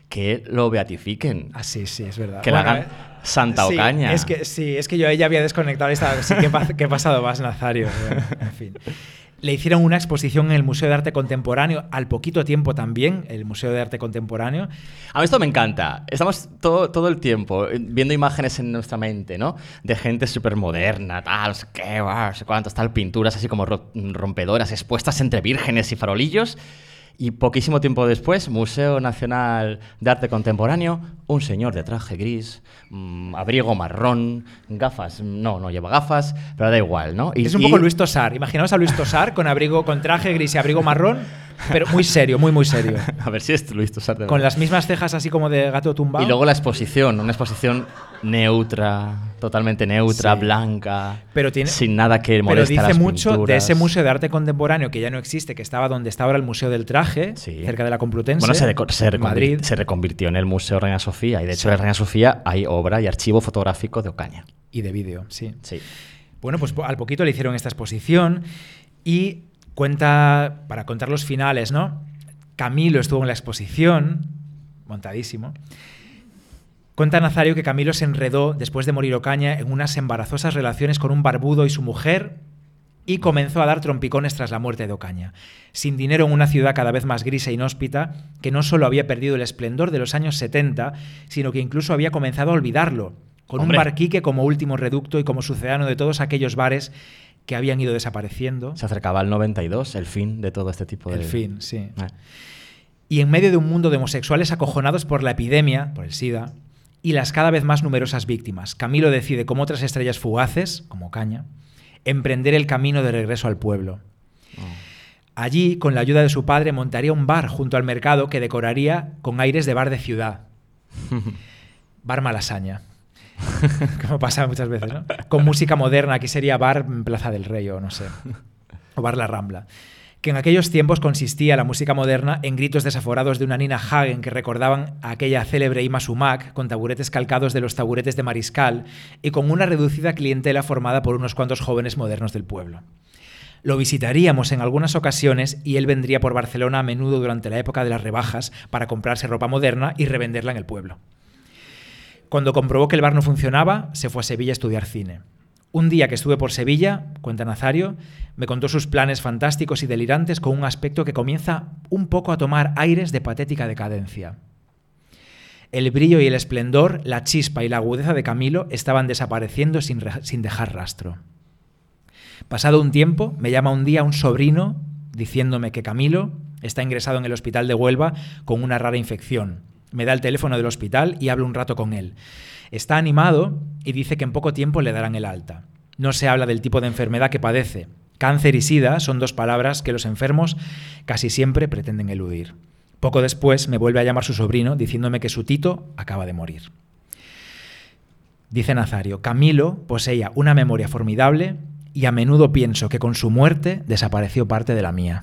que lo beatifiquen. Ah, sí, sí, es verdad. Que Bueno, la hagan eh, Santa sí, Ocaña. Es que, sí, es que yo ella había desconectado y estaba, sí, ¿qué, pa- qué ha pasado más, Nazario? Bueno, en fin. Le hicieron una exposición en el Museo de Arte Contemporáneo al poquito tiempo también, el Museo de Arte Contemporáneo. A mí esto me encanta. Estamos todo, todo el tiempo viendo imágenes en nuestra mente, ¿no? De gente súper moderna, tal, no sé qué, no sé cuántas, tal, pinturas así como ro- rompedoras, expuestas entre vírgenes y farolillos. Y poquísimo tiempo después, Museo Nacional de Arte Contemporáneo, un señor de traje gris, mmm, abrigo marrón, gafas, no, no lleva gafas, pero da igual, ¿no? Y, Es un y- poco Luis Tosar. Imaginaos a Luis Tosar con abrigo, con traje gris y abrigo marrón, pero muy serio, muy, muy serio. A ver si es Luis Tosar de Con verdad. las mismas cejas así como de gato tumbado. Y luego la exposición, una exposición neutra, totalmente neutra, Sí. blanca, Pero tiene- sin nada que Pero moleste a dice las mucho de pinturas. ese Museo de Arte Contemporáneo que ya no existe, que estaba donde está ahora el Museo del Traje, Sí. cerca de la Complutense, Bueno, se, reco- se, en reconvir- Madrid. se reconvirtió en el Museo Reina Sofía. Y de hecho, en la Reina Sofía hay obra y archivo fotográfico de Ocaña. Y de vídeo, sí. Sí. Bueno, pues po- al poquito le hicieron esta exposición y cuenta, para contar los finales, ¿no? Camilo estuvo en la exposición, montadísimo. Cuenta Nazario que Camilo se enredó, después de morir Ocaña, en unas embarazosas relaciones con un barbudo y su mujer y comenzó a dar trompicones tras la muerte de Ocaña. Sin dinero en una ciudad cada vez más gris e inhóspita, que no solo había perdido el esplendor de los años setenta, sino que incluso había comenzado a olvidarlo, con Hombre. un barquique como último reducto y como sucedáneo de todos aquellos bares que habían ido desapareciendo. Se acercaba al noventa y dos, el fin de todo este tipo de... El fin, sí. Eh. Y en medio de un mundo de homosexuales acojonados por la epidemia, por el SIDA, y las cada vez más numerosas víctimas, Camilo decide, como otras estrellas fugaces, como Ocaña, emprender el camino de regreso al pueblo. Allí, con la ayuda de su padre, montaría un bar junto al mercado que decoraría con aires de bar de ciudad. Bar Malasaña. Como pasa muchas veces, ¿no? Con música moderna, aquí sería bar Plaza del Rey o no sé. O bar La Rambla. Que en aquellos tiempos consistía la música moderna en gritos desaforados de una Nina Hagen que recordaban a aquella célebre Ima Sumac con taburetes calcados de los taburetes de Mariscal y con una reducida clientela formada por unos cuantos jóvenes modernos del pueblo. Lo visitaríamos en algunas ocasiones y él vendría por Barcelona a menudo durante la época de las rebajas para comprarse ropa moderna y revenderla en el pueblo. Cuando comprobó que el bar no funcionaba, se fue a Sevilla a estudiar cine. Un día que estuve por Sevilla, cuenta Nazario, me contó sus planes fantásticos y delirantes con un aspecto que comienza un poco a tomar aires de patética decadencia. El brillo y el esplendor, la chispa y la agudeza de Camilo estaban desapareciendo sin, re- sin dejar rastro. Pasado un tiempo, me llama un día un sobrino diciéndome que Camilo está ingresado en el hospital de Huelva con una rara infección. Me da el teléfono del hospital y hablo un rato con él. Está animado y dice que en poco tiempo le darán el alta. No se habla del tipo de enfermedad que padece. Cáncer y sida son dos palabras que los enfermos casi siempre pretenden eludir. Poco después me vuelve a llamar su sobrino diciéndome que su tito acaba de morir. Dice Nazario, Camilo poseía una memoria formidable y a menudo pienso que con su muerte desapareció parte de la mía.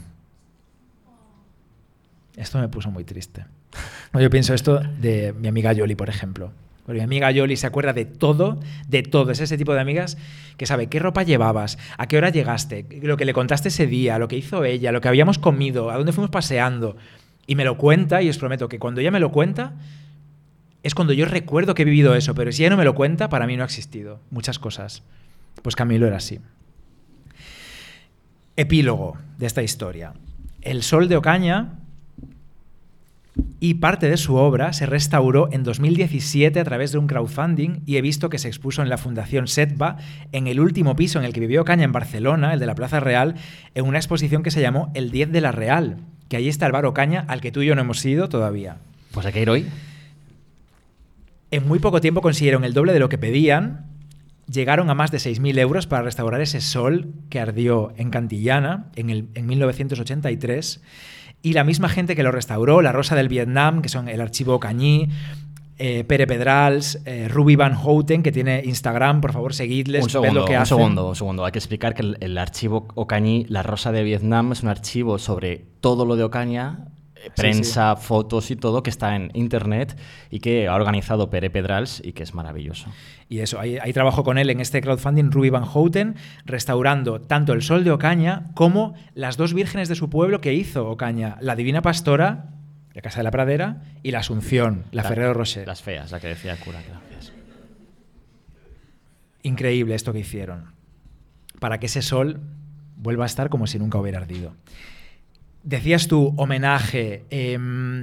Esto me puso muy triste. Yo pienso esto de mi amiga Yoli, por ejemplo. Porque mi amiga Yoli se acuerda de todo, de todo. Es ese tipo de amigas que sabe qué ropa llevabas, a qué hora llegaste, lo que le contaste ese día, lo que hizo ella, lo que habíamos comido, a dónde fuimos paseando. Y me lo cuenta y os prometo que cuando ella me lo cuenta es cuando yo recuerdo que he vivido eso. Pero si ella no me lo cuenta, para mí no ha existido. Muchas cosas. Pues Camilo era así. Epílogo de esta historia. El Sol de Ocaña y parte de su obra se restauró en dos mil diecisiete a través de un crowdfunding y he visto que se expuso en la Fundación Setba, en el último piso en el que vivió Ocaña en Barcelona, el de la Plaza Real, en una exposición que se llamó El diez de la Real, que allí está el bar Ocaña, al que tú y yo no hemos ido todavía. Pues hay que ir hoy. En muy poco tiempo consiguieron el doble de lo que pedían, llegaron a más de seis mil euros para restaurar ese sol que ardió en Cantillana en, el, en mil novecientos ochenta y tres. Y la misma gente que lo restauró, La Rosa del Vietnam, que son el archivo Ocañí, eh, Pere Pedrals, eh, Ruby Van Houten, que tiene Instagram, por favor, seguidles, Un ved segundo, lo que un hacen. segundo, un segundo. Hay que explicar que el, el archivo Ocañí, La Rosa de Vietnam, es un archivo sobre todo lo de Ocaña, eh, prensa, sí. fotos y todo, que está en internet y que ha organizado Pere Pedrals y que es maravilloso. Y eso, ahí, ahí trabajo con él en este crowdfunding, Ruby Van Houten, restaurando tanto el Sol de Ocaña como las dos vírgenes de su pueblo que hizo Ocaña, la Divina Pastora La Casa de la Pradera y la Asunción, la, la Ferrero Rocher. Las feas, la que decía el cura que eran feas. Increíble esto que hicieron. Para que ese sol vuelva a estar como si nunca hubiera ardido. Decías tú, homenaje, eh,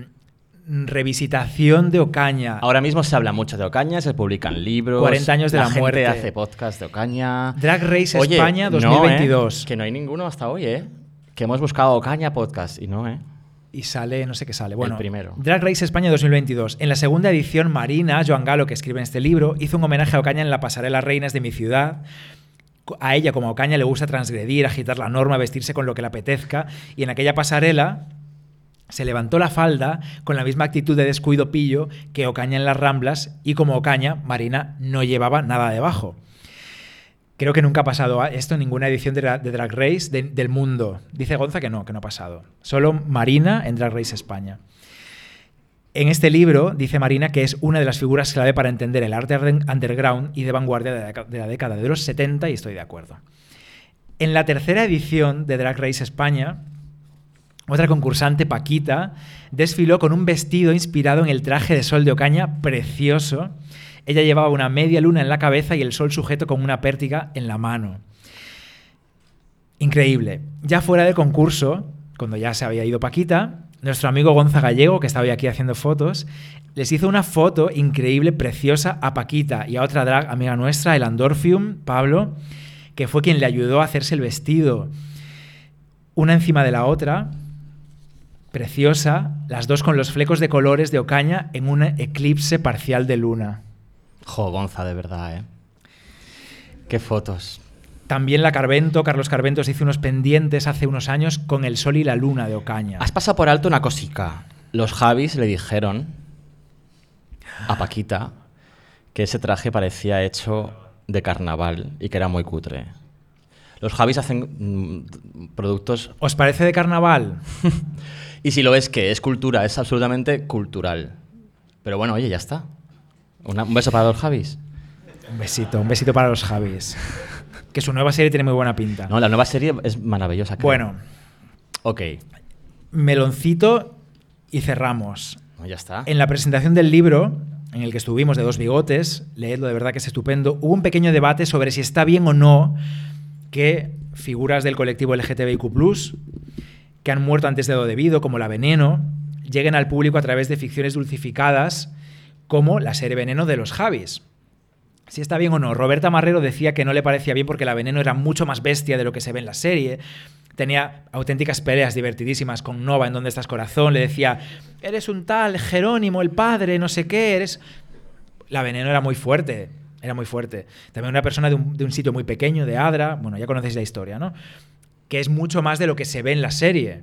revisitación de Ocaña. Ahora mismo se habla mucho de Ocaña, se publican libros. cuarenta años de la, la gente muerte. hace podcast de Ocaña. Drag Race Oye, España dos mil veintidós. No, ¿eh? Que no hay ninguno hasta hoy, ¿eh? Que hemos buscado Ocaña podcast y no, ¿eh? Y sale, no sé qué sale. Bueno, el primero. Drag Race España dos mil veintidós. En la segunda edición, Marina, Joan Galo, que escribe en este libro, hizo un homenaje a Ocaña en la pasarela Reinas de mi ciudad. A ella, como a Ocaña, le gusta transgredir, agitar la norma, vestirse con lo que le apetezca. Y en aquella pasarela se levantó la falda con la misma actitud de descuido pillo que Ocaña en las Ramblas. Y como Ocaña, Marina no llevaba nada debajo. Creo que nunca ha pasado esto en ninguna edición de, de Drag Race de, del mundo. Dice Gonza que no, que no ha pasado. Solo Marina en Drag Race España. En este libro dice Marina que es una de las figuras clave para entender el arte underground y de vanguardia de la, de la década de los setenta, y estoy de acuerdo. En la tercera edición de Drag Race España, otra concursante, Paquita, desfiló con un vestido inspirado en el traje de sol de Ocaña, precioso. Ella llevaba una media luna en la cabeza y el sol sujeto con una pértiga en la mano. Increíble. Ya fuera del concurso, cuando ya se había ido Paquita, nuestro amigo Gonza Gallego, que estaba hoy aquí haciendo fotos, les hizo una foto increíble, preciosa, a Paquita y a otra drag amiga nuestra, el Andorfium, Pablo, que fue quien le ayudó a hacerse el vestido. Una encima de la otra, preciosa, las dos con los flecos de colores de Ocaña en un eclipse parcial de luna. Jo, Gonza, de verdad, ¿eh? Qué fotos. También la Carvento, Carlos Carvento, se hizo unos pendientes hace unos años con el sol y la luna de Ocaña. Has pasado por alto una cosica. Los Javis le dijeron a Paquita que ese traje parecía hecho de carnaval y que era muy cutre. Los Javis hacen mmm, productos... ¿Os parece de carnaval? Y si lo es, ¿qué? Es cultura, es absolutamente cultural. Pero bueno, oye, ya está. Una, un beso para los Javis. Un besito, un besito para los Javis. Que su nueva serie tiene muy buena pinta. No, la nueva serie es maravillosa. Creo. Bueno. Ok. Meloncito y cerramos. No, ya está. En la presentación del libro, en el que estuvimos de Dos Bigotes, leedlo, de verdad que es estupendo, hubo un pequeño debate sobre si está bien o no que figuras del colectivo L G T B I Q plus, que han muerto antes de lo debido, como la Veneno, lleguen al público a través de ficciones dulcificadas como la serie Veneno de los Javis. Si está bien o no. Roberta Marrero decía que no le parecía bien porque la Veneno era mucho más bestia de lo que se ve en la serie. Tenía auténticas peleas divertidísimas con Nova en Dónde estás corazón. Le decía, eres un tal Jerónimo, el padre, no sé qué, eres... La Veneno era muy fuerte, era muy fuerte. También una persona de un, de un sitio muy pequeño, de Adra, bueno, ya conocéis la historia, ¿no? Que es mucho más de lo que se ve en la serie.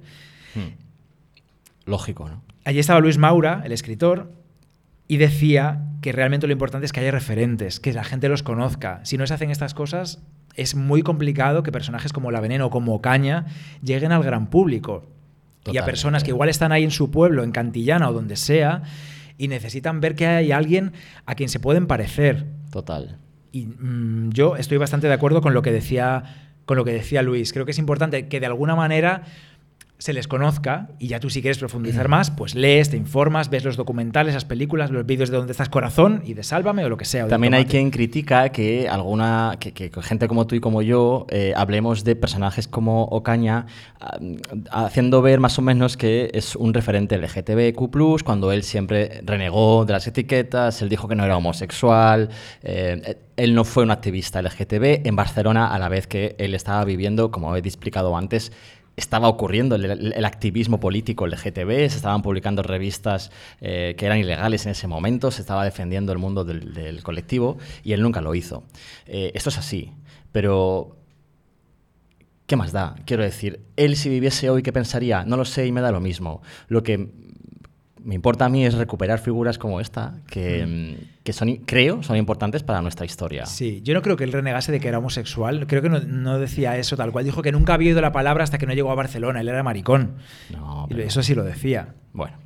Hmm. Lógico, ¿no? Allí estaba Luis Maura, el escritor, y decía que realmente lo importante es que haya referentes, que la gente los conozca. Si no se hacen estas cosas, es muy complicado que personajes como La Veneno o como Ocaña lleguen al gran público. Totalmente. Y a personas que igual están ahí en su pueblo, en Cantillana o donde sea, y necesitan ver que hay alguien a quien se pueden parecer. Total. Y mmm, yo estoy bastante de acuerdo con lo que decía, con lo que decía Luis. Creo que es importante que de alguna manera se les conozca, y ya tú, si quieres profundizar más, pues lees, te informas, ves los documentales, las películas, los vídeos de Dónde estás corazón y de Sálvame o lo que sea. También hay quien critica que alguna que, que gente como tú y como yo eh, hablemos de personajes como Ocaña, haciendo ver más o menos que es un referente L G T B Q plus, cuando él siempre renegó de las etiquetas, él dijo que no era homosexual, eh, él no fue un activista L G T B en Barcelona, a la vez que él estaba viviendo, como he explicado antes, estaba ocurriendo el, el, el activismo político L G T B, se estaban publicando revistas eh, que eran ilegales en ese momento, se estaba defendiendo el mundo del, del colectivo y él nunca lo hizo. Eh, esto es así, pero ¿qué más da? Quiero decir, él si viviese hoy, ¿qué pensaría? No lo sé y me da lo mismo. Lo que me importa a mí es recuperar figuras como esta, que, mm. que son, creo son importantes para nuestra historia. Sí, yo no creo que él renegase de que era homosexual, creo que no, no decía eso tal cual, dijo que nunca había oído la palabra hasta que no llegó a Barcelona, él era maricón. No, pero... Eso sí lo decía. Bueno.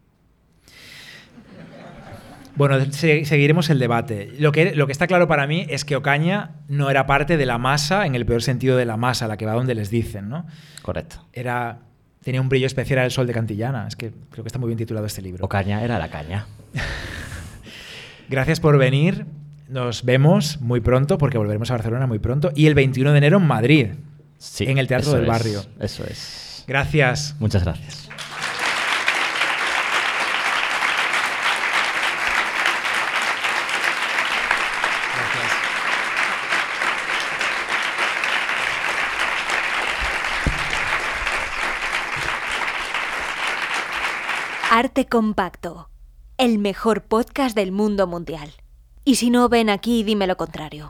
Bueno, se, seguiremos el debate. Lo que, lo que está claro para mí es que Ocaña no era parte de la masa, en el peor sentido de la masa, la que va donde les dicen, ¿no? Correcto. Era Tenía un brillo especial el sol de Cantillana. Es que creo que está muy bien titulado este libro. Ocaña era la caña. Gracias por venir. Nos vemos muy pronto, porque volveremos a Barcelona muy pronto. Y el veintiuno de enero en Madrid, Sí, en el Teatro eso del es, Barrio. Eso es. Gracias. Muchas gracias. Arte Compacto, el mejor podcast del mundo mundial. Y si no, ven aquí y dime lo contrario.